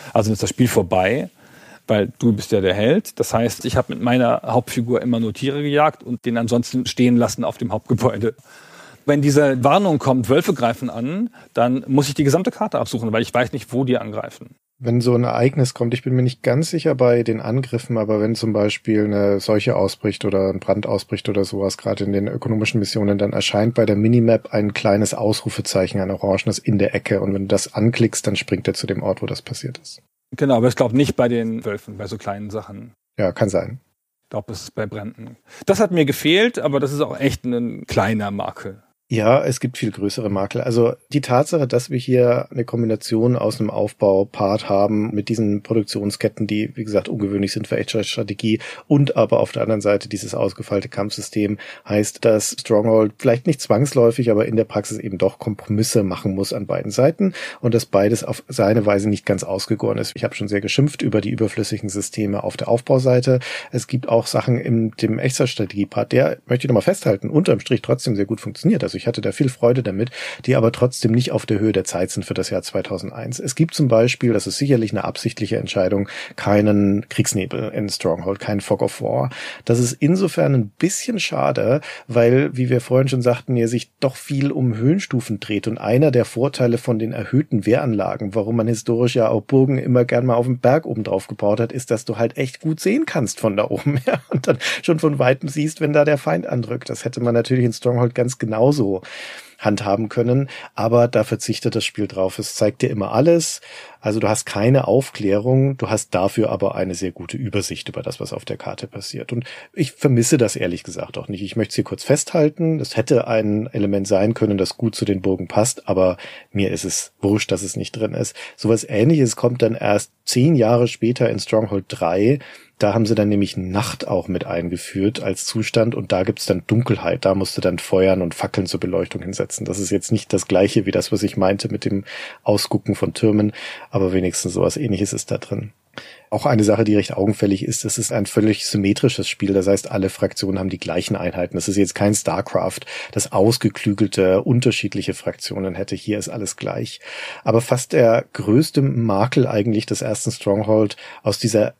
S3: Also ist das Spiel vorbei, weil du bist ja der Held. Das heißt, ich habe mit meiner Hauptfigur immer nur Tiere gejagt und den ansonsten stehen lassen auf dem Hauptgebäude. Wenn diese Warnung kommt, Wölfe greifen an, dann muss ich die gesamte Karte absuchen, weil ich weiß nicht, wo die angreifen.
S4: Wenn so ein Ereignis kommt, ich bin mir nicht ganz sicher bei den Angriffen, aber wenn zum Beispiel eine Seuche ausbricht oder ein Brand ausbricht oder sowas, gerade in den ökonomischen Missionen, dann erscheint bei der Minimap ein kleines Ausrufezeichen, ein orangenes in der Ecke. Und wenn du das anklickst, dann springt er zu dem Ort, wo das passiert ist.
S3: Genau, aber ich glaube nicht bei den Wölfen, bei so kleinen Sachen.
S4: Ja, kann sein.
S3: Ich glaube, es ist bei Bränden. Das hat mir gefehlt, aber das ist auch echt ein kleiner Makel.
S4: Ja, es gibt viel größere Makel. Also die Tatsache, dass wir hier eine Kombination aus einem Aufbaupart haben mit diesen Produktionsketten, die, wie gesagt, ungewöhnlich sind für Echtzeitstrategie und aber auf der anderen Seite dieses ausgefeilte Kampfsystem, heißt, dass Stronghold vielleicht nicht zwangsläufig, aber in der Praxis eben doch Kompromisse machen muss an beiden Seiten und dass beides auf seine Weise nicht ganz ausgegoren ist. Ich habe schon sehr geschimpft über die überflüssigen Systeme auf der Aufbauseite. Es gibt auch Sachen in dem Echtzeitstrategie-Part, der, möchte ich nochmal festhalten, unterm Strich trotzdem sehr gut funktioniert. Also ich hatte da viel Freude damit, die aber trotzdem nicht auf der Höhe der Zeit sind für das Jahr zweitausendeins. Es gibt zum Beispiel, das ist sicherlich eine absichtliche Entscheidung, keinen Kriegsnebel in Stronghold, keinen Fog of War. Das ist insofern ein bisschen schade, weil, wie wir vorhin schon sagten, er sich doch viel um Höhenstufen dreht und einer der Vorteile von den erhöhten Wehranlagen, warum man historisch ja auch Burgen immer gern mal auf dem Berg oben drauf gebaut hat, ist, dass du halt echt gut sehen kannst von da oben her und dann schon von Weitem siehst, wenn da der Feind andrückt. Das hätte man natürlich in Stronghold ganz genauso handhaben können, aber da verzichtet das Spiel drauf. Es zeigt dir immer alles, also du hast keine Aufklärung, du hast dafür aber eine sehr gute Übersicht über das, was auf der Karte passiert. Und ich vermisse das ehrlich gesagt auch nicht. Ich möchte es hier kurz festhalten, es hätte ein Element sein können, das gut zu den Burgen passt, aber mir ist es wurscht, dass es nicht drin ist. Sowas Ähnliches kommt dann erst zehn Jahre später in Stronghold drei. Da haben sie dann nämlich Nacht auch mit eingeführt als Zustand und da gibt's dann Dunkelheit. Da musst du dann Feuern und Fackeln zur Beleuchtung hinsetzen. Das ist jetzt nicht das Gleiche wie das, was ich meinte mit dem Ausgucken von Türmen, aber wenigstens sowas Ähnliches ist da drin. Auch eine Sache, die recht augenfällig ist, es ist ein völlig symmetrisches Spiel. Das heißt, alle Fraktionen haben die gleichen Einheiten. Das ist jetzt kein StarCraft, das ausgeklügelte, unterschiedliche Fraktionen hätte. Hier ist alles gleich. Aber fast der größte Makel eigentlich des ersten Stronghold aus dieser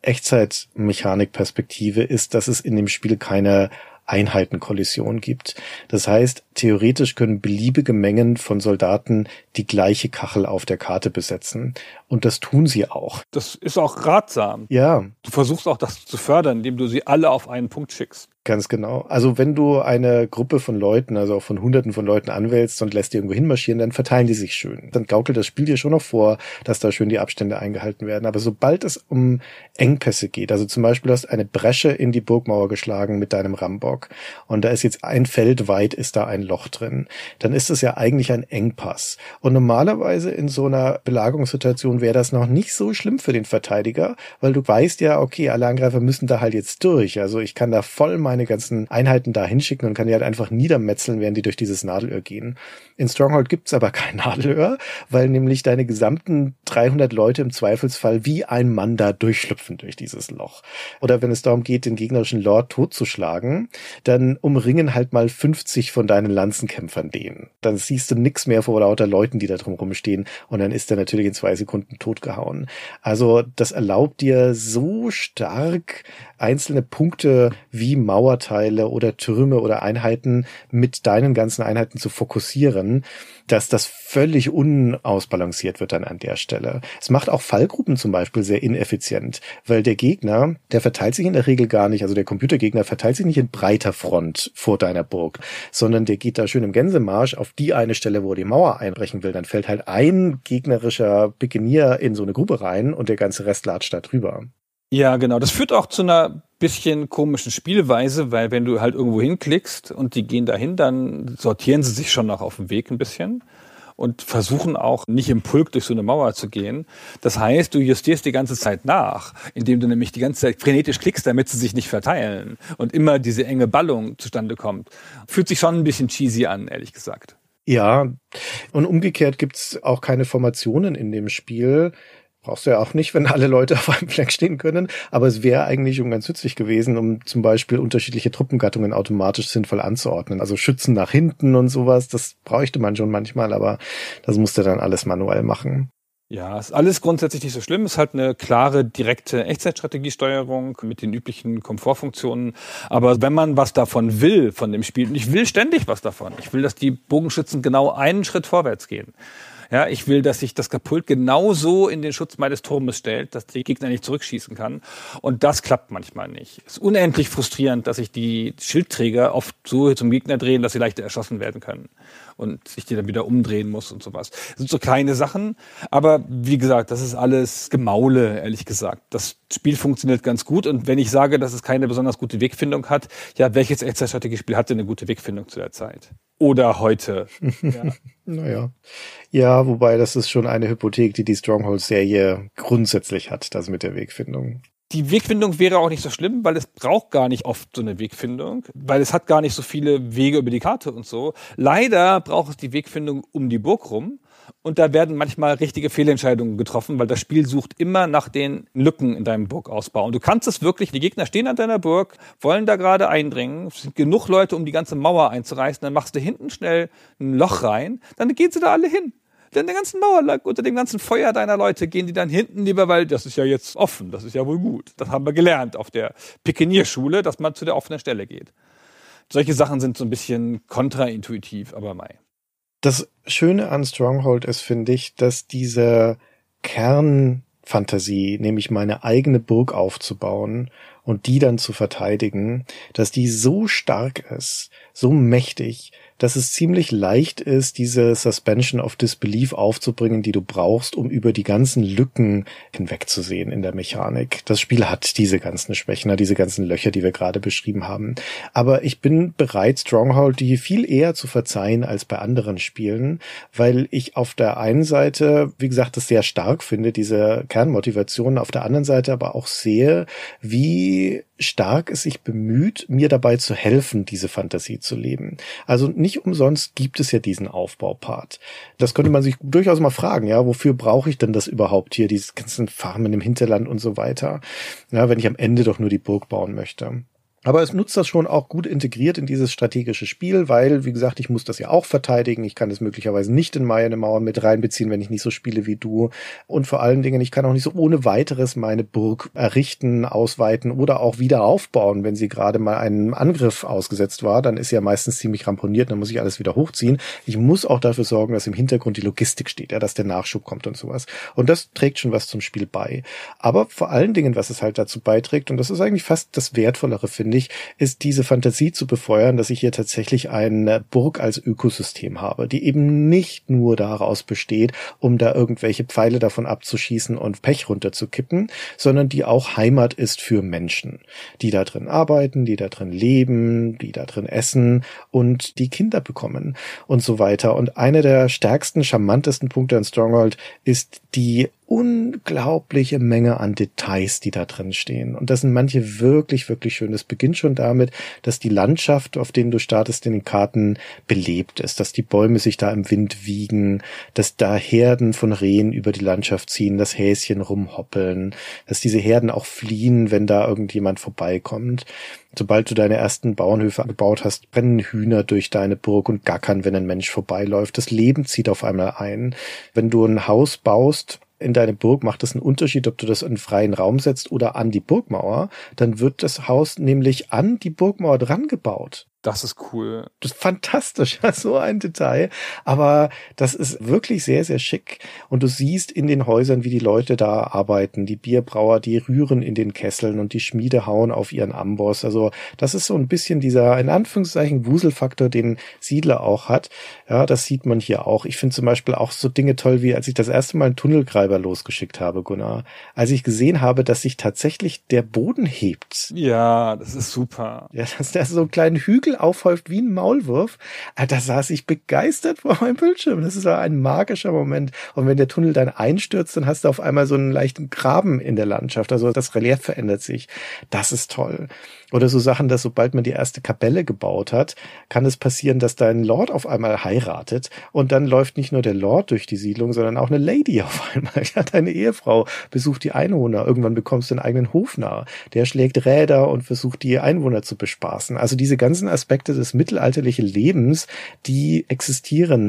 S4: Echtzeitmechanik-Perspektive ist, dass es in dem Spiel keine Einheitenkollision gibt. Das heißt, theoretisch können beliebige Mengen von Soldaten die gleiche Kachel auf der Karte besetzen. Und das tun sie auch.
S3: Das ist auch ratsam.
S4: Ja.
S3: Du versuchst auch das zu fördern, indem du sie alle auf einen Punkt schickst.
S4: Ganz genau. Also wenn du eine Gruppe von Leuten, also auch von Hunderten von Leuten anwählst und lässt die irgendwo hinmarschieren, dann verteilen die sich schön. Dann gaukelt das Spiel dir schon noch vor, dass da schön die Abstände eingehalten werden. Aber sobald es um Engpässe geht, also zum Beispiel du hast eine Bresche in die Burgmauer geschlagen mit deinem Rambock und da ist jetzt ein Feld weit, ist da ein Loch drin, dann ist es ja eigentlich ein Engpass. Und normalerweise in so einer Belagerungssituation wäre das noch nicht so schlimm für den Verteidiger, weil du weißt ja, okay, alle Angreifer müssen da halt jetzt durch. Also ich kann da voll mal meine ganzen Einheiten da hinschicken und kann die halt einfach niedermetzeln, während die durch dieses Nadelöhr gehen. In Stronghold gibt's aber kein Nadelöhr, weil nämlich deine gesamten dreihundert Leute im Zweifelsfall wie ein Mann da durchschlüpfen durch dieses Loch. Oder wenn es darum geht, den gegnerischen Lord totzuschlagen, dann umringen halt mal fünfzig von deinen Lanzenkämpfern den. Dann siehst du nix mehr vor lauter Leuten, die da drum rumstehen und dann ist er natürlich in zwei Sekunden totgehauen. Also das erlaubt dir so stark einzelne Punkte wie Mauerteile oder Türme oder Einheiten mit deinen ganzen Einheiten zu fokussieren, dass das völlig unausbalanciert wird dann an der Stelle. Es macht auch Fallgruppen zum Beispiel sehr ineffizient, weil der Gegner, der verteilt sich in der Regel gar nicht, also der Computergegner verteilt sich nicht in breiter Front vor deiner Burg, sondern der geht da schön im Gänsemarsch auf die eine Stelle, wo er die Mauer einbrechen will. Dann fällt halt ein gegnerischer Pikenier in so eine Grube rein und der ganze Rest latscht da drüber.
S3: Ja, genau. Das führt auch zu einer bisschen komischen Spielweise, weil wenn du halt irgendwo hinklickst und die gehen dahin, dann sortieren sie sich schon noch auf dem Weg ein bisschen und versuchen auch nicht im Pulk durch so eine Mauer zu gehen. Das heißt, du justierst die ganze Zeit nach, indem du nämlich die ganze Zeit frenetisch klickst, damit sie sich nicht verteilen und immer diese enge Ballung zustande kommt. Fühlt sich schon ein bisschen cheesy an, ehrlich gesagt.
S4: Ja, und umgekehrt gibt's auch keine Formationen in dem Spiel. Brauchst du ja auch nicht, wenn alle Leute auf einem Fleck stehen können. Aber es wäre eigentlich schon ganz nützlich gewesen, um zum Beispiel unterschiedliche Truppengattungen automatisch sinnvoll anzuordnen. Also Schützen nach hinten und sowas, das bräuchte man schon manchmal, aber das musst du dann alles manuell machen.
S3: Ja, ist alles grundsätzlich nicht so schlimm. Es ist halt eine klare, direkte Echtzeitstrategiesteuerung mit den üblichen Komfortfunktionen. Aber wenn man was davon will, von dem Spiel, und ich will ständig was davon. Ich will, dass die Bogenschützen genau einen Schritt vorwärts gehen. Ja, ich will, dass sich das Katapult genauso in den Schutz meines Turmes stellt, dass der Gegner nicht zurückschießen kann. Und das klappt manchmal nicht. Es ist unendlich frustrierend, dass sich die Schildträger oft so zum Gegner drehen, dass sie leichter erschossen werden können. Und sich die dann wieder umdrehen muss und sowas. Das sind so kleine Sachen. Aber wie gesagt, das ist alles Gemaule, ehrlich gesagt. Das Spiel funktioniert ganz gut. Und wenn ich sage, dass es keine besonders gute Wegfindung hat, ja, welches Echtzeitstrategiespiel hatte eine gute Wegfindung zu der Zeit? Oder heute? Ja.
S4: Naja. Ja, wobei das ist schon eine Hypothek, die die Stronghold-Serie grundsätzlich hat, das mit der Wegfindung.
S3: Die Wegfindung wäre auch nicht so schlimm, weil es braucht gar nicht oft so eine Wegfindung, weil es hat gar nicht so viele Wege über die Karte und so. Leider braucht es die Wegfindung um die Burg rum und da werden manchmal richtige Fehlentscheidungen getroffen, weil das Spiel sucht immer nach den Lücken in deinem Burgausbau. Und du kannst es wirklich, die Gegner stehen an deiner Burg, wollen da gerade eindringen, es sind genug Leute, um die ganze Mauer einzureißen, dann machst du hinten schnell ein Loch rein, dann gehen sie da alle hin. Denn der ganzen Mauer lag unter dem ganzen Feuer deiner Leute, gehen die dann hinten lieber, weil das ist ja jetzt offen, das ist ja wohl gut. Das haben wir gelernt auf der Pikenierschule, dass man zu der offenen Stelle geht. Solche Sachen sind so ein bisschen kontraintuitiv, aber mei.
S4: Das Schöne an Stronghold ist, finde ich, dass diese Kernfantasie, nämlich meine eigene Burg aufzubauen und die dann zu verteidigen, dass die so stark ist, so mächtig, dass es ziemlich leicht ist, diese Suspension of Disbelief aufzubringen, die du brauchst, um über die ganzen Lücken hinwegzusehen in der Mechanik. Das Spiel hat diese ganzen Schwächen, diese ganzen Löcher, die wir gerade beschrieben haben. Aber ich bin bereit, Stronghold die viel eher zu verzeihen als bei anderen Spielen, weil ich auf der einen Seite, wie gesagt, das sehr stark finde, diese Kernmotivation, auf der anderen Seite aber auch sehe, wie stark es sich bemüht, mir dabei zu helfen, diese Fantasie zu leben. Also nicht umsonst gibt es ja diesen Aufbaupart. Das könnte man sich durchaus mal fragen, ja, wofür brauche ich denn das überhaupt hier, diese ganzen Farmen im Hinterland und so weiter, ja, wenn ich am Ende doch nur die Burg bauen möchte. Aber es nutzt das schon auch gut integriert in dieses strategische Spiel, weil, wie gesagt, ich muss das ja auch verteidigen. Ich kann das möglicherweise nicht in meine Mauern mit reinbeziehen, wenn ich nicht so spiele wie du. Und vor allen Dingen, ich kann auch nicht so ohne weiteres meine Burg errichten, ausweiten oder auch wieder aufbauen. Wenn sie gerade mal einem Angriff ausgesetzt war, dann ist sie ja meistens ziemlich ramponiert, dann muss ich alles wieder hochziehen. Ich muss auch dafür sorgen, dass im Hintergrund die Logistik steht, ja, dass der Nachschub kommt und sowas. Und das trägt schon was zum Spiel bei. Aber vor allen Dingen, was es halt dazu beiträgt, und das ist eigentlich fast das Wertvollere, finde ich, ist diese Fantasie zu befeuern, dass ich hier tatsächlich eine Burg als Ökosystem habe, die eben nicht nur daraus besteht, um da irgendwelche Pfeile davon abzuschießen und Pech runterzukippen, sondern die auch Heimat ist für Menschen, die da drin arbeiten, die da drin leben, die da drin essen und die Kinder bekommen und so weiter. Und einer der stärksten, charmantesten Punkte an Stronghold ist die unglaubliche Menge an Details, die da drin stehen. Und das sind manche wirklich, wirklich schön. Das beginnt schon damit, dass die Landschaft, auf denen du startest in den Karten, belebt ist, dass die Bäume sich da im Wind wiegen, dass da Herden von Rehen über die Landschaft ziehen, dass Häschen rumhoppeln, dass diese Herden auch fliehen, wenn da irgendjemand vorbeikommt. Sobald du deine ersten Bauernhöfe gebaut hast, brennen Hühner durch deine Burg und gackern, wenn ein Mensch vorbeiläuft. Das Leben zieht auf einmal ein. Wenn du ein Haus baust in deine Burg, macht es einen Unterschied, ob du das in freien Raum setzt oder an die Burgmauer. Dann wird das Haus nämlich an die Burgmauer dran gebaut.
S3: Das ist cool.
S4: Das ist fantastisch, so ein Detail. Aber das ist wirklich sehr, sehr schick. Und du siehst in den Häusern, wie die Leute da arbeiten. Die Bierbrauer, die rühren in den Kesseln und die Schmiede hauen auf ihren Amboss. Also das ist so ein bisschen dieser, in Anführungszeichen, Wuselfaktor, den Siedler auch hat. Ja, das sieht man hier auch. Ich finde zum Beispiel auch so Dinge toll, wie als ich das erste Mal einen Tunnelgräber losgeschickt habe, Gunnar. Als ich gesehen habe, dass sich tatsächlich der Boden hebt.
S3: Ja, das ist super.
S4: Ja, dass der so einen kleinen Hügel aufhäuft wie ein Maulwurf. Da saß ich begeistert vor meinem Bildschirm. Das ist ein magischer Moment. Und wenn der Tunnel dann einstürzt, dann hast du auf einmal so einen leichten Graben in der Landschaft. Also das Relief verändert sich. Das ist toll. Oder so Sachen, dass sobald man die erste Kapelle gebaut hat, kann es passieren, dass dein Lord auf einmal heiratet und dann läuft nicht nur der Lord durch die Siedlung, sondern auch eine Lady auf einmal. Ja, deine Ehefrau besucht die Einwohner. Irgendwann bekommst du einen eigenen Hofnarr. Der schlägt Räder und versucht, die Einwohner zu bespaßen. Also diese ganzen Aspekte des mittelalterlichen Lebens, die existieren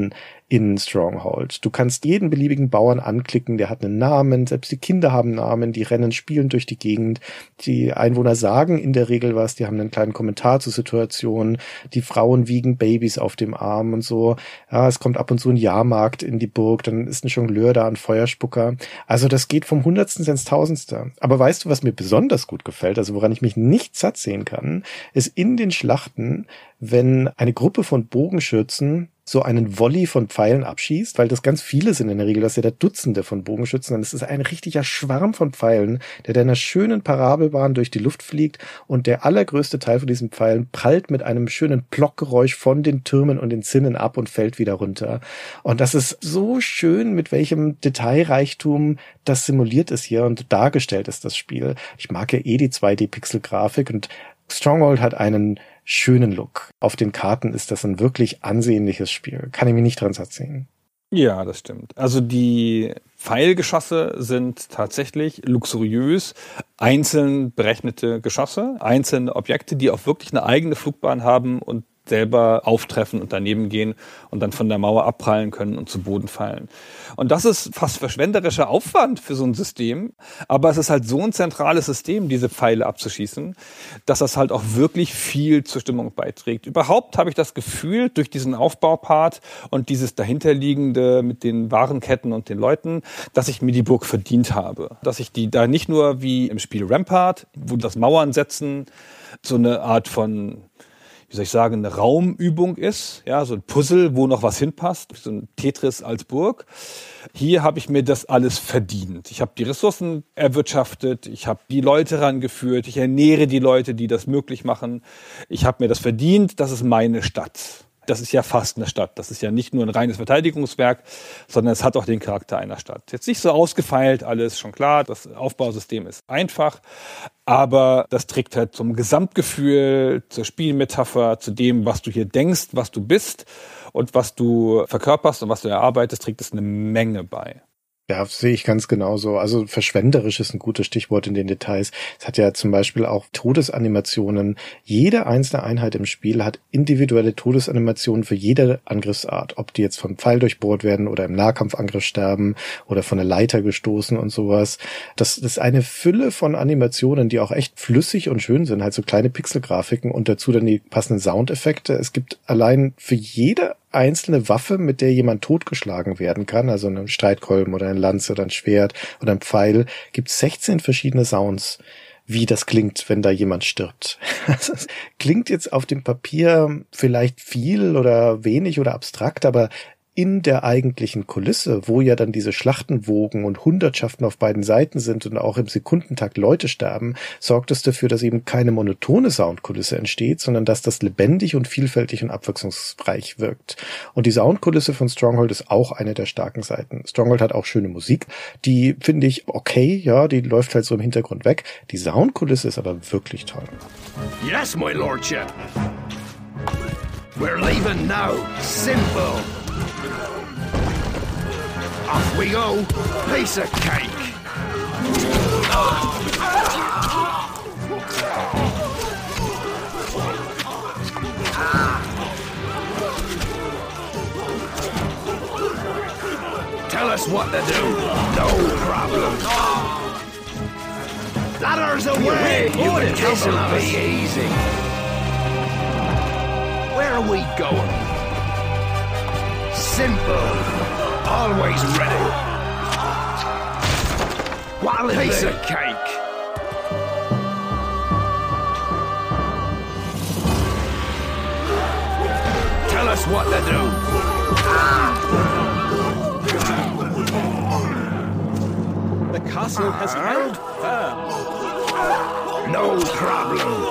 S4: in Stronghold. Du kannst jeden beliebigen Bauern anklicken, der hat einen Namen, selbst die Kinder haben Namen, die rennen, spielen durch die Gegend. Die Einwohner sagen in der Regel was, die haben einen kleinen Kommentar zur Situation. Die Frauen wiegen Babys auf dem Arm und so. Ja, es kommt ab und zu ein Jahrmarkt in die Burg, dann ist ein Jongleur da, ein Feuerspucker. Also das geht vom Hundertsten ins Tausendste. Aber weißt du, was mir besonders gut gefällt, also woran ich mich nicht satt sehen kann, ist in den Schlachten, wenn eine Gruppe von Bogenschützen so einen Volley von Pfeilen abschießt, weil das ganz viele sind in der Regel, das ist ja da Dutzende von Bogenschützen, dann ist es ein richtiger Schwarm von Pfeilen, der da in einer schönen Parabelbahn durch die Luft fliegt und der allergrößte Teil von diesen Pfeilen prallt mit einem schönen Plockgeräusch von den Türmen und den Zinnen ab und fällt wieder runter. Und das ist so schön, mit welchem Detailreichtum das simuliert ist hier und dargestellt ist, das Spiel. Ich mag ja eh die zwei D-Pixel-Grafik und Stronghold hat einen schönen Look. Auf den Karten ist das ein wirklich ansehnliches Spiel. Kann ich mich nicht dran satt sehen.
S3: Ja, das stimmt. Also die Pfeilgeschosse sind tatsächlich luxuriös, einzeln berechnete Geschosse, einzelne Objekte, die auch wirklich eine eigene Flugbahn haben und selber auftreffen und daneben gehen und dann von der Mauer abprallen können und zu Boden fallen. Und das ist fast verschwenderischer Aufwand für so ein System, aber es ist halt so ein zentrales System, diese Pfeile abzuschießen, dass das halt auch wirklich viel zur Stimmung beiträgt. Überhaupt habe ich das Gefühl, durch diesen Aufbaupart und dieses dahinterliegende mit den Warenketten und den Leuten, dass ich mir die Burg verdient habe. Dass ich die da nicht nur wie im Spiel Rampart, wo das Mauern setzen, so eine Art von, wie soll ich sagen, eine Raumübung ist, ja, so ein Puzzle, wo noch was hinpasst, so ein Tetris als Burg. Hier habe ich mir das alles verdient. Ich habe die Ressourcen erwirtschaftet, ich habe die Leute rangeführt, ich ernähre die Leute, die das möglich machen. Ich habe mir das verdient, das ist meine Stadt. Das ist ja fast eine Stadt. Das ist ja nicht nur ein reines Verteidigungswerk, sondern es hat auch den Charakter einer Stadt. Jetzt nicht so ausgefeilt, alles schon klar. Das Aufbausystem ist einfach, aber das trägt halt zum Gesamtgefühl, zur Spielmetapher, zu dem, was du hier denkst, was du bist und was du verkörperst und was du erarbeitest, trägt es eine Menge bei.
S4: Ja, sehe ich ganz genauso. Also verschwenderisch ist ein gutes Stichwort in den Details. Es hat ja zum Beispiel auch Todesanimationen. Jede einzelne Einheit im Spiel hat individuelle Todesanimationen für jede Angriffsart. Ob die jetzt vom Pfeil durchbohrt werden oder im Nahkampfangriff sterben oder von der Leiter gestoßen und sowas. Das, das ist eine Fülle von Animationen, die auch echt flüssig und schön sind. Halt so kleine Pixelgrafiken und dazu dann die passenden Soundeffekte. Es gibt allein für jede einzelne Waffe, mit der jemand totgeschlagen werden kann, also ein Streitkolben oder eine Lanze oder ein Schwert oder ein Pfeil, gibt es sechzehn verschiedene Sounds, wie das klingt, wenn da jemand stirbt. Das klingt jetzt auf dem Papier vielleicht viel oder wenig oder abstrakt, aber in der eigentlichen Kulisse, wo ja dann diese Schlachten wogen und Hundertschaften auf beiden Seiten sind und auch im Sekundentakt Leute sterben, sorgt es dafür, dass eben keine monotone Soundkulisse entsteht, sondern dass das lebendig und vielfältig und abwechslungsreich wirkt. Und die Soundkulisse von Stronghold ist auch eine der starken Seiten. Stronghold hat auch schöne Musik, die finde ich okay, ja, die läuft halt so im Hintergrund weg. Die Soundkulisse ist aber wirklich toll.
S5: Yes, my lordship. We're leaving now. Simple. Off we go. Piece of cake. Tell us what to do. No problem. Ladders away. This'll be easy. Where are we going? Simple. Always ready. What a piece of cake. Tell us what to do.
S2: The castle has held firm.
S5: No problem.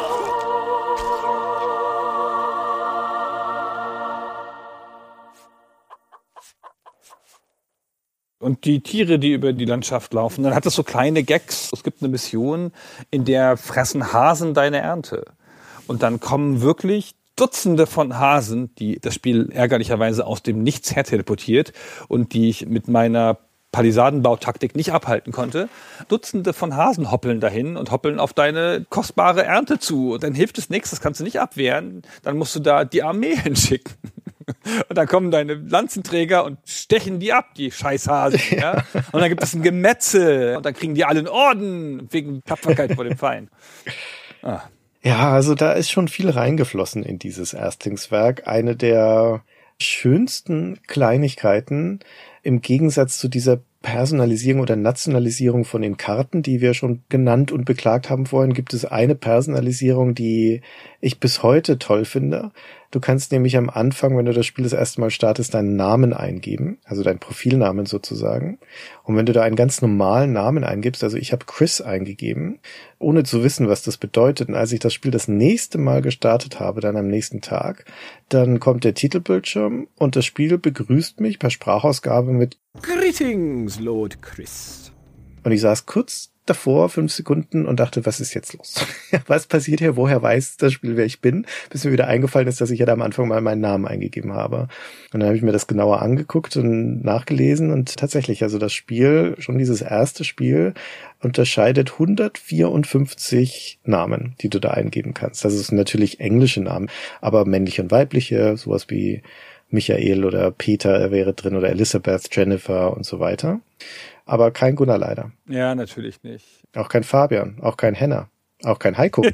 S3: Und die Tiere, die über die Landschaft laufen, dann hat es so kleine Gags. Es gibt eine Mission, in der fressen Hasen deine Ernte. Und dann kommen wirklich Dutzende von Hasen, die das Spiel ärgerlicherweise aus dem Nichts her teleportiert und die ich mit meiner Palisadenbautaktik nicht abhalten konnte. Dutzende von Hasen hoppeln dahin und hoppeln auf deine kostbare Ernte zu. Und dann hilft es nichts, das kannst du nicht abwehren. Dann musst du da die Armee hinschicken. Und dann kommen deine Lanzenträger und stechen die ab, die Scheißhasen. Ja? Und dann gibt es ein Gemetzel und dann kriegen die alle einen Orden wegen Tapferkeit vor dem Feind. Ah.
S4: Ja, also da ist schon viel reingeflossen in dieses Erstlingswerk. Eine der schönsten Kleinigkeiten im Gegensatz zu dieser Personalisierung oder Nationalisierung von den Karten, die wir schon genannt und beklagt haben vorhin, gibt es eine Personalisierung, die ich bis heute toll finde. Du kannst nämlich am Anfang, wenn du das Spiel das erste Mal startest, deinen Namen eingeben, also deinen Profilnamen sozusagen. Und wenn du da einen ganz normalen Namen eingibst, also ich habe Chris eingegeben, ohne zu wissen, was das bedeutet. Und als ich das Spiel das nächste Mal gestartet habe, dann am nächsten Tag, dann kommt der Titelbildschirm und das Spiel begrüßt mich per Sprachausgabe mit
S3: Greetings, Lord Chris.
S4: Und ich saß kurz davor, fünf Sekunden, und dachte, was ist jetzt los? Was passiert hier? Woher weiß das Spiel, wer ich bin? Bis mir wieder eingefallen ist, dass ich ja da am Anfang mal meinen Namen eingegeben habe. Und dann habe ich mir das genauer angeguckt und nachgelesen und tatsächlich, also das Spiel, schon dieses erste Spiel, unterscheidet hundertvierundfünfzig Namen, die du da eingeben kannst. Das ist natürlich englische Namen, aber männliche und weibliche, sowas wie Michael oder Peter wäre drin oder Elizabeth, Jennifer und so weiter. Aber kein Gunnar leider.
S3: Ja, natürlich nicht.
S4: Auch kein Fabian, auch kein Henner, auch kein Heiko.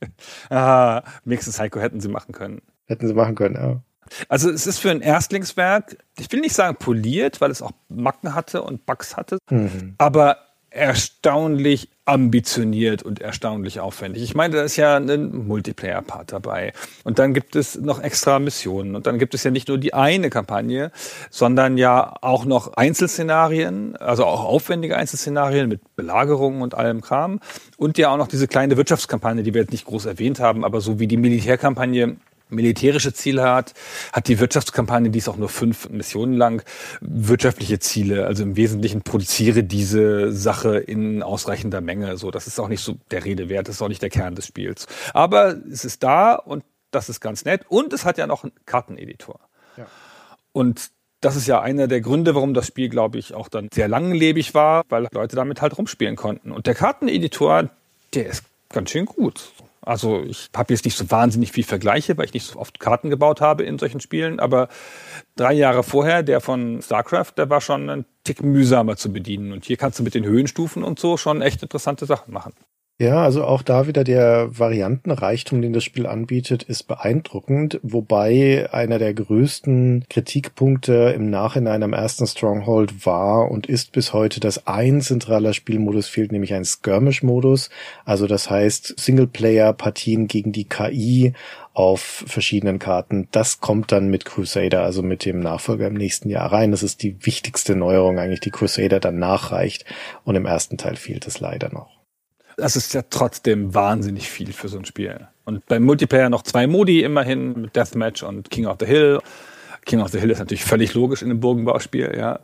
S3: ah, wenigstens Heiko hätten sie machen können.
S4: Hätten sie machen können, ja.
S3: Also es ist für ein Erstlingswerk, ich will nicht sagen poliert, weil es auch Macken hatte und Bugs hatte, mhm. aber erstaunlich ambitioniert und erstaunlich aufwendig. Ich meine, da ist ja ein Multiplayer-Part dabei. Und dann gibt es noch extra Missionen. Und dann gibt es ja nicht nur die eine Kampagne, sondern ja auch noch Einzelszenarien, also auch aufwendige Einzelszenarien mit Belagerungen und allem Kram. Und ja auch noch diese kleine Wirtschaftskampagne, die wir jetzt nicht groß erwähnt haben, aber so wie die Militärkampagne militärische Ziele hat, hat die Wirtschaftskampagne, die ist auch nur fünf Missionen lang, wirtschaftliche Ziele. Also im Wesentlichen produziere diese Sache in ausreichender Menge. So, das ist auch nicht so der Rede wert, das ist auch nicht der Kern des Spiels. Aber es ist da und das ist ganz nett. Und es hat ja noch einen Karteneditor. Ja. Und das ist ja einer der Gründe, warum das Spiel, glaube ich, auch dann sehr langlebig war, weil Leute damit halt rumspielen konnten. Und der Karteneditor, der ist ganz schön gut. Also ich habe jetzt nicht so wahnsinnig viel Vergleiche, weil ich nicht so oft Karten gebaut habe in solchen Spielen, aber drei Jahre vorher, der von StarCraft, der war schon ein Tick mühsamer zu bedienen. Und hier kannst du mit den Höhenstufen und so schon echt interessante Sachen machen.
S4: Ja, also auch da wieder der Variantenreichtum, den das Spiel anbietet, ist beeindruckend, wobei einer der größten Kritikpunkte im Nachhinein am ersten Stronghold war und ist bis heute, dass ein zentraler Spielmodus fehlt, nämlich ein Skirmish-Modus, also das heißt Singleplayer-Partien gegen die K I auf verschiedenen Karten. Das kommt dann mit Crusader, also mit dem Nachfolger im nächsten Jahr rein. Das ist die wichtigste Neuerung eigentlich, die Crusader dann nachreicht, und im ersten Teil fehlt es leider noch.
S3: Das ist ja trotzdem wahnsinnig viel für so ein Spiel. Und beim Multiplayer noch zwei Modi immerhin, mit Deathmatch und King of the Hill. King of the Hill ist natürlich völlig logisch in einem Burgenbauspiel, ja.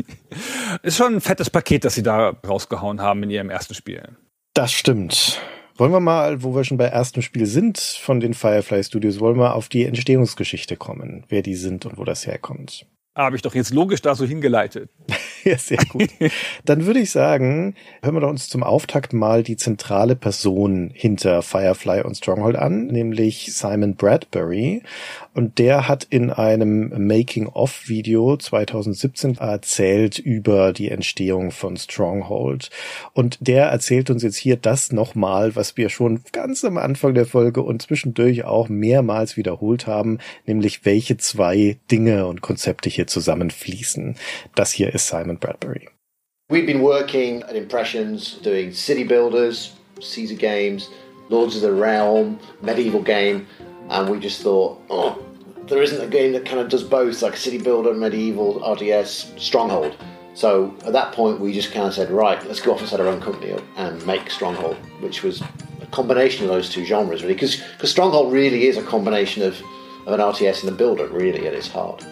S3: Ist schon ein fettes Paket, das sie da rausgehauen haben in ihrem ersten Spiel.
S4: Das stimmt. Wollen wir mal, wo wir schon bei erstem Spiel sind von den Firefly Studios, wollen wir auf die Entstehungsgeschichte kommen, wer die sind und wo das herkommt.
S3: Habe ich doch jetzt logisch da so hingeleitet.
S4: Ja, sehr gut. Dann würde ich sagen, hören wir doch uns zum Auftakt mal die zentrale Person hinter Firefly und Stronghold an, nämlich Simon Bradbury. Und der hat in einem Making-of-Video zwanzig siebzehn erzählt über die Entstehung von Stronghold. Und der erzählt uns jetzt hier das nochmal, was wir schon ganz am Anfang der Folge und zwischendurch auch mehrmals wiederholt haben, nämlich welche zwei Dinge und Konzepte hier zusammenfließen. Das hier ist Simon Bradbury.
S6: We've been working at Impressions doing city builders, Caesar games, Lords of the Realm, medieval game, and we just thought, oh, there isn't a game that kind of does both, like a city builder, medieval, R T S, Stronghold. So at that point we just kind of said, right, let's go off and set our own company up and make Stronghold, which was a combination of those two genres really, because Stronghold really is a combination of, of an R T S and a builder really at its heart.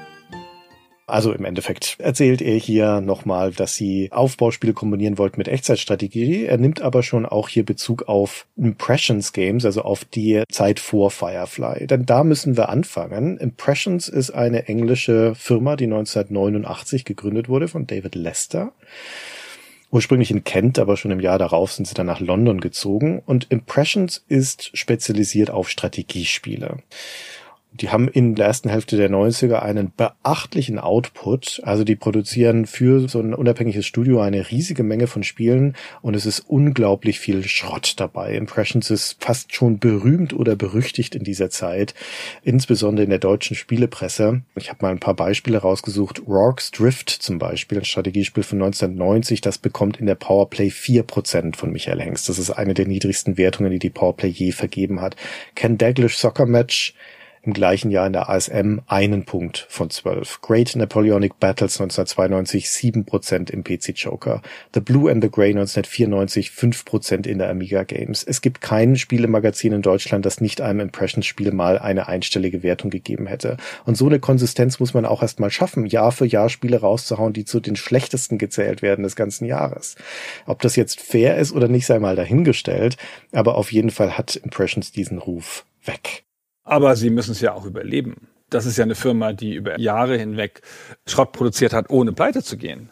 S4: Also im Endeffekt erzählt er hier nochmal, dass sie Aufbauspiele kombinieren wollten mit Echtzeitstrategie. Er nimmt aber schon auch hier Bezug auf Impressions Games, also auf die Zeit vor Firefly. Denn da müssen wir anfangen. Impressions ist eine englische Firma, die neunzehnhundertneunundachtzig gegründet wurde von David Lester. Ursprünglich in Kent, aber schon im Jahr darauf sind sie dann nach London gezogen. Und Impressions ist spezialisiert auf Strategiespiele. Die haben in der ersten Hälfte der neunziger einen beachtlichen Output. Also die produzieren für so ein unabhängiges Studio eine riesige Menge von Spielen und es ist unglaublich viel Schrott dabei. Impressions ist fast schon berühmt oder berüchtigt in dieser Zeit, insbesondere in der deutschen Spielepresse. Ich habe mal ein paar Beispiele rausgesucht. Rorke's Drift zum Beispiel, ein Strategiespiel von neunzehnhundertneunzig, das bekommt in der Powerplay vier Prozent von Michael Hengst. Das ist eine der niedrigsten Wertungen, die die Powerplay je vergeben hat. Ken Daglish Soccer Match im gleichen Jahr in der A S M einen Punkt von zwölf. Great Napoleonic Battles neunzehnhundertzweiundneunzig sieben Prozent im P C Joker. The Blue and the Grey neunzehnhundertvierundneunzig fünf Prozent in der Amiga Games. Es gibt kein Spielemagazin in Deutschland, das nicht einem Impressions-Spiel mal eine einstellige Wertung gegeben hätte. Und so eine Konsistenz muss man auch erst mal schaffen, Jahr für Jahr Spiele rauszuhauen, die zu den schlechtesten gezählt werden des ganzen Jahres. Ob das jetzt fair ist oder nicht, sei mal dahingestellt, aber auf jeden Fall hat Impressions diesen Ruf weg.
S3: Aber sie müssen es ja auch überleben. Das ist ja eine Firma, die über Jahre hinweg Schrott produziert hat, ohne pleite zu gehen.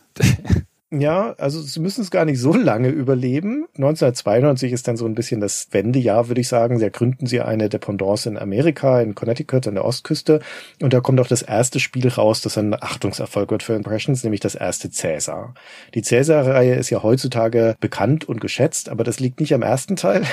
S4: Ja, also sie müssen es gar nicht so lange überleben. neunzehnhundertzweiundneunzig ist dann so ein bisschen das Wendejahr, würde ich sagen. Da gründen sie eine Dependance in Amerika, in Connecticut, an der Ostküste. Und da kommt auch das erste Spiel raus, das ein Achtungserfolg wird für Impressions, nämlich das erste Cäsar. Die Cäsar-Reihe ist ja heutzutage bekannt und geschätzt, aber das liegt nicht am ersten Teil.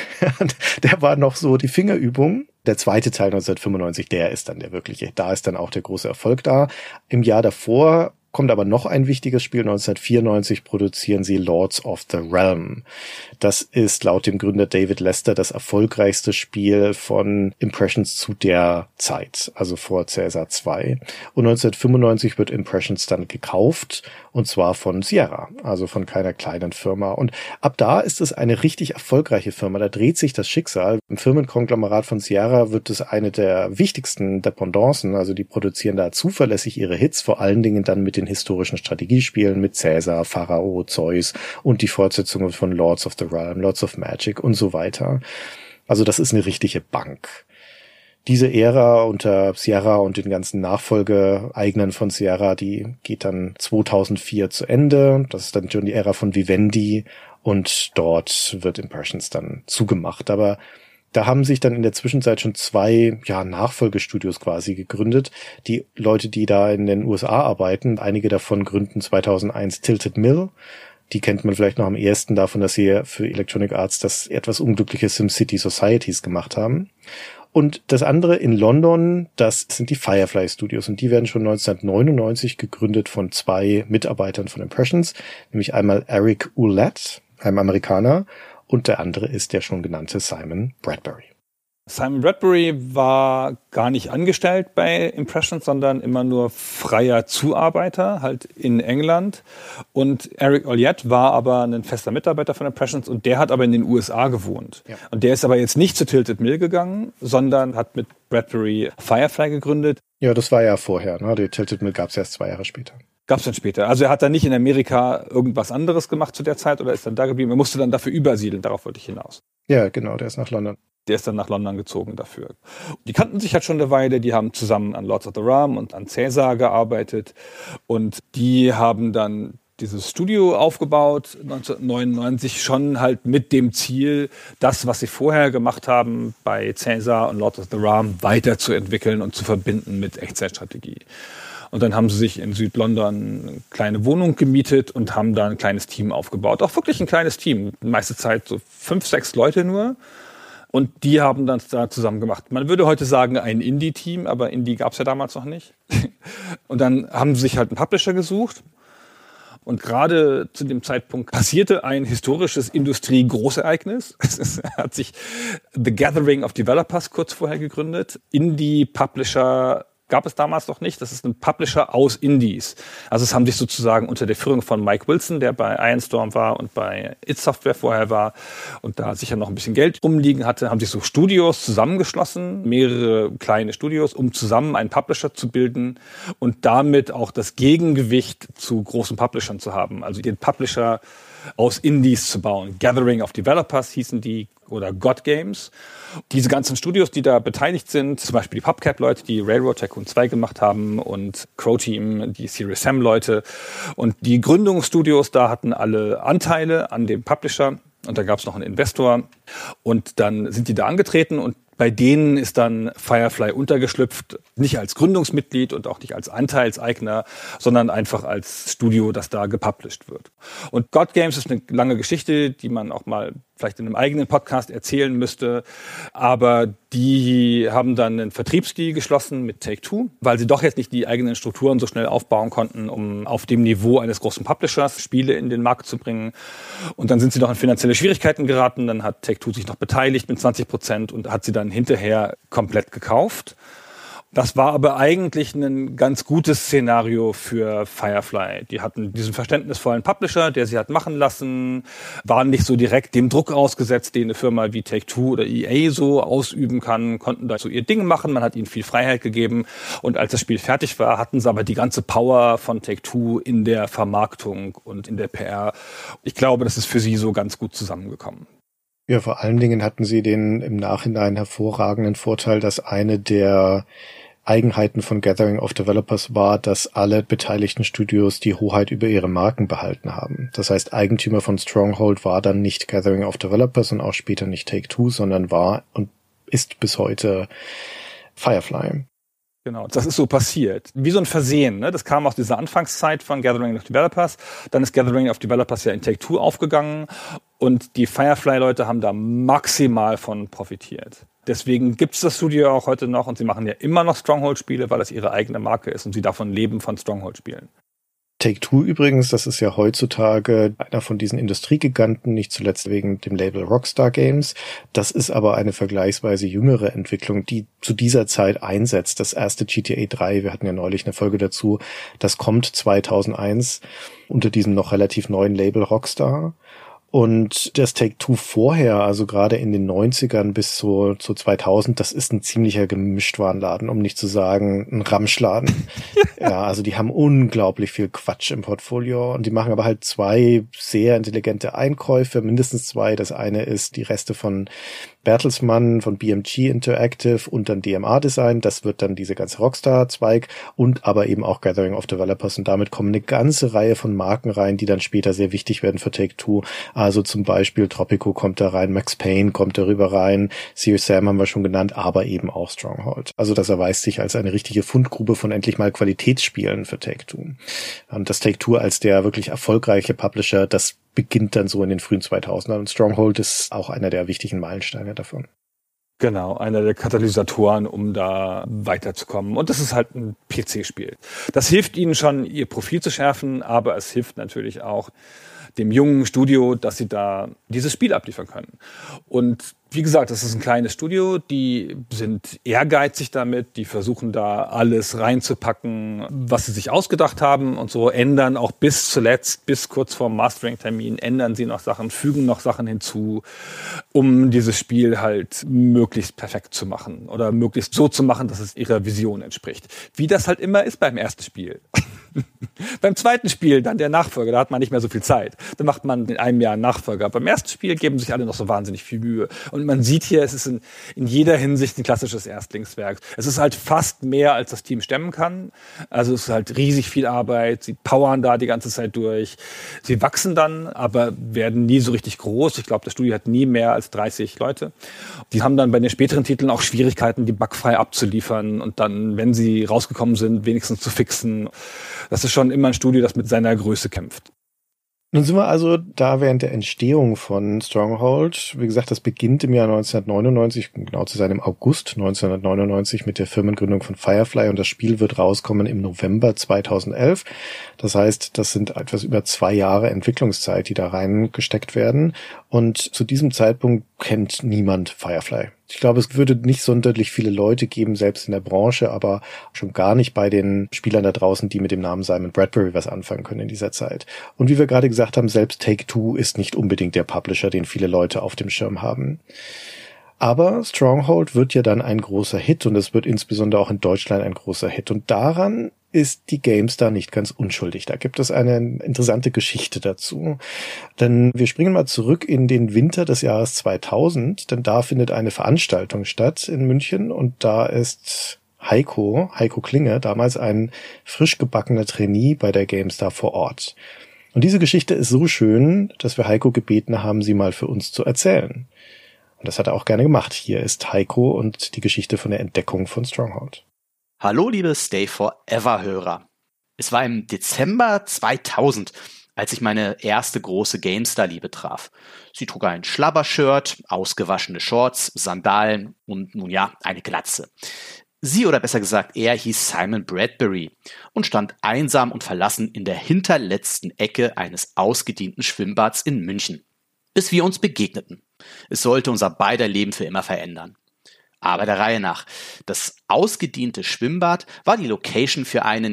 S4: Der war noch so die Fingerübung. Der zweite Teil neunzehnhundertfünfundneunzig, der ist dann der wirkliche. Da ist dann auch der große Erfolg da. Im Jahr davor kommt aber noch ein wichtiges Spiel. neunzehnhundertvierundneunzig produzieren sie Lords of the Realm. Das ist laut dem Gründer David Lester das erfolgreichste Spiel von Impressions zu der Zeit, also vor Cäsar zwei. Und neunzehnhundertfünfundneunzig wird Impressions dann gekauft, und zwar von Sierra, also von keiner kleinen Firma. Und ab da ist es eine richtig erfolgreiche Firma. Da dreht sich das Schicksal. Im Firmenkonglomerat von Sierra wird es eine der wichtigsten Dependancen, also die produzieren da zuverlässig ihre Hits, vor allen Dingen dann mit den historischen Strategiespielen, mit Cäsar, Pharao, Zeus und die Fortsetzungen von Lords of the Realm, Lords of Magic und so weiter. Also das ist eine richtige Bank. Diese Ära unter Sierra und den ganzen Nachfolgeeignern von Sierra, die geht dann zweitausendvier zu Ende. Das ist dann schon die Ära von Vivendi und dort wird Impressions dann zugemacht. Aber da haben sich dann in der Zwischenzeit schon zwei ja, Nachfolgestudios quasi gegründet. Die Leute, die da in den U S A arbeiten, einige davon gründen zweitausendeins Tilted Mill. Die kennt man vielleicht noch am ehesten davon, dass sie für Electronic Arts das etwas unglückliche SimCity Societies gemacht haben. Und das andere in London, das sind die Firefly Studios. Und die werden schon neunzehnhundertneunundneunzig gegründet von zwei Mitarbeitern von Impressions, nämlich einmal Eric Ouellette, einem Amerikaner, und der andere ist der schon genannte Simon Bradbury.
S3: Simon Bradbury war gar nicht angestellt bei Impressions, sondern immer nur freier Zuarbeiter, halt in England. Und Eric Ouellette war aber ein fester Mitarbeiter von Impressions und der hat aber in den U S A gewohnt. Ja. Und der ist aber jetzt nicht zu Tilted Mill gegangen, sondern hat mit Bradbury Firefly gegründet.
S4: Ja, das war ja vorher, ne? Die Tilted Mill gab es erst zwei Jahre später.
S3: Gab's dann später. Also er hat dann nicht in Amerika irgendwas anderes gemacht zu der Zeit oder ist dann da geblieben. Er musste dann dafür übersiedeln, darauf wollte ich hinaus.
S4: Ja, genau, der ist nach London.
S3: Der ist dann nach London gezogen dafür. Die kannten sich halt schon eine Weile, die haben zusammen an Lords of the Realm und an Cäsar gearbeitet und die haben dann dieses Studio aufgebaut, neunzehnhundertneunundneunzig, schon halt mit dem Ziel, das, was sie vorher gemacht haben bei Cäsar und Lords of the Realm, weiterzuentwickeln und zu verbinden mit Echtzeitstrategie. Und dann haben sie sich in Südlondon eine kleine Wohnung gemietet und haben da ein kleines Team aufgebaut. Auch wirklich ein kleines Team. Die meiste Zeit so fünf, sechs Leute nur. Und die haben dann da zusammen gemacht. Man würde heute sagen, ein Indie-Team, aber Indie gab es ja damals noch nicht. Und dann haben sie sich halt einen Publisher gesucht. Und gerade zu dem Zeitpunkt passierte ein historisches Industrie-Großereignis. Es hat sich The Gathering of Developers kurz vorher gegründet. Indie-Publisher gab es damals noch nicht. Das ist ein Publisher aus Indies. Also es haben sich sozusagen unter der Führung von Mike Wilson, der bei Ironstorm war und bei id Software vorher war und da sicher noch ein bisschen Geld rumliegen hatte, haben sich so Studios zusammengeschlossen, mehrere kleine Studios, um zusammen einen Publisher zu bilden und damit auch das Gegengewicht zu großen Publishern zu haben. Also den Publisher aus Indies zu bauen. Gathering of Developers hießen die oder God Games. Diese ganzen Studios, die da beteiligt sind, zum Beispiel die PubCap-Leute, die Railroad Tycoon zwei gemacht haben und Crow Team, die Serious Sam-Leute. Und die Gründungsstudios, da hatten alle Anteile an dem Publisher und da gab es noch einen Investor. Und dann sind die da angetreten und Bei denen ist dann Firefly untergeschlüpft, nicht als Gründungsmitglied und auch nicht als Anteilseigner, sondern einfach als Studio, das da gepublished wird. Und God Games ist eine lange Geschichte, die man auch mal vielleicht in einem eigenen Podcast erzählen müsste. Aber die haben dann einen Vertriebsdeal geschlossen mit Take-Two, weil sie doch jetzt nicht die eigenen Strukturen so schnell aufbauen konnten, um auf dem Niveau eines großen Publishers Spiele in den Markt zu bringen. Und dann sind sie doch in finanzielle Schwierigkeiten geraten. Dann hat Take-Two sich noch beteiligt mit zwanzig Prozent und hat sie dann hinterher komplett gekauft. Das war aber eigentlich ein ganz gutes Szenario für Firefly. Die hatten diesen verständnisvollen Publisher, der sie hat machen lassen, waren nicht so direkt dem Druck ausgesetzt, den eine Firma wie Take-Two oder E A so ausüben kann, konnten da so ihr Ding machen, man hat ihnen viel Freiheit gegeben. Und als das Spiel fertig war, hatten sie aber die ganze Power von Take-Two in der Vermarktung und in der P R. Ich glaube, das ist für sie so ganz gut zusammengekommen.
S4: Ja, vor allen Dingen hatten sie den im Nachhinein hervorragenden Vorteil, dass eine der Eigenheiten von Gathering of Developers war, dass alle beteiligten Studios die Hoheit über ihre Marken behalten haben. Das heißt, Eigentümer von Stronghold war dann nicht Gathering of Developers und auch später nicht Take-Two, sondern war und ist bis heute Firefly.
S3: Genau, das ist so passiert. Wie so ein Versehen, ne? Das kam aus dieser Anfangszeit von Gathering of Developers. Dann ist Gathering of Developers ja in Take-Two aufgegangen und die Firefly-Leute haben da maximal von profitiert. Deswegen gibt's das Studio auch heute noch und sie machen ja immer noch Stronghold-Spiele, weil das ihre eigene Marke ist und sie davon leben von Stronghold-Spielen.
S4: Take-Two übrigens, das ist ja heutzutage einer von diesen Industriegiganten, nicht zuletzt wegen dem Label Rockstar Games. Das ist aber eine vergleichsweise jüngere Entwicklung, die zu dieser Zeit einsetzt. Das erste G T A drei, wir hatten ja neulich eine Folge dazu, das kommt zweitausendeins unter diesem noch relativ neuen Label Rockstar. Und das Take-Two vorher, also gerade in den neunzigern bis zu, zu zweitausend, das ist ein ziemlicher Gemischtwarenladen, um nicht zu sagen ein Ramschladen. Ja, also die haben unglaublich viel Quatsch im Portfolio und die machen aber halt zwei sehr intelligente Einkäufe, mindestens zwei. Das eine ist die Reste von Bertelsmann, von B M G Interactive und dann D M A Design. Das wird dann diese ganze Rockstar-Zweig und aber eben auch Gathering of Developers. Und damit kommen eine ganze Reihe von Marken rein, die dann später sehr wichtig werden für Take-Two. Also zum Beispiel Tropico kommt da rein, Max Payne kommt darüber rein, Serious Sam haben wir schon genannt, aber eben auch Stronghold. Also das erweist sich als eine richtige Fundgrube von endlich mal Qualitätsspielen für Take-Two. Und das Take-Two als der wirklich erfolgreiche Publisher, das beginnt dann so in den frühen zweitausendern und Stronghold ist auch einer der wichtigen Meilensteine davon.
S3: Genau, einer der Katalysatoren, um da weiterzukommen. Und das ist halt ein P C-Spiel. Das hilft ihnen schon, ihr Profil zu schärfen, aber es hilft natürlich auch dem jungen Studio, dass sie da dieses Spiel abliefern können. Und wie gesagt, das ist ein kleines Studio, die sind ehrgeizig damit, die versuchen da alles reinzupacken, was sie sich ausgedacht haben und so, ändern auch bis zuletzt, bis kurz vorm Mastering-Termin, ändern sie noch Sachen, fügen noch Sachen hinzu, um dieses Spiel halt möglichst perfekt zu machen oder möglichst so zu machen, dass es ihrer Vision entspricht. Wie das halt immer ist beim ersten Spiel. Beim zweiten Spiel, dann der Nachfolger, da hat man nicht mehr so viel Zeit. Da macht man in einem Jahr einen Nachfolger. Beim ersten Spiel geben sich alle noch so wahnsinnig viel Mühe. Und man sieht hier, es ist in, in jeder Hinsicht ein klassisches Erstlingswerk. Es ist halt fast mehr, als das Team stemmen kann. Also es ist halt riesig viel Arbeit. Sie powern da die ganze Zeit durch. Sie wachsen dann, aber werden nie so richtig groß. Ich glaube, das Studio hat nie mehr als dreißig Leute. Die haben dann bei den späteren Titeln auch Schwierigkeiten, die bugfrei abzuliefern und dann, wenn sie rausgekommen sind, wenigstens zu fixen. Das ist schon immer ein Studio, das mit seiner Größe kämpft.
S4: Nun sind wir also da während der Entstehung von Stronghold. Wie gesagt, das beginnt im Jahr neunzehnhundertneunundneunzig, genau zu sein im August neunzehnhundertneunundneunzig mit der Firmengründung von Firefly und das Spiel wird rauskommen im November zweitausendelf. Das heißt, das sind etwas über zwei Jahre Entwicklungszeit, die da reingesteckt werden und zu diesem Zeitpunkt kennt niemand Firefly. Ich glaube, es würde nicht sonderlich viele Leute geben, selbst in der Branche, aber schon gar nicht bei den Spielern da draußen, die mit dem Namen Simon Bradbury was anfangen können in dieser Zeit. Und wie wir gerade gesagt haben, selbst Take-Two ist nicht unbedingt der Publisher, den viele Leute auf dem Schirm haben. Aber Stronghold wird ja dann ein großer Hit und es wird insbesondere auch in Deutschland ein großer Hit. Und daran ist die GameStar nicht ganz unschuldig. Da gibt es eine interessante Geschichte dazu. Denn wir springen mal zurück in den Winter des Jahres zweitausend, denn da findet eine Veranstaltung statt in München und da ist Heiko, Heiko Klinge, damals ein frisch gebackener Trainee bei der GameStar vor Ort. Und diese Geschichte ist so schön, dass wir Heiko gebeten haben, sie mal für uns zu erzählen. Und das hat er auch gerne gemacht. Hier ist Heiko und die Geschichte von der Entdeckung von Stronghold.
S7: Hallo liebe Stay Forever-Hörer. Es war im Dezember zweitausend, als ich meine erste große GameStar-Liebe traf. Sie trug ein Schlabbershirt, ausgewaschene Shorts, Sandalen und nun ja, eine Glatze. Sie, oder besser gesagt er, hieß Simon Bradbury und stand einsam und verlassen in der hinterletzten Ecke eines ausgedienten Schwimmbads in München, bis wir uns begegneten. Es sollte unser beider Leben für immer verändern. Aber der Reihe nach. Das ausgediente Schwimmbad war die Location für einen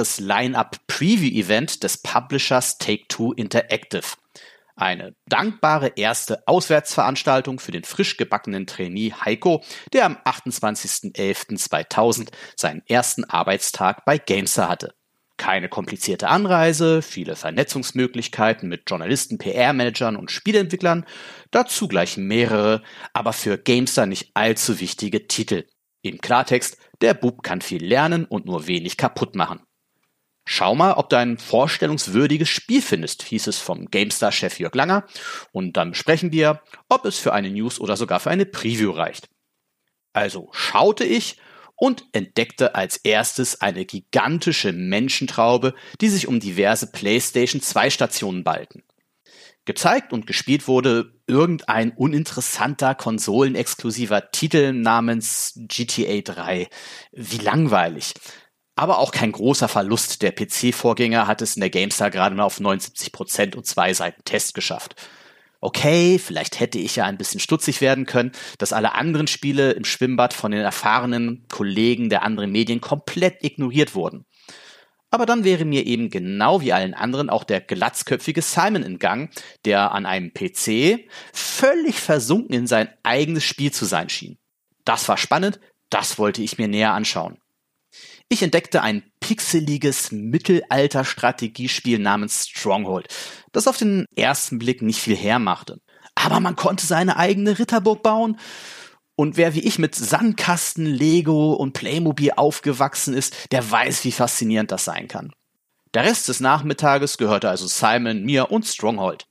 S7: Jahres-Line-Up-Preview-Event des Publishers Take-Two Interactive. Eine dankbare erste Auswärtsveranstaltung für den frisch gebackenen Trainee Heiko, der am achtundzwanzigsten elften zweitausend seinen ersten Arbeitstag bei GameStar hatte. Keine komplizierte Anreise, viele Vernetzungsmöglichkeiten mit Journalisten, P R-Managern und Spieleentwicklern, dazu gleich mehrere, aber für GameStar nicht allzu wichtige Titel. Im Klartext, der Bub kann viel lernen und nur wenig kaputt machen. Schau mal, ob du ein vorstellungswürdiges Spiel findest, hieß es vom GameStar-Chef Jörg Langer, und dann besprechen wir, ob es für eine News oder sogar für eine Preview reicht. Also schaute ich und entdeckte als erstes eine gigantische Menschentraube, die sich um diverse PlayStation zwei Stationen ballten. Gezeigt und gespielt wurde irgendein uninteressanter konsolenexklusiver Titel namens G T A drei. Wie langweilig. Aber auch kein großer Verlust. Der P C-Vorgänger hat es in der GameStar gerade mal auf neunundsiebzig Prozent und zwei Seiten Test geschafft. Okay, vielleicht hätte ich ja ein bisschen stutzig werden können, dass alle anderen Spiele im Schwimmbad von den erfahrenen Kollegen der anderen Medien komplett ignoriert wurden. Aber dann wäre mir eben genau wie allen anderen auch der glatzköpfige Simon entgangen, der an einem P C völlig versunken in sein eigenes Spiel zu sein schien. Das war spannend, das wollte ich mir näher anschauen. Ich entdeckte ein pixeliges Mittelalter-Strategiespiel namens Stronghold, das auf den ersten Blick nicht viel hermachte. Aber man konnte seine eigene Ritterburg bauen. Und wer wie ich mit Sandkasten, Lego und Playmobil aufgewachsen ist, der weiß, wie faszinierend das sein kann. Der Rest des Nachmittages gehörte also Simon, mir und Stronghold.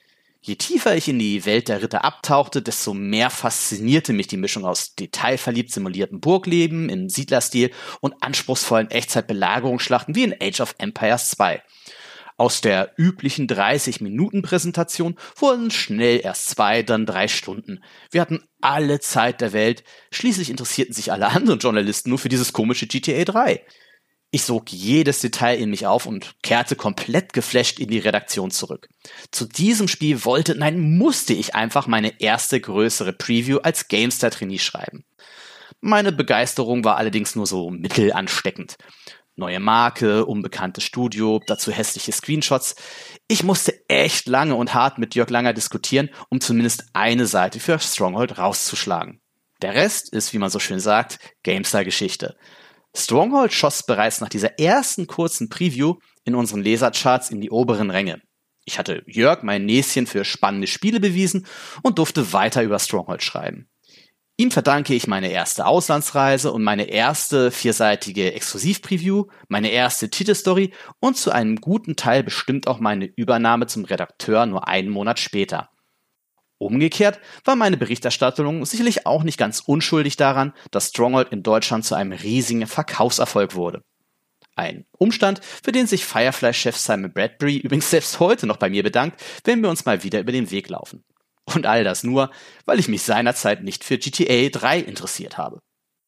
S7: Je tiefer ich in die Welt der Ritter abtauchte, desto mehr faszinierte mich die Mischung aus detailverliebt simuliertem Burgleben im Siedlerstil und anspruchsvollen Echtzeit-Belagerungsschlachten wie in Age of Empires zwei. Aus der üblichen dreißig-Minuten-Präsentation wurden schnell erst zwei, dann drei Stunden. Wir hatten alle Zeit der Welt, schließlich interessierten sich alle anderen Journalisten nur für dieses komische G T A drei. Ich sog jedes Detail in mich auf und kehrte komplett geflasht in die Redaktion zurück. Zu diesem Spiel wollte, nein, musste ich einfach meine erste größere Preview als GameStar-Trainee schreiben. Meine Begeisterung war allerdings nur so mittelansteckend. Neue Marke, unbekanntes Studio, dazu hässliche Screenshots. Ich musste echt lange und hart mit Jörg Langer diskutieren, um zumindest eine Seite für Stronghold rauszuschlagen. Der Rest ist, wie man so schön sagt, GameStar-Geschichte. Stronghold schoss bereits nach dieser ersten kurzen Preview in unseren Lesercharts in die oberen Ränge. Ich hatte Jörg mein Näschen für spannende Spiele bewiesen und durfte weiter über Stronghold schreiben. Ihm verdanke ich meine erste Auslandsreise und meine erste vierseitige Exklusiv-Preview, meine erste Titelstory und zu einem guten Teil bestimmt auch meine Übernahme zum Redakteur nur einen Monat später. Umgekehrt war meine Berichterstattung sicherlich auch nicht ganz unschuldig daran, dass Stronghold in Deutschland zu einem riesigen Verkaufserfolg wurde. Ein Umstand, für den sich Firefly-Chef Simon Bradbury übrigens selbst heute noch bei mir bedankt, wenn wir uns mal wieder über den Weg laufen. Und all das nur, weil ich mich seinerzeit nicht für G T A drei interessiert habe.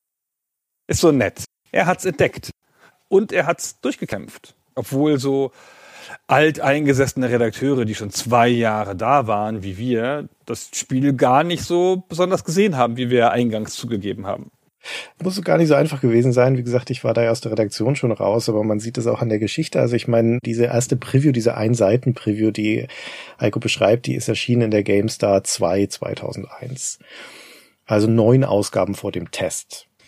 S3: Ist so nett. Er hat's entdeckt. Und er hat's durchgekämpft. Obwohl so alteingesessene Redakteure, die schon zwei Jahre da waren, wie wir, das Spiel gar nicht so besonders gesehen haben, wie wir eingangs zugegeben haben.
S4: Muss gar nicht so einfach gewesen sein. Wie gesagt, ich war da ja aus der Redaktion schon raus, aber man sieht es auch an der Geschichte. Also ich meine, diese erste Preview, diese Ein-Seiten-Preview, die Heiko beschreibt, die ist erschienen in der GameStar zwei zweitausendeins. Also neun Ausgaben vor dem Test.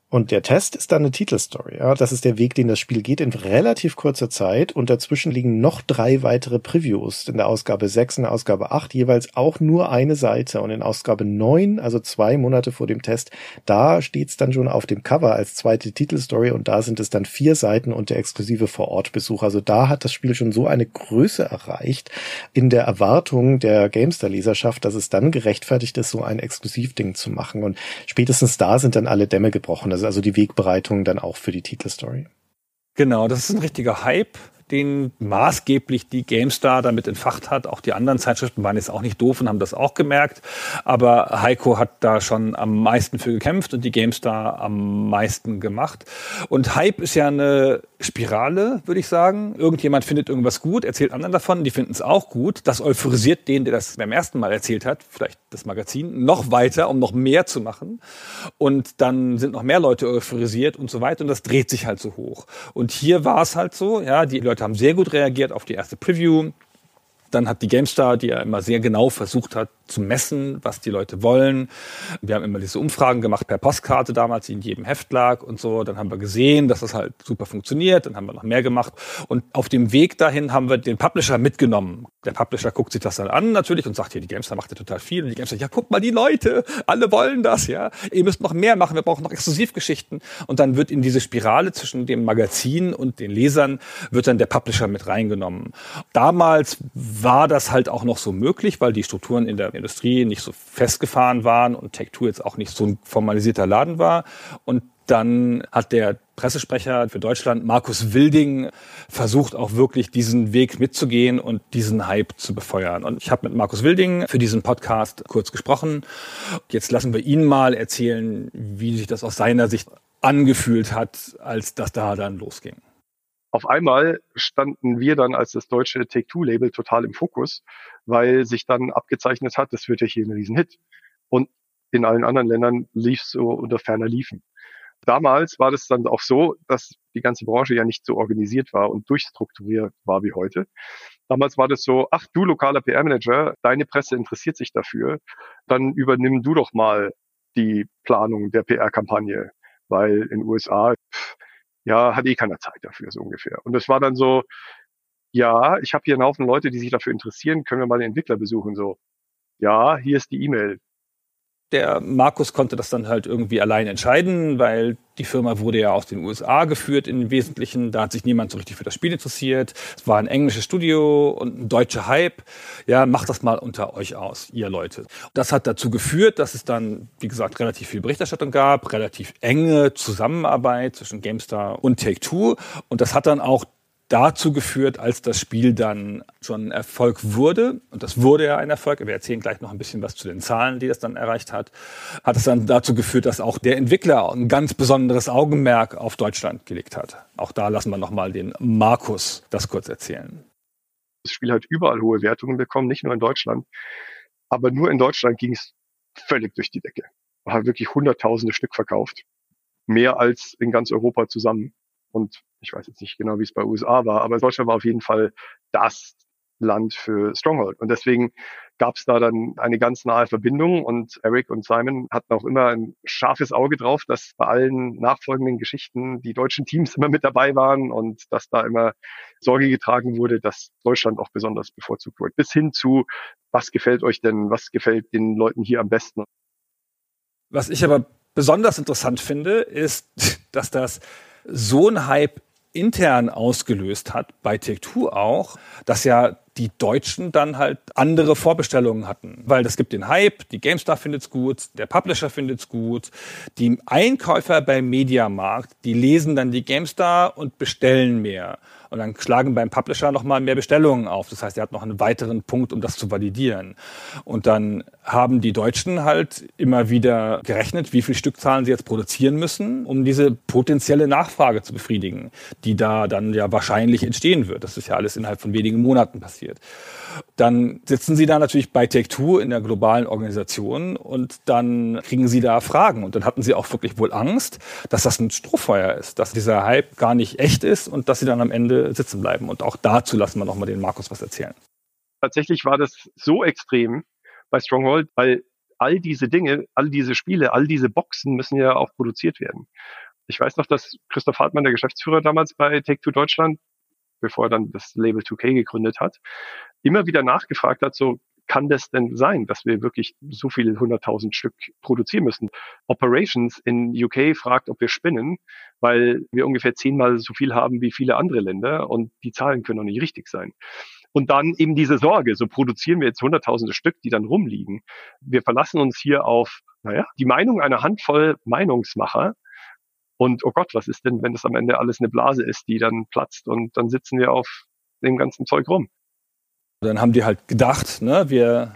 S4: Und der Test ist dann eine Titelstory. Ja, das ist der Weg, den das Spiel geht in relativ kurzer Zeit. Und dazwischen liegen noch drei weitere Previews. In der Ausgabe sechs und der Ausgabe acht jeweils auch nur eine Seite. Und in Ausgabe neun, also zwei Monate vor dem Test, da steht's dann schon auf dem Cover als zweite Titelstory. Und da sind es dann vier Seiten und der exklusive Vor-Ort-Besuch. Also da hat das Spiel schon so eine Größe erreicht in der Erwartung der GameStar-Leserschaft, dass es dann gerechtfertigt ist, so ein Exklusivding zu machen. Und spätestens da sind dann alle Dämme gebrochen. Das ist also die Wegbereitung dann auch für die Titelstory.
S3: Genau, das ist ein richtiger Hype, den maßgeblich die GameStar damit entfacht hat. Auch die anderen Zeitschriften waren jetzt auch nicht doof und haben das auch gemerkt. Aber Heiko hat da schon am meisten für gekämpft und die GameStar am meisten gemacht. Und Hype ist ja eine Spirale, würde ich sagen. Irgendjemand findet irgendwas gut, erzählt anderen davon, die finden es auch gut. Das euphorisiert den, der das beim ersten Mal erzählt hat, vielleicht das Magazin, noch weiter, um noch mehr zu machen. Und dann sind noch mehr Leute euphorisiert und so weiter. Und das dreht sich halt so hoch. Und hier war es halt so, ja, die Leute haben sehr gut reagiert auf die erste Preview. Dann hat die GameStar, die ja immer sehr genau versucht hat zu messen, was die Leute wollen. Wir haben immer diese Umfragen gemacht per Postkarte damals, die in jedem Heft lag und so. Dann haben wir gesehen, dass das halt super funktioniert. Dann haben wir noch mehr gemacht. Und auf dem Weg dahin haben wir den Publisher mitgenommen. Der Publisher guckt sich das dann an natürlich und sagt, hier, die GameStar macht ja total viel. Und die GameStar, ja, guck mal, die Leute, alle wollen das, ja. Ihr müsst noch mehr machen, wir brauchen noch Exklusivgeschichten. Und dann wird in diese Spirale zwischen dem Magazin und den Lesern, wird dann der Publisher mit reingenommen. Damals war das halt auch noch so möglich, weil die Strukturen in der Industrie nicht so festgefahren waren und Take-Two jetzt auch nicht so ein formalisierter Laden war. Und dann hat der Pressesprecher für Deutschland, Markus Wilding, versucht auch wirklich diesen Weg mitzugehen und diesen Hype zu befeuern. Und ich habe mit Markus Wilding für diesen Podcast kurz gesprochen. Jetzt lassen wir ihn mal erzählen, wie sich das aus seiner Sicht angefühlt hat, als das da dann losging.
S8: Auf einmal standen wir dann als das deutsche Take-Two-Label total im Fokus, weil sich dann abgezeichnet hat, das wird ja hier ein Riesenhit. Und in allen anderen Ländern lief es so unter ferner Liefen. Damals war das dann auch so, dass die ganze Branche ja nicht so organisiert war und durchstrukturiert war wie heute. Damals war das so, ach du lokaler P R-Manager, deine Presse interessiert sich dafür, dann übernimm du doch mal die Planung der P R-Kampagne, weil in den U S A, pff, ja, hat eh keiner Zeit dafür, so ungefähr. Und das war dann so, ja, ich habe hier einen Haufen Leute, die sich dafür interessieren, können wir mal den Entwickler besuchen, so, ja, hier ist die E-Mail.
S3: Der Markus konnte das dann halt irgendwie allein entscheiden, weil die Firma wurde ja aus den U S A geführt im Wesentlichen. Da hat sich niemand so richtig für das Spiel interessiert. Es war ein englisches Studio und ein deutscher Hype. Ja, macht das mal unter euch aus, ihr Leute. Das hat dazu geführt, dass es dann, wie gesagt, relativ viel Berichterstattung gab, relativ enge Zusammenarbeit zwischen GameStar und Take-Two. Und das hat dann auch dazu geführt, als das Spiel dann schon ein Erfolg wurde, und das wurde ja ein Erfolg, wir erzählen gleich noch ein bisschen was zu den Zahlen, die das dann erreicht hat, hat es dann dazu geführt, dass auch der Entwickler ein ganz besonderes Augenmerk auf Deutschland gelegt hat. Auch da lassen wir nochmal den Markus das kurz erzählen.
S8: Das Spiel hat überall hohe Wertungen bekommen, nicht nur in Deutschland, aber nur in Deutschland ging es völlig durch die Decke. Man hat wirklich hunderttausende Stück verkauft, mehr als in ganz Europa zusammen. Und ich weiß jetzt nicht genau, wie es bei U S A war, aber Deutschland war auf jeden Fall das Land für Stronghold. Und deswegen gab es da dann eine ganz nahe Verbindung. Und Eric und Simon hatten auch immer ein scharfes Auge drauf, dass bei allen nachfolgenden Geschichten die deutschen Teams immer mit dabei waren und dass da immer Sorge getragen wurde, dass Deutschland auch besonders bevorzugt wird. Bis hin zu, was gefällt euch denn, was gefällt den Leuten hier am besten?
S3: Was ich aber besonders interessant finde, ist, dass das so ein Hype intern ausgelöst hat, bei Take-Two auch, dass ja die Deutschen dann halt andere Vorbestellungen hatten. Weil das gibt den Hype, die GameStar findet's gut, der Publisher findet's gut, die Einkäufer beim Mediamarkt, die lesen dann die GameStar und bestellen mehr. Und dann schlagen beim Publisher nochmal mehr Bestellungen auf. Das heißt, er hat noch einen weiteren Punkt, um das zu validieren. Und dann haben die Deutschen halt immer wieder gerechnet, wie viel Stückzahlen sie jetzt produzieren müssen, um diese potenzielle Nachfrage zu befriedigen, die da dann ja wahrscheinlich entstehen wird. Das ist ja alles innerhalb von wenigen Monaten passiert. Dann sitzen sie da natürlich bei Take-Two in der globalen Organisation und dann kriegen sie da Fragen. Und dann hatten sie auch wirklich wohl Angst, dass das ein Strohfeuer ist, dass dieser Hype gar nicht echt ist und dass sie dann am Ende sitzen bleiben. Und auch dazu lassen wir nochmal den Markus was erzählen.
S8: Tatsächlich war das so extrem bei Stronghold, weil all diese Dinge, all diese Spiele, all diese Boxen müssen ja auch produziert werden. Ich weiß noch, dass Christoph Hartmann, der Geschäftsführer damals bei Take-Two Deutschland, bevor er dann das Label zwei K gegründet hat, immer wieder nachgefragt hat, so, kann das denn sein, dass wir wirklich so viele hunderttausend Stück produzieren müssen? Operations in U K fragt, ob wir spinnen, weil wir ungefähr zehnmal so viel haben wie viele andere Länder und die Zahlen können doch nicht richtig sein. Und dann eben diese Sorge, so produzieren wir jetzt hunderttausende Stück, die dann rumliegen. Wir verlassen uns hier auf, naja, die Meinung einer Handvoll Meinungsmacher. Und oh Gott, was ist denn, wenn das am Ende alles eine Blase ist, die dann platzt und dann sitzen wir auf dem ganzen Zeug rum?
S3: Dann haben die halt gedacht, ne, wir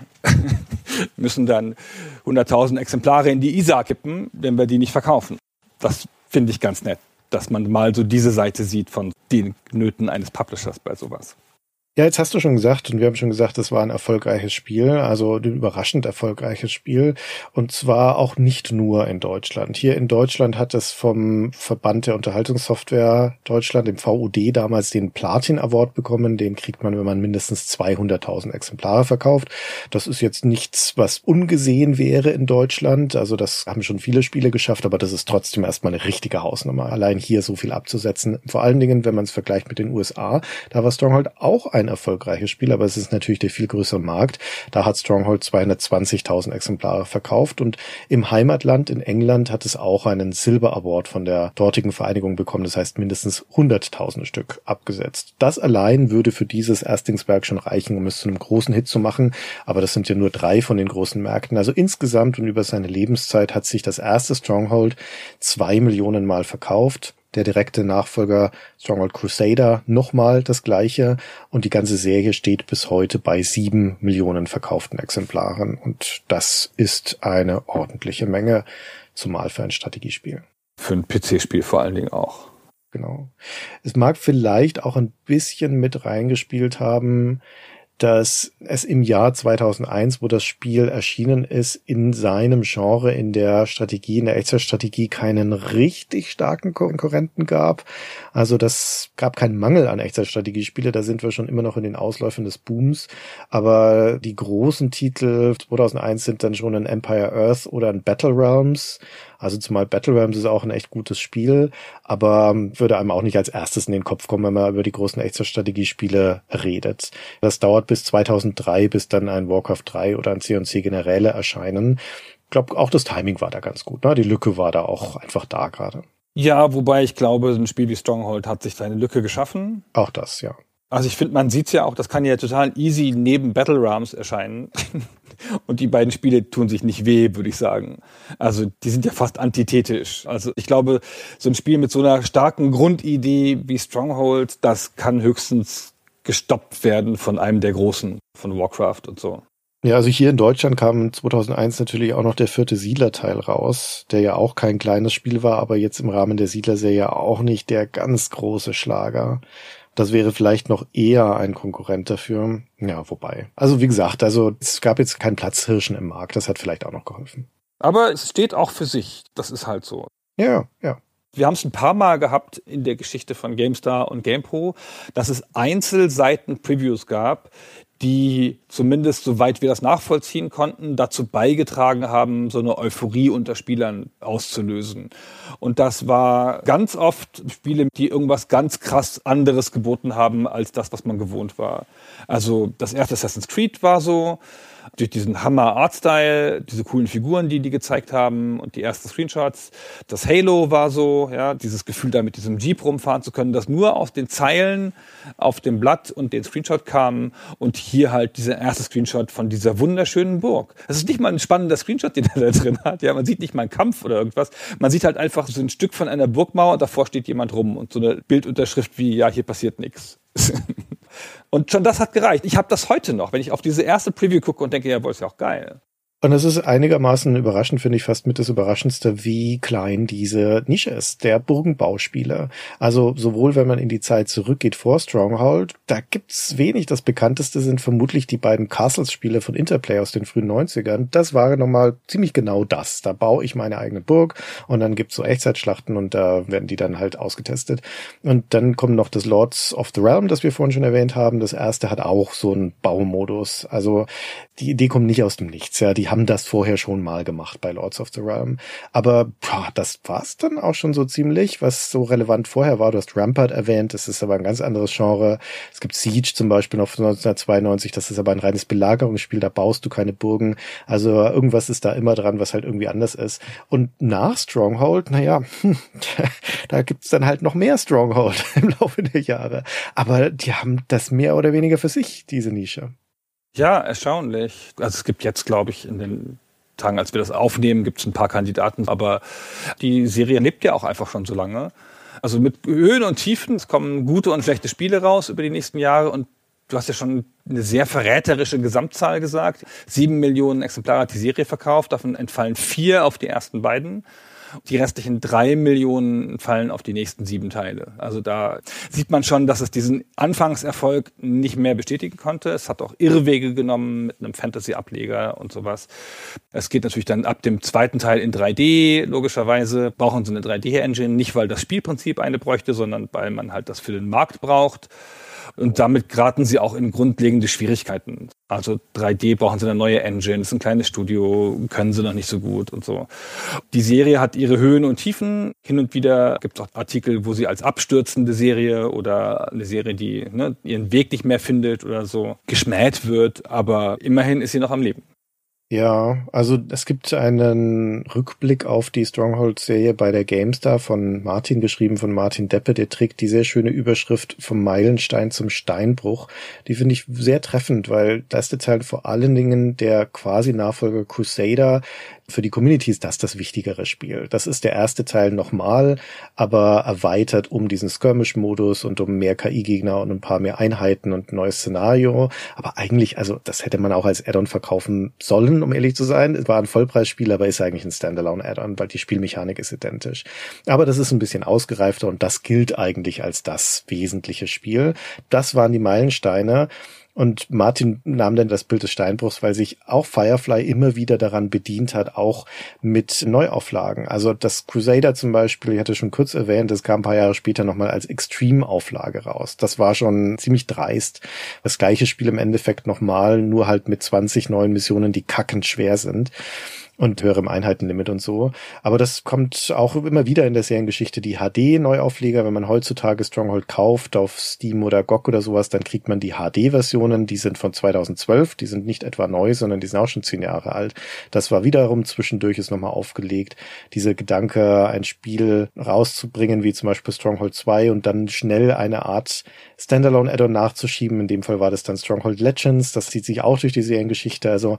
S3: müssen dann hunderttausend Exemplare in die I S A kippen, wenn wir die nicht verkaufen. Das finde ich ganz nett, dass man mal so diese Seite sieht von den Nöten eines Publishers bei sowas.
S4: Ja, jetzt hast du schon gesagt, und wir haben schon gesagt, das war ein erfolgreiches Spiel, also ein überraschend erfolgreiches Spiel, und zwar auch nicht nur in Deutschland. Hier in Deutschland hat es vom Verband der Unterhaltungssoftware Deutschland, dem V U D, damals den Platin Award bekommen. Den kriegt man, wenn man mindestens zweihunderttausend Exemplare verkauft. Das ist jetzt nichts, was ungesehen wäre in Deutschland. Also das haben schon viele Spiele geschafft, aber das ist trotzdem erstmal eine richtige Hausnummer, allein hier so viel abzusetzen. Vor allen Dingen, wenn man es vergleicht mit den U S A, da war Stronghold auch ein erfolgreiches Spiel, aber es ist natürlich der viel größere Markt. Da hat Stronghold zweihundertzwanzigtausend Exemplare verkauft und im Heimatland in England hat es auch einen Silver Award von der dortigen Vereinigung bekommen. Das heißt mindestens hunderttausend Stück abgesetzt. Das allein würde für dieses Erstlingswerk schon reichen, um es zu einem großen Hit zu machen. Aber das sind ja nur drei von den großen Märkten. Also insgesamt und über seine Lebenszeit hat sich das erste Stronghold zwei Millionen Mal verkauft. Der direkte Nachfolger Stronghold Crusader nochmal das gleiche und die ganze Serie steht bis heute bei sieben Millionen verkauften Exemplaren und das ist eine ordentliche Menge, zumal für ein Strategiespiel.
S3: Für ein P C-Spiel vor allen Dingen auch.
S4: Genau. Es mag vielleicht auch ein bisschen mit reingespielt haben, dass es im Jahr zweitausendeins, wo das Spiel erschienen ist, in seinem Genre, in der Strategie, in der Echtzeitstrategie keinen richtig starken Konkurrenten gab. Also das gab keinen Mangel an Echtzeitstrategiespiele, da sind wir schon immer noch in den Ausläufern des Booms. Aber die großen Titel zweitausendeins sind dann schon ein Empire Earth oder ein Battle Realms. Also zumal Battle Realms ist auch ein echt gutes Spiel, aber würde einem auch nicht als erstes in den Kopf kommen, wenn man über die großen Echtzeitstrategiespiele redet. Das dauert bis zweitausenddrei, bis dann ein Warcraft drei oder ein C und C Generäle erscheinen. Ich glaube, auch das Timing war da ganz gut, ne? Die Lücke war da auch einfach da gerade.
S3: Ja, wobei ich glaube, ein Spiel wie Stronghold hat sich seine Lücke geschaffen.
S4: Auch das, ja.
S3: Also ich finde, man sieht's ja auch, das kann ja total easy neben Battle Realms erscheinen. Und die beiden Spiele tun sich nicht weh, würde ich sagen. Also die sind ja fast antithetisch. Also ich glaube, so ein Spiel mit so einer starken Grundidee wie Stronghold, das kann höchstens gestoppt werden von einem der Großen, von Warcraft und so.
S4: Ja, also hier in Deutschland kam zweitausendeins natürlich auch noch der vierte Siedler-Teil raus, der ja auch kein kleines Spiel war, aber jetzt im Rahmen der Siedler-Serie auch nicht der ganz große Schlager. Das wäre vielleicht noch eher ein Konkurrent dafür. Ja, wobei. Also wie gesagt, also es gab jetzt keinen Platzhirschen im Markt. Das hat vielleicht auch noch geholfen.
S3: Aber es steht auch für sich. Das ist halt so.
S4: Ja, ja.
S3: Wir haben es ein paar Mal gehabt in der Geschichte von GameStar und GamePro, dass es Einzelseiten-Previews gab, die zumindest, soweit wir das nachvollziehen konnten, dazu beigetragen haben, so eine Euphorie unter Spielern auszulösen. Und das war ganz oft Spiele, die irgendwas ganz krass anderes geboten haben, als das, was man gewohnt war. Also das erste Assassin's Creed war so, durch diesen Hammer-Artstyle, diese coolen Figuren, die die gezeigt haben und die ersten Screenshots. Das Halo war so, ja, dieses Gefühl, da mit diesem Jeep rumfahren zu können, das nur aus den Zeilen auf dem Blatt und den Screenshot kam und hier halt dieser erste Screenshot von dieser wunderschönen Burg. Das ist nicht mal ein spannender Screenshot, den er da drin hat. Ja, man sieht nicht mal einen Kampf oder irgendwas. Man sieht halt einfach so ein Stück von einer Burgmauer und davor steht jemand rum und so eine Bildunterschrift wie, ja, hier passiert nichts. Und schon das hat gereicht. Ich habe das heute noch, wenn ich auf diese erste Preview gucke und denke, ja, wohl ist ja auch geil.
S4: Und es ist einigermaßen überraschend, finde ich fast mit das Überraschendste, wie klein diese Nische ist, der Burgenbauspieler. Also sowohl, wenn man in die Zeit zurückgeht vor Stronghold, da gibt's wenig. Das bekannteste sind vermutlich die beiden Castles-Spiele von Interplay aus den frühen neunzigern. Das war nochmal ziemlich genau das. Da baue ich meine eigene Burg und dann gibt's so Echtzeitschlachten und da werden die dann halt ausgetestet. Und dann kommt noch das Lords of the Realm, das wir vorhin schon erwähnt haben. Das erste hat auch so einen Baumodus. Also die Idee kommt nicht aus dem Nichts. Ja, die haben das vorher schon mal gemacht bei Lords of the Realm. Aber boah, das war's dann auch schon so ziemlich, was so relevant vorher war. Du hast Rampart erwähnt, das ist aber ein ganz anderes Genre. Es gibt Siege zum Beispiel noch von neunzehnhundertzweiundneunzig, das ist aber ein reines Belagerungsspiel, da baust du keine Burgen. Also irgendwas ist da immer dran, was halt irgendwie anders ist. Und nach Stronghold, naja, hm, da gibt's dann halt noch mehr Stronghold im Laufe der Jahre. Aber die haben das mehr oder weniger für sich, diese Nische.
S3: Ja, erstaunlich. Also es gibt jetzt, glaube ich, in den Tagen, als wir das aufnehmen, gibt es ein paar Kandidaten. Aber die Serie lebt ja auch einfach schon so lange. Also mit Höhen und Tiefen. Es kommen gute und schlechte Spiele raus über die nächsten Jahre. Und du hast ja schon eine sehr verräterische Gesamtzahl gesagt. Sieben Millionen Exemplare hat die Serie verkauft. Davon entfallen vier auf die ersten beiden. Die restlichen drei Millionen fallen auf die nächsten sieben Teile. Also da sieht man schon, dass es diesen Anfangserfolg nicht mehr bestätigen konnte. Es hat auch Irrwege genommen mit einem Fantasy-Ableger und sowas. Es geht natürlich dann ab dem zweiten Teil in drei D. Logischerweise brauchen sie eine drei D-Engine. Nicht, weil das Spielprinzip eine bräuchte, sondern weil man halt das für den Markt braucht. Und damit geraten sie auch in grundlegende Schwierigkeiten. Also drei D brauchen sie eine neue Engine, das ist ein kleines Studio, können sie noch nicht so gut und so. Die Serie hat ihre Höhen und Tiefen. Hin und wieder gibt es auch Artikel, wo sie als abstürzende Serie oder eine Serie, die ne, ihren Weg nicht mehr findet oder so, geschmäht wird. Aber immerhin ist sie noch am Leben.
S4: Ja, also es gibt einen Rückblick auf die Stronghold-Serie bei der GameStar von Martin, geschrieben von Martin Deppe. Der trägt die sehr schöne Überschrift vom Meilenstein zum Steinbruch. Die finde ich sehr treffend, weil der erste Teil vor allen Dingen der quasi Nachfolger Crusader, für die Community ist das das wichtigere Spiel. Das ist der erste Teil nochmal, aber erweitert um diesen Skirmish-Modus und um mehr K I-Gegner und ein paar mehr Einheiten und ein neues Szenario. Aber eigentlich, also das hätte man auch als Add-on verkaufen sollen, um ehrlich zu sein. Es war ein Vollpreisspiel, aber ist eigentlich ein Standalone-Add-on, weil die Spielmechanik ist identisch. Aber das ist ein bisschen ausgereifter und das gilt eigentlich als das wesentliche Spiel. Das waren die Meilensteine. Und Martin nahm dann das Bild des Steinbruchs, weil sich auch Firefly immer wieder daran bedient hat, auch mit Neuauflagen. Also das Crusader zum Beispiel, ich hatte schon kurz erwähnt, das kam ein paar Jahre später nochmal als Extreme-Auflage raus. Das war schon ziemlich dreist. Das gleiche Spiel im Endeffekt nochmal, nur halt mit zwanzig neuen Missionen, die kackend schwer sind. Und höherem Einheitenlimit und so. Aber das kommt auch immer wieder in der Seriengeschichte. Die H D-Neuaufleger, wenn man heutzutage Stronghold kauft auf Steam oder G O G oder sowas, dann kriegt man die H D-Versionen. Die sind von zweitausendzwölf. Die sind nicht etwa neu, sondern die sind auch schon zehn Jahre alt. Das war wiederum zwischendurch ist nochmal aufgelegt. Dieser Gedanke, ein Spiel rauszubringen, wie zum Beispiel Stronghold zwei und dann schnell eine Art Standalone-Add-on nachzuschieben. In dem Fall war das dann Stronghold Legends. Das zieht sich auch durch die Seriengeschichte. Also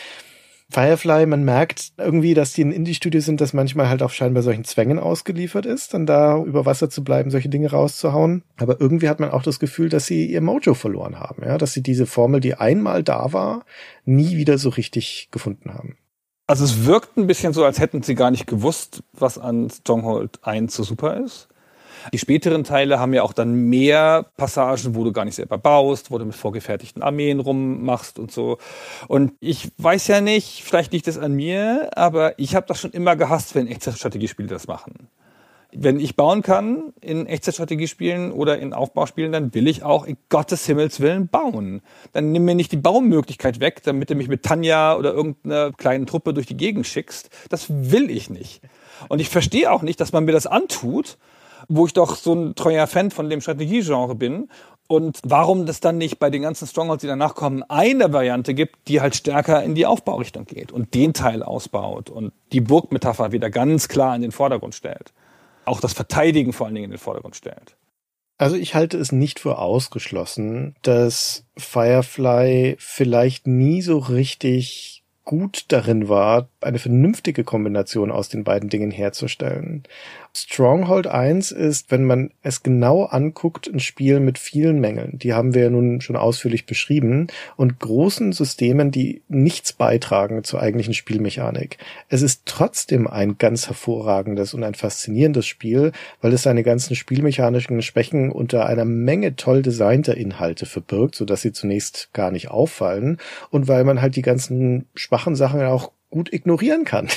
S4: Firefly, man merkt irgendwie, dass die ein Indie-Studio sind, das manchmal halt auch scheinbar solchen Zwängen ausgeliefert ist, dann da über Wasser zu bleiben, solche Dinge rauszuhauen. Aber irgendwie hat man auch das Gefühl, dass sie ihr Mojo verloren haben, ja, dass sie diese Formel, die einmal da war, nie wieder so richtig gefunden haben.
S3: Also es wirkt ein bisschen so, als hätten sie gar nicht gewusst, was an Stronghold eins so super ist. Die späteren Teile haben ja auch dann mehr Passagen, wo du gar nicht selber baust, wo du mit vorgefertigten Armeen rummachst und so. Und ich weiß ja nicht, vielleicht liegt es an mir, aber ich habe das schon immer gehasst, wenn Echtzeitstrategiespiele das machen. Wenn ich bauen kann in Echtzeitstrategiespielen oder in Aufbauspielen, dann will ich auch in Gottes Himmels Willen bauen. Dann nimm mir nicht die Baumöglichkeit weg, damit du mich mit Tanja oder irgendeiner kleinen Truppe durch die Gegend schickst. Das will ich nicht. Und ich verstehe auch nicht, dass man mir das antut, wo ich doch so ein treuer Fan von dem Strategiegenre bin. Und warum das dann nicht bei den ganzen Strongholds, die danach kommen, eine Variante gibt, die halt stärker in die Aufbaurichtung geht und den Teil ausbaut und die Burgmetapher wieder ganz klar in den Vordergrund stellt. Auch das Verteidigen vor allen Dingen in den Vordergrund stellt.
S4: Also ich halte es nicht für ausgeschlossen, dass Firefly vielleicht nie so richtig gut darin war, eine vernünftige Kombination aus den beiden Dingen herzustellen. Stronghold eins ist, wenn man es genau anguckt, ein Spiel mit vielen Mängeln. Die haben wir ja nun schon ausführlich beschrieben und großen Systemen, die nichts beitragen zur eigentlichen Spielmechanik. Es ist trotzdem ein ganz hervorragendes und ein faszinierendes Spiel, weil es seine ganzen spielmechanischen Schwächen unter einer Menge toll designter Inhalte verbirgt, sodass sie zunächst gar nicht auffallen und weil man halt die ganzen schwachen Sachen auch gut ignorieren kann,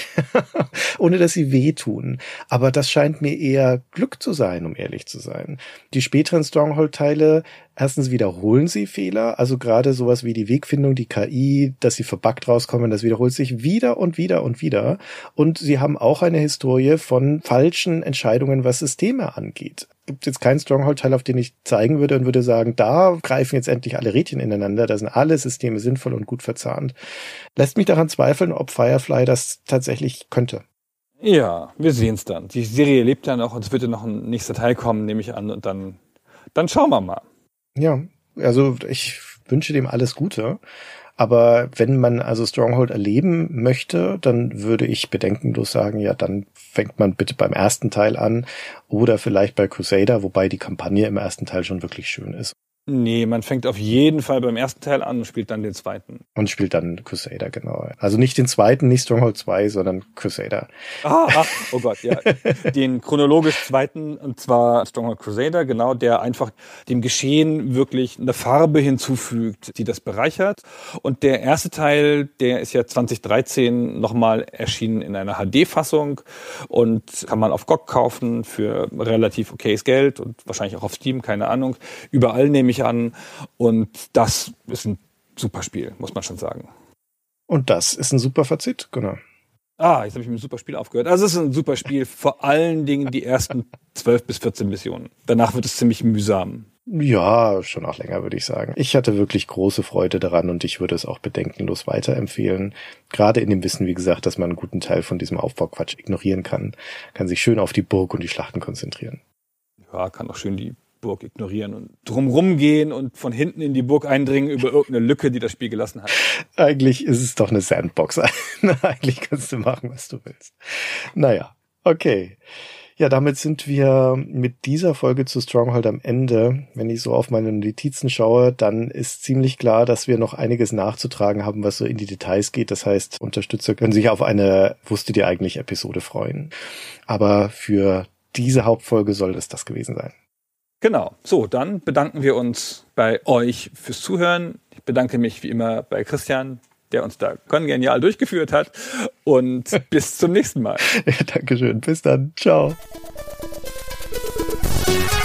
S4: ohne dass sie wehtun. Aber das scheint mir eher Glück zu sein, um ehrlich zu sein. Die späteren Stronghold-Teile, erstens wiederholen sie Fehler, also gerade sowas wie die Wegfindung, die K I, dass sie verbuggt rauskommen, das wiederholt sich wieder und wieder und wieder. Und sie haben auch eine Historie von falschen Entscheidungen, was Systeme angeht. Gibt jetzt keinen Stronghold-Teil, auf den ich zeigen würde und würde sagen, da greifen jetzt endlich alle Rädchen ineinander, da sind alle Systeme sinnvoll und gut verzahnt. Lässt mich daran zweifeln, ob Firefly das tatsächlich könnte.
S3: Ja, wir sehen es dann. Die Serie lebt ja noch und es wird ja noch ein nächster Teil kommen, nehme ich an, und dann, dann schauen wir mal.
S4: Ja, also ich wünsche dem alles Gute. Aber wenn man also Stronghold erleben möchte, dann würde ich bedenkenlos sagen, ja, dann fängt man bitte beim ersten Teil an oder vielleicht bei Crusader, wobei die Kampagne im ersten Teil schon wirklich schön ist.
S3: Nee, man fängt auf jeden Fall beim ersten Teil an und spielt dann den zweiten.
S4: Und spielt dann Crusader, genau. Also nicht den zweiten, nicht Stronghold zwei, sondern Crusader.
S3: Ah, ach, oh Gott, ja. Den chronologisch zweiten, und zwar Stronghold Crusader, genau, der einfach dem Geschehen wirklich eine Farbe hinzufügt, die das bereichert. Und der erste Teil, der ist ja zwanzig dreizehn nochmal erschienen in einer H D-Fassung und kann man auf G O G kaufen für relativ okayes Geld und wahrscheinlich auch auf Steam, keine Ahnung. Überall nehme ich an. Und das ist ein super Spiel, muss man schon sagen.
S4: Und das ist ein super Fazit, genau.
S3: Ah, jetzt habe ich mit dem super Spiel aufgehört. Also es ist ein super Spiel, vor allen Dingen die ersten zwölf bis vierzehn Missionen. Danach wird es ziemlich mühsam.
S4: Ja, schon auch länger, würde ich sagen. Ich hatte wirklich große Freude daran und ich würde es auch bedenkenlos weiterempfehlen. Gerade in dem Wissen, wie gesagt, dass man einen guten Teil von diesem Aufbauquatsch ignorieren kann. Kann sich schön auf die Burg und die Schlachten konzentrieren.
S3: Ja, kann auch schön die Burg ignorieren und drumrum gehen und von hinten in die Burg eindringen über irgendeine Lücke, die das Spiel gelassen hat.
S4: Eigentlich ist es doch eine Sandbox. Eigentlich kannst du machen, was du willst. Naja, okay. Ja, damit sind wir mit dieser Folge zu Stronghold am Ende. Wenn ich so auf meine Notizen schaue, dann ist ziemlich klar, dass wir noch einiges nachzutragen haben, was so in die Details geht. Das heißt, Unterstützer können sich auf eine Wusstet ihr eigentlich Episode freuen. Aber für diese Hauptfolge soll es das gewesen sein.
S3: Genau. So, dann bedanken wir uns bei euch fürs Zuhören. Ich bedanke mich wie immer bei Christian, der uns da kongenial durchgeführt hat. Und bis zum nächsten Mal.
S4: Ja, Dankeschön. Bis dann. Ciao.